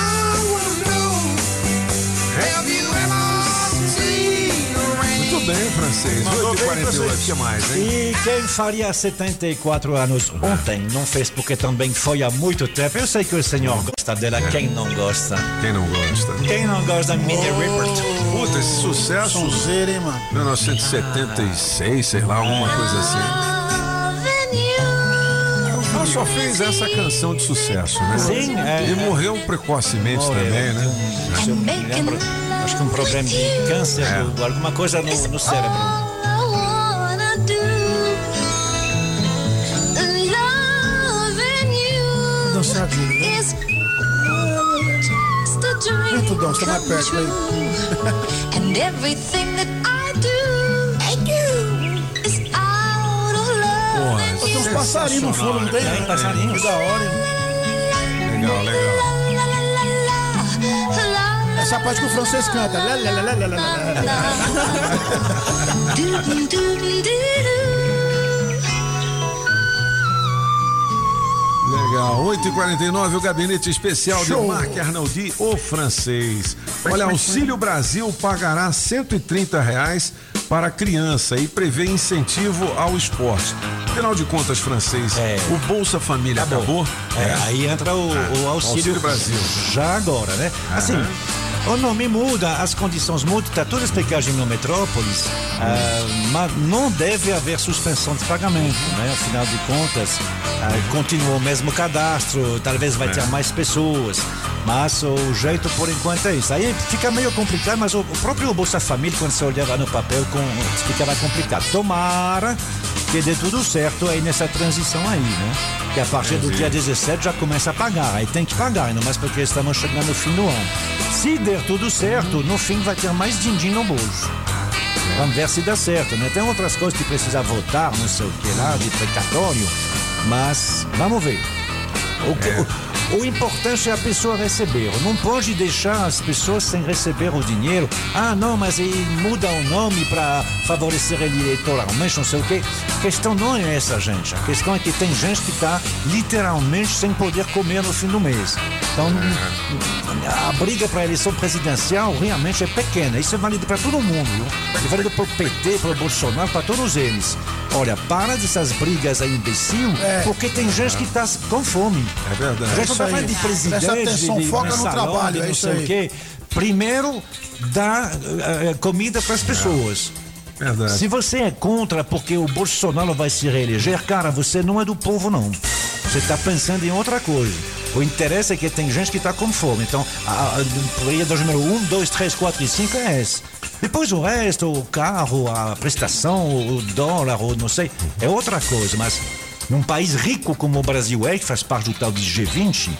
Muito bem, francês. oito e quarenta e oito, o que mais, hein? E quem faria setenta e quatro anos ontem não fez porque também foi há muito tempo. Eu sei que o senhor gosta dela, é. Quem não gosta? Quem não gosta? Quem não gosta da Minnie oh, Rippert? Puta, esse sucesso. Sonzeira, hein, mano? mil novecentos e setenta e seis, sei lá, alguma coisa assim. Ela só fez essa canção de sucesso, né? Sim, é. E morreu precocemente morreu, também, né? Se eu me lembro, acho que um problema de câncer, é. do, alguma coisa no, no cérebro. Não sabe, né? É tudão, você tá mais perto aí. And everything that I do, I do is out of love. Tem uns passarinhos no fundo, não tem? Tem passarinhos. Que da hora. Legal, legal. Essa é a parte que o francês canta. Legal, oito e quarenta e nove, o gabinete especial Show. de Marc Arnoldi, o francês. Olha, Auxílio Brasil pagará cento e trinta reais para criança e prevê incentivo ao esporte. Afinal de contas, francês, é. o Bolsa Família acabou? acabou? É, aí entra o, o Auxílio, Auxílio Brasil. Já agora, né? Assim, O nome muda, as condições mudam, está tudo explicado no Metrópolis, uh, mas não deve haver suspensão de pagamento, né? Afinal de contas, uh, continua o mesmo cadastro, talvez vai ter mais pessoas, mas o jeito por enquanto é isso. Aí fica meio complicado, mas o, o próprio Bolsa Família, quando você olhava no papel, com, ficava complicado. Tomara que dê tudo certo aí nessa transição aí, né? Que a partir do dia dezessete já começa a pagar, aí tem que pagar, ainda mais porque estamos chegando no fim do ano. Se der tudo certo, no fim vai ter mais din-din no bolso. Vamos ver se dá certo, né? Tem outras coisas que precisa votar, não sei o que lá, de precatório, mas vamos ver. O, que, é. o, o importante é a pessoa receber. Não pode deixar as pessoas sem receber o dinheiro. Ah, não, mas ele muda o nome para favorecer ele eleitoralmente, não sei o quê. A questão não é essa, gente. A questão é que tem gente que está literalmente sem poder comer no fim do mês. Então, a briga para a eleição presidencial realmente é pequena. Isso é válido para todo mundo, viu? É válido para o P T, para o Bolsonaro, para todos eles. Olha, para dessas brigas aí, imbecil, é. porque tem gente que está com fome. É verdade. A gente não está falando de presidente, atenção, de, de foca no salão, trabalho, de não é sei o quê. Primeiro, dá uh, comida para as pessoas. Verdade. Se você é contra porque o Bolsonaro vai se reeleger, cara, você não é do povo, não. Você está pensando em outra coisa. O interesse é que tem gente que está com fome. Então, a prioridade número um, dois, três, quatro e cinco é esse. Depois o resto, o carro, a prestação, o dólar, ou não sei, é outra coisa. Mas num país rico como o Brasil é, que faz parte do tal de G vinte,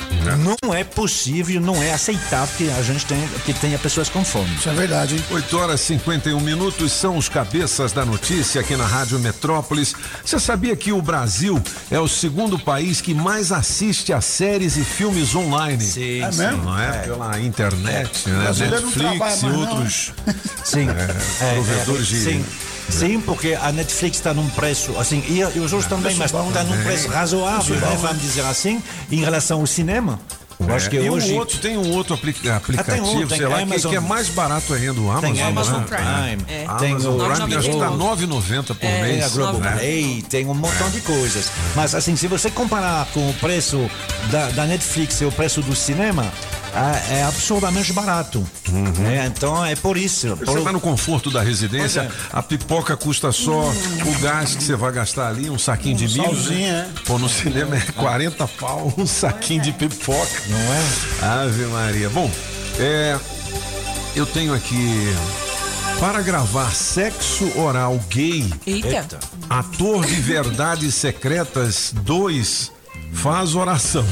não é possível, não é aceitável que a gente tenha, que tenha pessoas com fome. Isso é verdade, hein? oito horas e cinquenta e um minutos são os cabeças da notícia aqui na Rádio Metrópolis. Você sabia que o Brasil é o segundo país que mais assiste a séries e filmes online? Sim, é sim. mesmo? Não é? É. Pela internet, né? Netflix e outros sim. é, é, provedores é, de... Sim. Sim, porque a Netflix está num preço, assim, e, e os outros também, mas está num preço razoável, né, vamos dizer assim, em relação ao cinema. Eu é, acho que e hoje... um outro, tem um outro aplica- aplicativo, ah, tem outro, sei tem lá, Amazon, que, que é mais barato ainda, o Amazon. Tem Amazon né? Prime, É. tem Amazon o Prime, Prime, acho que está nove reais e noventa centavos por é, mês. Tem a Globoplay, né? Tem um montão de coisas. Mas assim, se você comparar com o preço da, da Netflix e o preço do cinema, é, é absurdamente barato. Uhum. É, então é por isso. Você por... vai no conforto da residência, é. a pipoca custa só uhum. o gás que você vai gastar ali, um saquinho um de milho. Salzinho, né? é. Pô, no cinema é quarenta pau, um saquinho de pipoca. Não é? Ave Maria. Bom, é, eu tenho aqui, para gravar sexo oral gay, Eita. Ator de Verdades Secretas dois faz oração.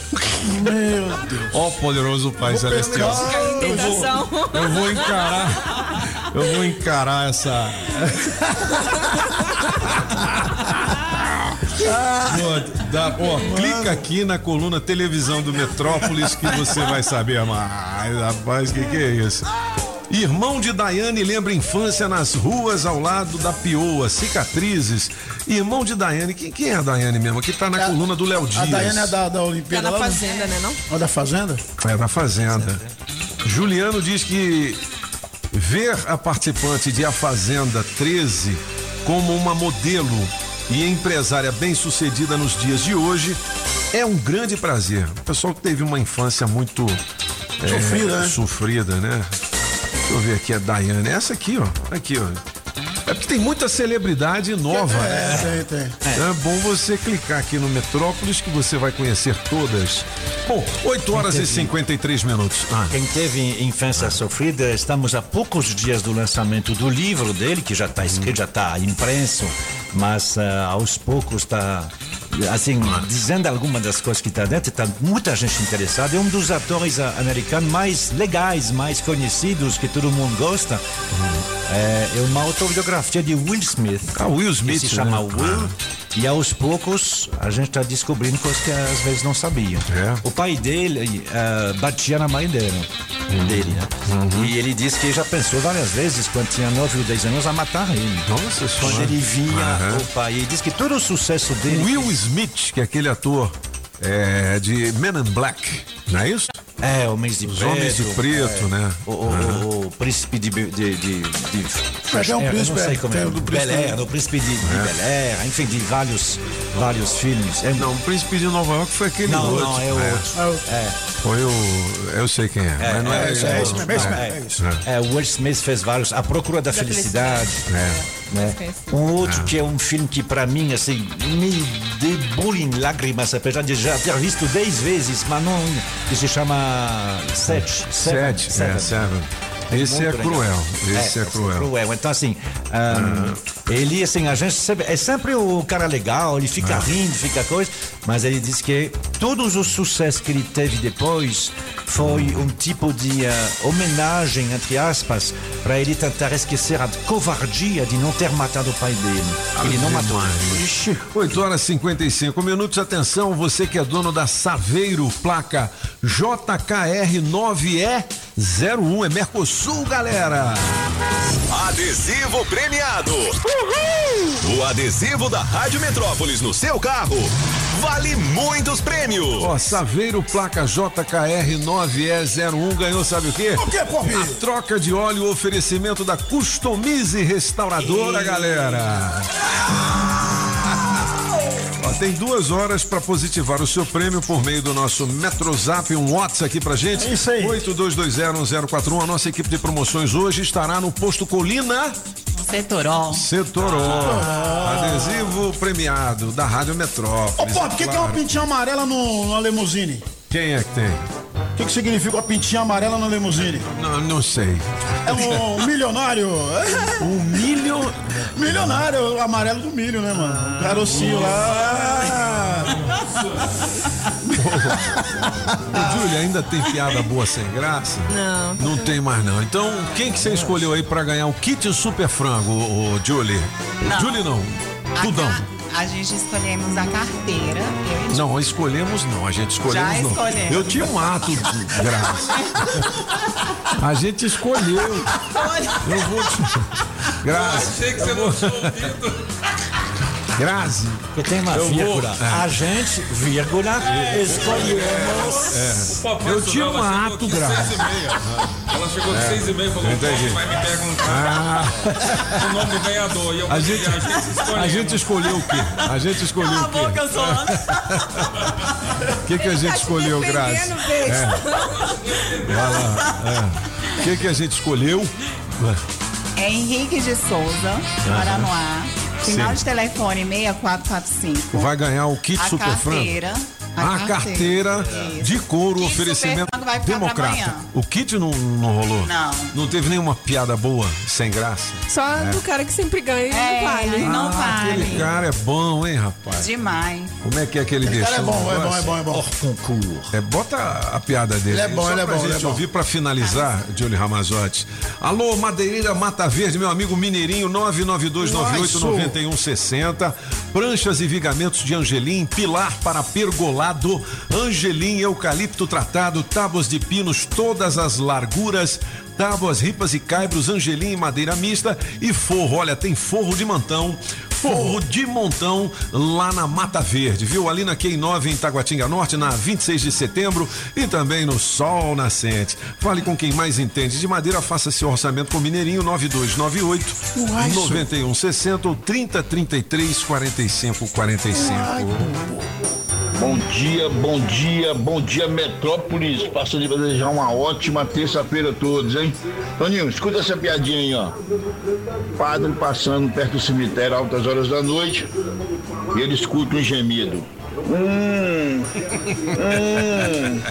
Meu Deus. Ó, oh, poderoso Pai Celestial. Eu vou, eu vou encarar. Eu vou encarar essa. Pô, dá, ó, clica aqui na coluna televisão do Metrópolis que você vai saber mais. Rapaz, o que, que é isso? Irmão de Daiane lembra infância nas ruas ao lado da Pioa, cicatrizes. Irmão de Daiane, quem, quem é a Daiane mesmo? Que tá na é, coluna do Léo Dias. A Daiane é da, da Olimpíada. É da Fazenda, né não? É da Fazenda? É da Fazenda. Juliano diz que ver a participante de A Fazenda treze como uma modelo e empresária bem-sucedida nos dias de hoje é um grande prazer. O pessoal que teve uma infância muito é, sofrida, né? sofrida, né? Deixa eu ver aqui a Daiane. Essa aqui, ó. Aqui, ó. É porque tem muita celebridade nova. É, tem, tem. É. é bom você clicar aqui no Metrópolis que você vai conhecer todas. Bom, oito horas teve, e cinquenta e três minutos. Ah. Quem teve infância ah. sofrida, estamos a poucos dias do lançamento do livro dele, que já está escrito, hum. já está impresso, mas uh, aos poucos está... assim, dizendo algumas das coisas que está dentro, está muita gente interessada. É um dos atores americanos mais legais, mais conhecidos, que todo mundo gosta. Uhum. É, é uma autobiografia de Will Smith. Ah, Will Smith. Que se chama né? Will. E aos poucos a gente está descobrindo coisas que às vezes não sabia. É. O pai dele uh, batia na mãe dele, uhum. dele né? Uhum. E ele disse que já pensou várias vezes, quando tinha nove ou dez anos, a matar ele. Nossa, quando senhora. ele via uhum. o pai. Ele disse que todo o sucesso dele. Will Smith, que é aquele ator é, de Men in Black, não é isso? É, Homens de Os Preto. Homens de Preto, é. né? O, o, Uhum. o, o Príncipe de... de, de, de Mas é um eu príncipe, não sei é, como tem é. o do Príncipe- Bel Air, o Príncipe de, de É. Bel Air, enfim, de vários, vários filmes. É, Não, o Príncipe de Nova York foi aquele Não, outro. não, é o outro. É. Foi o... Eu sei quem é, mas não é... é, é isso mesmo, é isso mesmo, é isso. É, o Will Smith fez vários. A Procura da, Da Felicidade. É. Né? Um outro que é um filme que para mim assim me debulha em lágrimas, apesar de já ter visto dez vezes, mas não, que se chama Sete. Sete, é, Seven. Esse é Muito cruel, legal. esse é cruel. cruel. Então assim, um, ele assim, a gente sempre, é sempre o cara legal, ele fica Ah. rindo, fica coisa, mas ele diz que todos os sucessos que ele teve depois foi um tipo de uh, homenagem, entre aspas, para ele tentar esquecer a covardia de não ter matado o pai dele. Ele não matou. Ixi, oito horas e cinquenta e cinco minutos. Atenção, você que é dono da Saveiro, placa J K R nove E zero um, é Mercosul, galera. Adesivo premiado. Uhul! O adesivo da Rádio Metrópolis no seu carro vale muitos prêmios. Ó, Saveiro, placa J K R nove E zero um, ganhou sabe o quê? O quê, Pop? A troca de óleo, oferecimento da Customize Restauradora, galera. Ó, tem duas horas para positivar o seu prêmio por meio do nosso Metrozap, um WhatsApp aqui pra gente. É isso aí. oito dois dois zero um zero quatro um. A nossa equipe de promoções hoje estará no Posto Colina. Setorol. Setorol. Adesivo premiado da Rádio Ô, Metrópolis. Pop, o que, que é uma pintinha amarela no, na limusine? Quem é que tem? O que, que significa uma pintinha amarela na limusine? Não, não sei. É um milionário. Um milho... Milionário, amarelo do milho, né, mano? O carocinho lá. Ô, Júlia, ainda tem piada boa sem graça? Não. Não tem mais não. Então, quem que você escolheu aí pra ganhar o kit super frango, ô, ô, Julie? Não. Julie não. Tudão. A gente escolhemos a carteira. Eu e Não, escolhemos não, a gente escolhemos Já não. escolhemos. Eu tinha um ato de graça. A gente escolheu. Eu vou te... Graça. Achei que você não tinha ouvido. Grazi. Porque tem uma Eu vou- vírgula. é. A gente, vírgula, escolhemos. É. O papai Eu tinha ela um chegou ato, aqui Grazi. seis e meia. Ela chegou de É. seis e meia e falou: Entendi. "Pô, vai me perguntar Ah. o nome do ganhador." E eu A falei, gente, a gente escolheu. a gente escolheu o quê? A gente escolheu Cala o a quê? boca, eu sou Ana. O que, que a gente escolheu, Grazi? defendendo, beijo. É. Vai lá. É. O que, que a gente escolheu? É Henrique de Souza, Paranoá. Final Sim. de telefone seis quatro quatro cinco. Vai ganhar o kit A super carteira. frango. A carteira de couro, oferecimento super frango vai ficar pra democrata. amanhã. O kit não, não rolou? Não. Não teve nenhuma piada boa, sem graça? Só É. do cara que sempre ganha e É, não vale. não Ah, vale. aquele cara é bom, hein, rapaz? Demais. Como é que é aquele Aquele cara deixou? é bom, é bom, é bom, é bom. Hors concours. É, bota a piada dele. Ele é aí, bom, só ele é pra bom, gente ele é bom. ouvir pra finalizar, Júlio Ramazotti. Alô, Madeireira Mata Verde, meu amigo Mineirinho, nove nove dois nove oito nove um seis zero. Pranchas e vigamentos de Angelim, pilar para pergolado, Angelim, eucalipto tratado, tábuas de pinos, todas as larguras, tábuas, ripas e caibros, Angelim, madeira mista e forro. Olha, tem forro de montão. Forro de montão lá na Mata Verde, viu? Ali na Q nove em Taguatinga Norte, na vinte e seis de setembro e também no Sol Nascente. Fale com quem mais entende de madeira, faça seu orçamento com o Mineirinho nove dois nove oito nove um seis zero ou trinta, trinta e três, quarenta e cinco, quarenta e cinco. Bom dia, bom dia, bom dia Metrópolis. Passo de desejar uma ótima terça-feira a todos, hein? Toninho, escuta essa piadinha aí, ó. Padre passando perto do cemitério altas horas da noite e ele escuta um gemido. Hum, hum,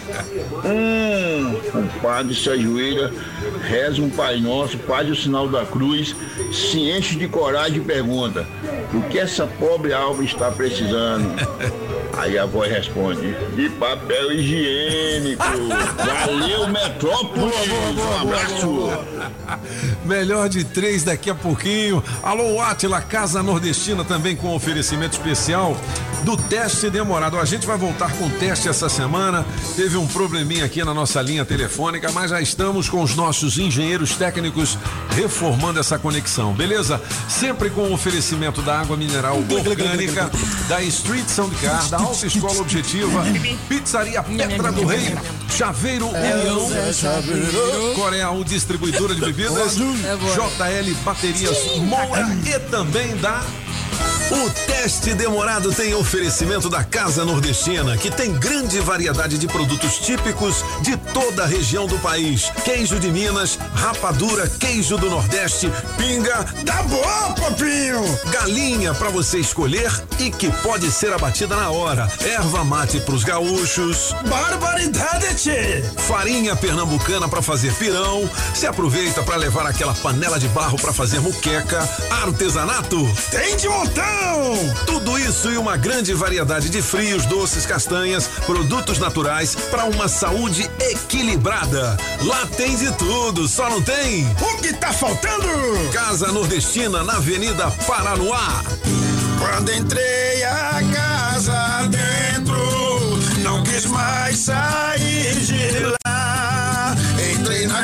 hum. O padre se ajoelha, reza um Pai Nosso, faz o sinal da cruz, se enche de coragem e pergunta: o que essa pobre alma está precisando? Aí a voz responde: de papel higiênico. Valeu, Metrópolis. Um abraço. Melhor de três daqui a pouquinho. Alô, Átila, Casa Nordestina também com oferecimento especial do teste demorado. A gente vai voltar com o teste essa semana. Teve um probleminha aqui na nossa linha telefônica, mas já estamos com os nossos engenheiros técnicos reformando essa conexão, beleza? Sempre com o oferecimento da água mineral orgânica, da Street Soundcar, da Autoescola Objetiva, Pizzaria Pedra do Rei, Chaveiro União, Coreal Distribuidora de Bebidas, J L Baterias Moura e também da... O teste demorado tem oferecimento da Casa Nordestina, que tem grande variedade de produtos típicos de toda a região do país. Queijo de Minas, rapadura, queijo do Nordeste, pinga, dá bom, papinho! Galinha pra você escolher e que pode ser abatida na hora. Erva mate pros gaúchos. Barbaridade, tchê! Farinha pernambucana pra fazer pirão. Se aproveita pra levar aquela panela de barro pra fazer muqueca. Artesanato. Tem de montão! Tudo isso e uma grande variedade de frios, doces, castanhas, produtos naturais para uma saúde equilibrada. Lá tem de tudo, só não tem. O que tá faltando? Casa Nordestina na Avenida Paranoá. Quando entrei a casa dentro, não quis mais sair de lá. Entrei na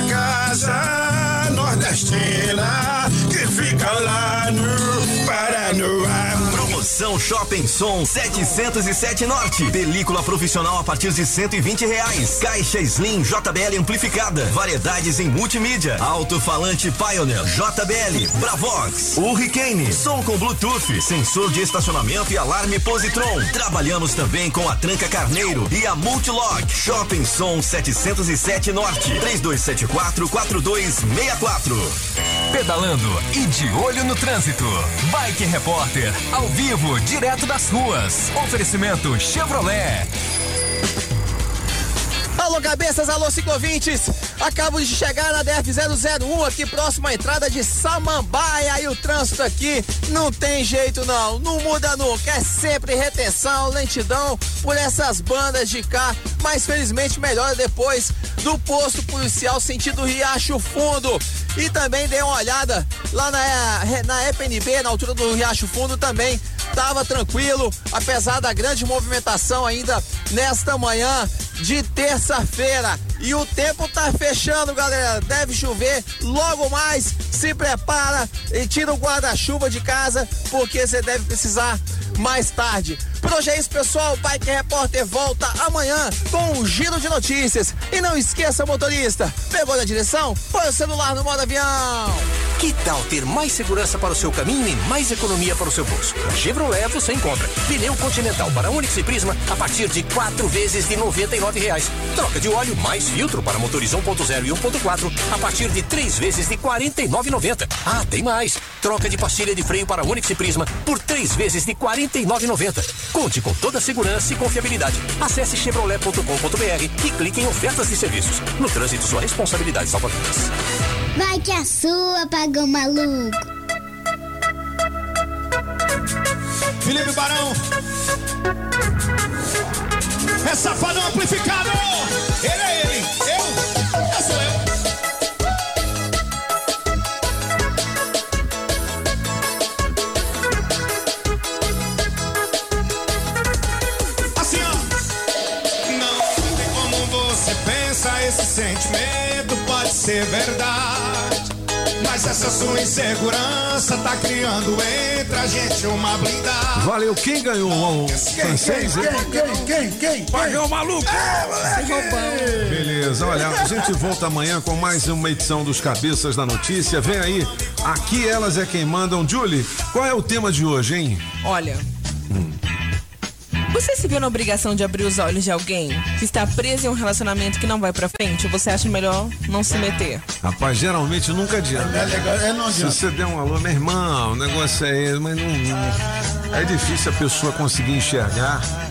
Casa Nordestina, que fica lá no Paranoá. Promoção Shopping Som setecentos e sete Norte. Película profissional a partir de cento e vinte reais. Caixa Slim J B L amplificada. Variedades em multimídia. Alto-falante Pioneer J B L. Bravox. Hurricane. Som com Bluetooth. Sensor de estacionamento e alarme Positron. Trabalhamos também com a Tranca Carneiro e a Multilock. Shopping Som setecentos e sete Norte. três dois sete quatro, quatro dois seis quatro. Pedalando e de olho no trânsito. Bike Repórter, ao vivo, direto das ruas. Oferecimento Chevrolet. Alô, cabeças, alô, ciclovintes. Acabo de chegar na D F zero zero um, aqui próximo à entrada de Samambaia, e o trânsito aqui não tem jeito não, não muda nunca, é sempre retenção, lentidão por essas bandas de cá, mas felizmente melhora depois do posto policial sentido Riacho Fundo. E também dei uma olhada lá na, na E P N B, na altura do Riacho Fundo, também estava tranquilo, apesar da grande movimentação ainda nesta manhã de terça-feira. E o tempo tá fechando, galera. Deve chover logo mais. Se prepara e tira o guarda-chuva de casa, porque você deve precisar mais tarde. Por hoje é isso, pessoal. O Bike Repórter volta amanhã com um giro de notícias. E não esqueça, motorista, pegou na direção? Põe o celular no modo avião. Que tal ter mais segurança para o seu caminho e mais economia para o seu bolso? Na Chevrolet você encontra pneu Continental para Onix e Prisma a partir de quatro vezes de noventa e nove reais. Troca de óleo mais filtro para motores um ponto zero e um ponto quatro a partir de três vezes de quarenta e nove reais e noventa centavos. Ah, tem mais! Troca de pastilha de freio para Onix e Prisma por três vezes de quarenta e nove reais e noventa centavos. Conte com toda a segurança e confiabilidade. Acesse chevrolet ponto com ponto br e clique em ofertas de serviços. No trânsito, sua responsabilidade salva vidas. Vai que a sua, pagão maluco. Felipe Barão. É safadão amplificado. Ele é ele. Eu. Eu sou eu. Assim, ó. Não tem como você pensa, esse sentimento pode ser verdade, mas essa sua insegurança tá criando entre a gente uma blindagem. Valeu, quem ganhou o francês? Quem, quem, quem, quem? Pagão maluco! É, Beleza, olha, a gente volta amanhã com mais uma edição dos Cabeças da Notícia. Vem aí, aqui elas é quem mandam. Julie, qual é o tema de hoje, hein? Olha, você se viu na obrigação de abrir os olhos de alguém que está preso em um relacionamento que não vai pra frente? Ou você acha melhor não se meter? Rapaz, geralmente nunca adianta. É legal, é não adianta. Se você der um alô, meu irmão, o negócio é esse, mas não, não. É difícil a pessoa conseguir enxergar.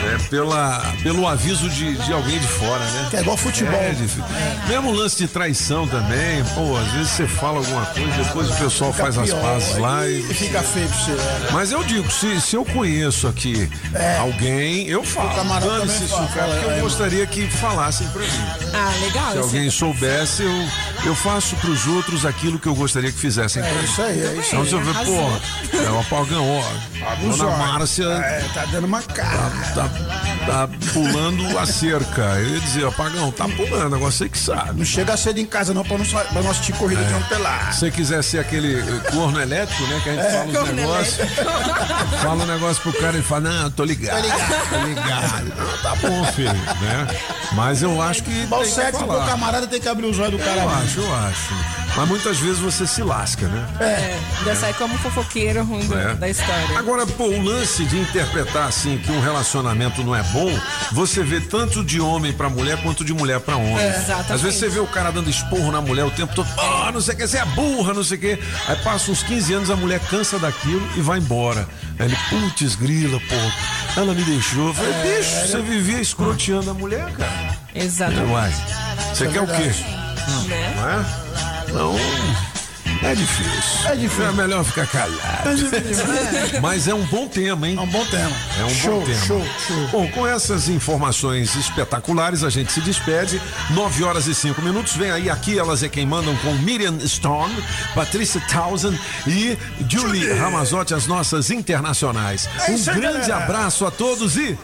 É pela, pelo aviso de, de alguém de fora, né? Que é igual futebol. É, de, mesmo lance de traição também, pô, às vezes você fala alguma coisa, depois o pessoal Fica faz pior, as pazes lá e... e fica feio pra você. É. Mas eu digo, se, se eu conheço aqui É. alguém, eu falo. Dane-se isso, cara, porque eu gostaria que falassem pra mim. Ah, legal. Se alguém soubesse, eu, eu faço pros outros aquilo que eu gostaria que fizessem pra mim. É isso aí, é isso Então aí. você vê, pô, é o apagão, ó. A dona Márcia. É, tá dando uma cara. Tá, tá, tá pulando a cerca. Eu ia dizer, apagão, tá pulando, agora você que sabe. Não chega cedo em casa não, pra não, pra não assistir corrida É. de ampelado. Se você quiser ser aquele corno elétrico, né? Que a gente É, fala os corno negócios. Fala um negócio pro cara e fala, não, tô ligado. Tô ligado. Tô ligado. Não, tá bom, filho, né? Mas eu acho que. Bom tem que sexo pro falar. camarada tem que abrir os olhos do cara. Eu mesmo. acho, eu acho. Mas muitas vezes você se lasca, né? É, ainda sai como fofoqueiro ruim do- É. da história. Agora, pô, o lance de interpretar assim que um relacionamento não é bom, você vê tanto de homem pra mulher quanto de mulher pra homem. É, exatamente. Às vezes você vê o cara dando esporro na mulher o tempo todo, ah, não sei o que, você é burra, não sei o que. Aí passa uns quinze anos, a mulher cansa daquilo e vai embora. Aí ele, putz, grila, pô, ela me deixou. Eu falei, É, bicho, você vivia escroteando a mulher, cara. Exatamente. Uai, você é quer o quê? Né? Não é? Não. É difícil. É difícil. É melhor ficar calado. É difícil, né? Mas é um bom tema, hein? É um bom tema. É um show, bom tema. show, show. Bom, com essas informações espetaculares, a gente se despede. nove horas e cinco minutos. Vem aí, aqui elas é quem mandam com Miriam Stone, Patrícia Townsend e Julie Ramazotti, as nossas internacionais. É Um isso aí, grande galera. abraço a todos e.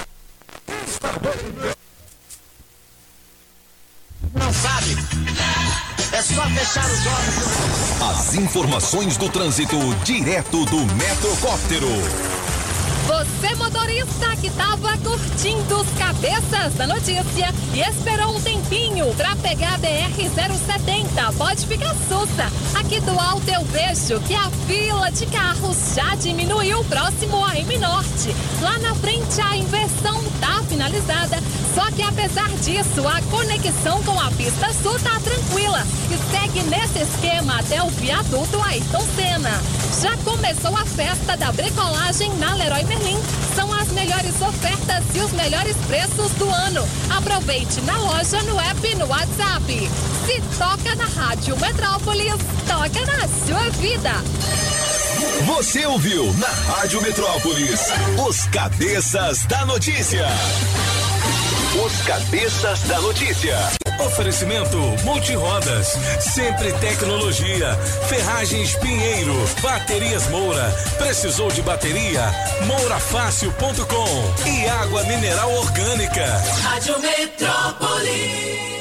Não sabe? É só fechar os olhos. As informações do trânsito direto do Metrocóptero. Você, motorista que estava curtindo os cabeças da notícia e esperou um tempinho para pegar a B R zero setenta, pode ficar sussa. Aqui do alto eu vejo que a fila de carros já diminuiu próximo à M Norte. Lá na frente a inversão tá finalizada, só que apesar disso a conexão com a pista sul tá tranquila e segue nesse esquema até o viaduto Ayrton Senna. Já começou a festa da bricolagem na Leroy Merlin. São as melhores ofertas e os melhores preços do ano. Aproveite na loja, no app e no WhatsApp. Se toca na Rádio Metrópolis, toca na sua vida. Você ouviu na Rádio Metrópolis os Cabeças da Notícia. Os Cabeças da Notícia. Oferecimento Multirodas, Sempre Tecnologia, Ferragens Pinheiro, Baterias Moura, precisou de bateria? moura fácil ponto com e água mineral orgânica. Rádio Metrópolis.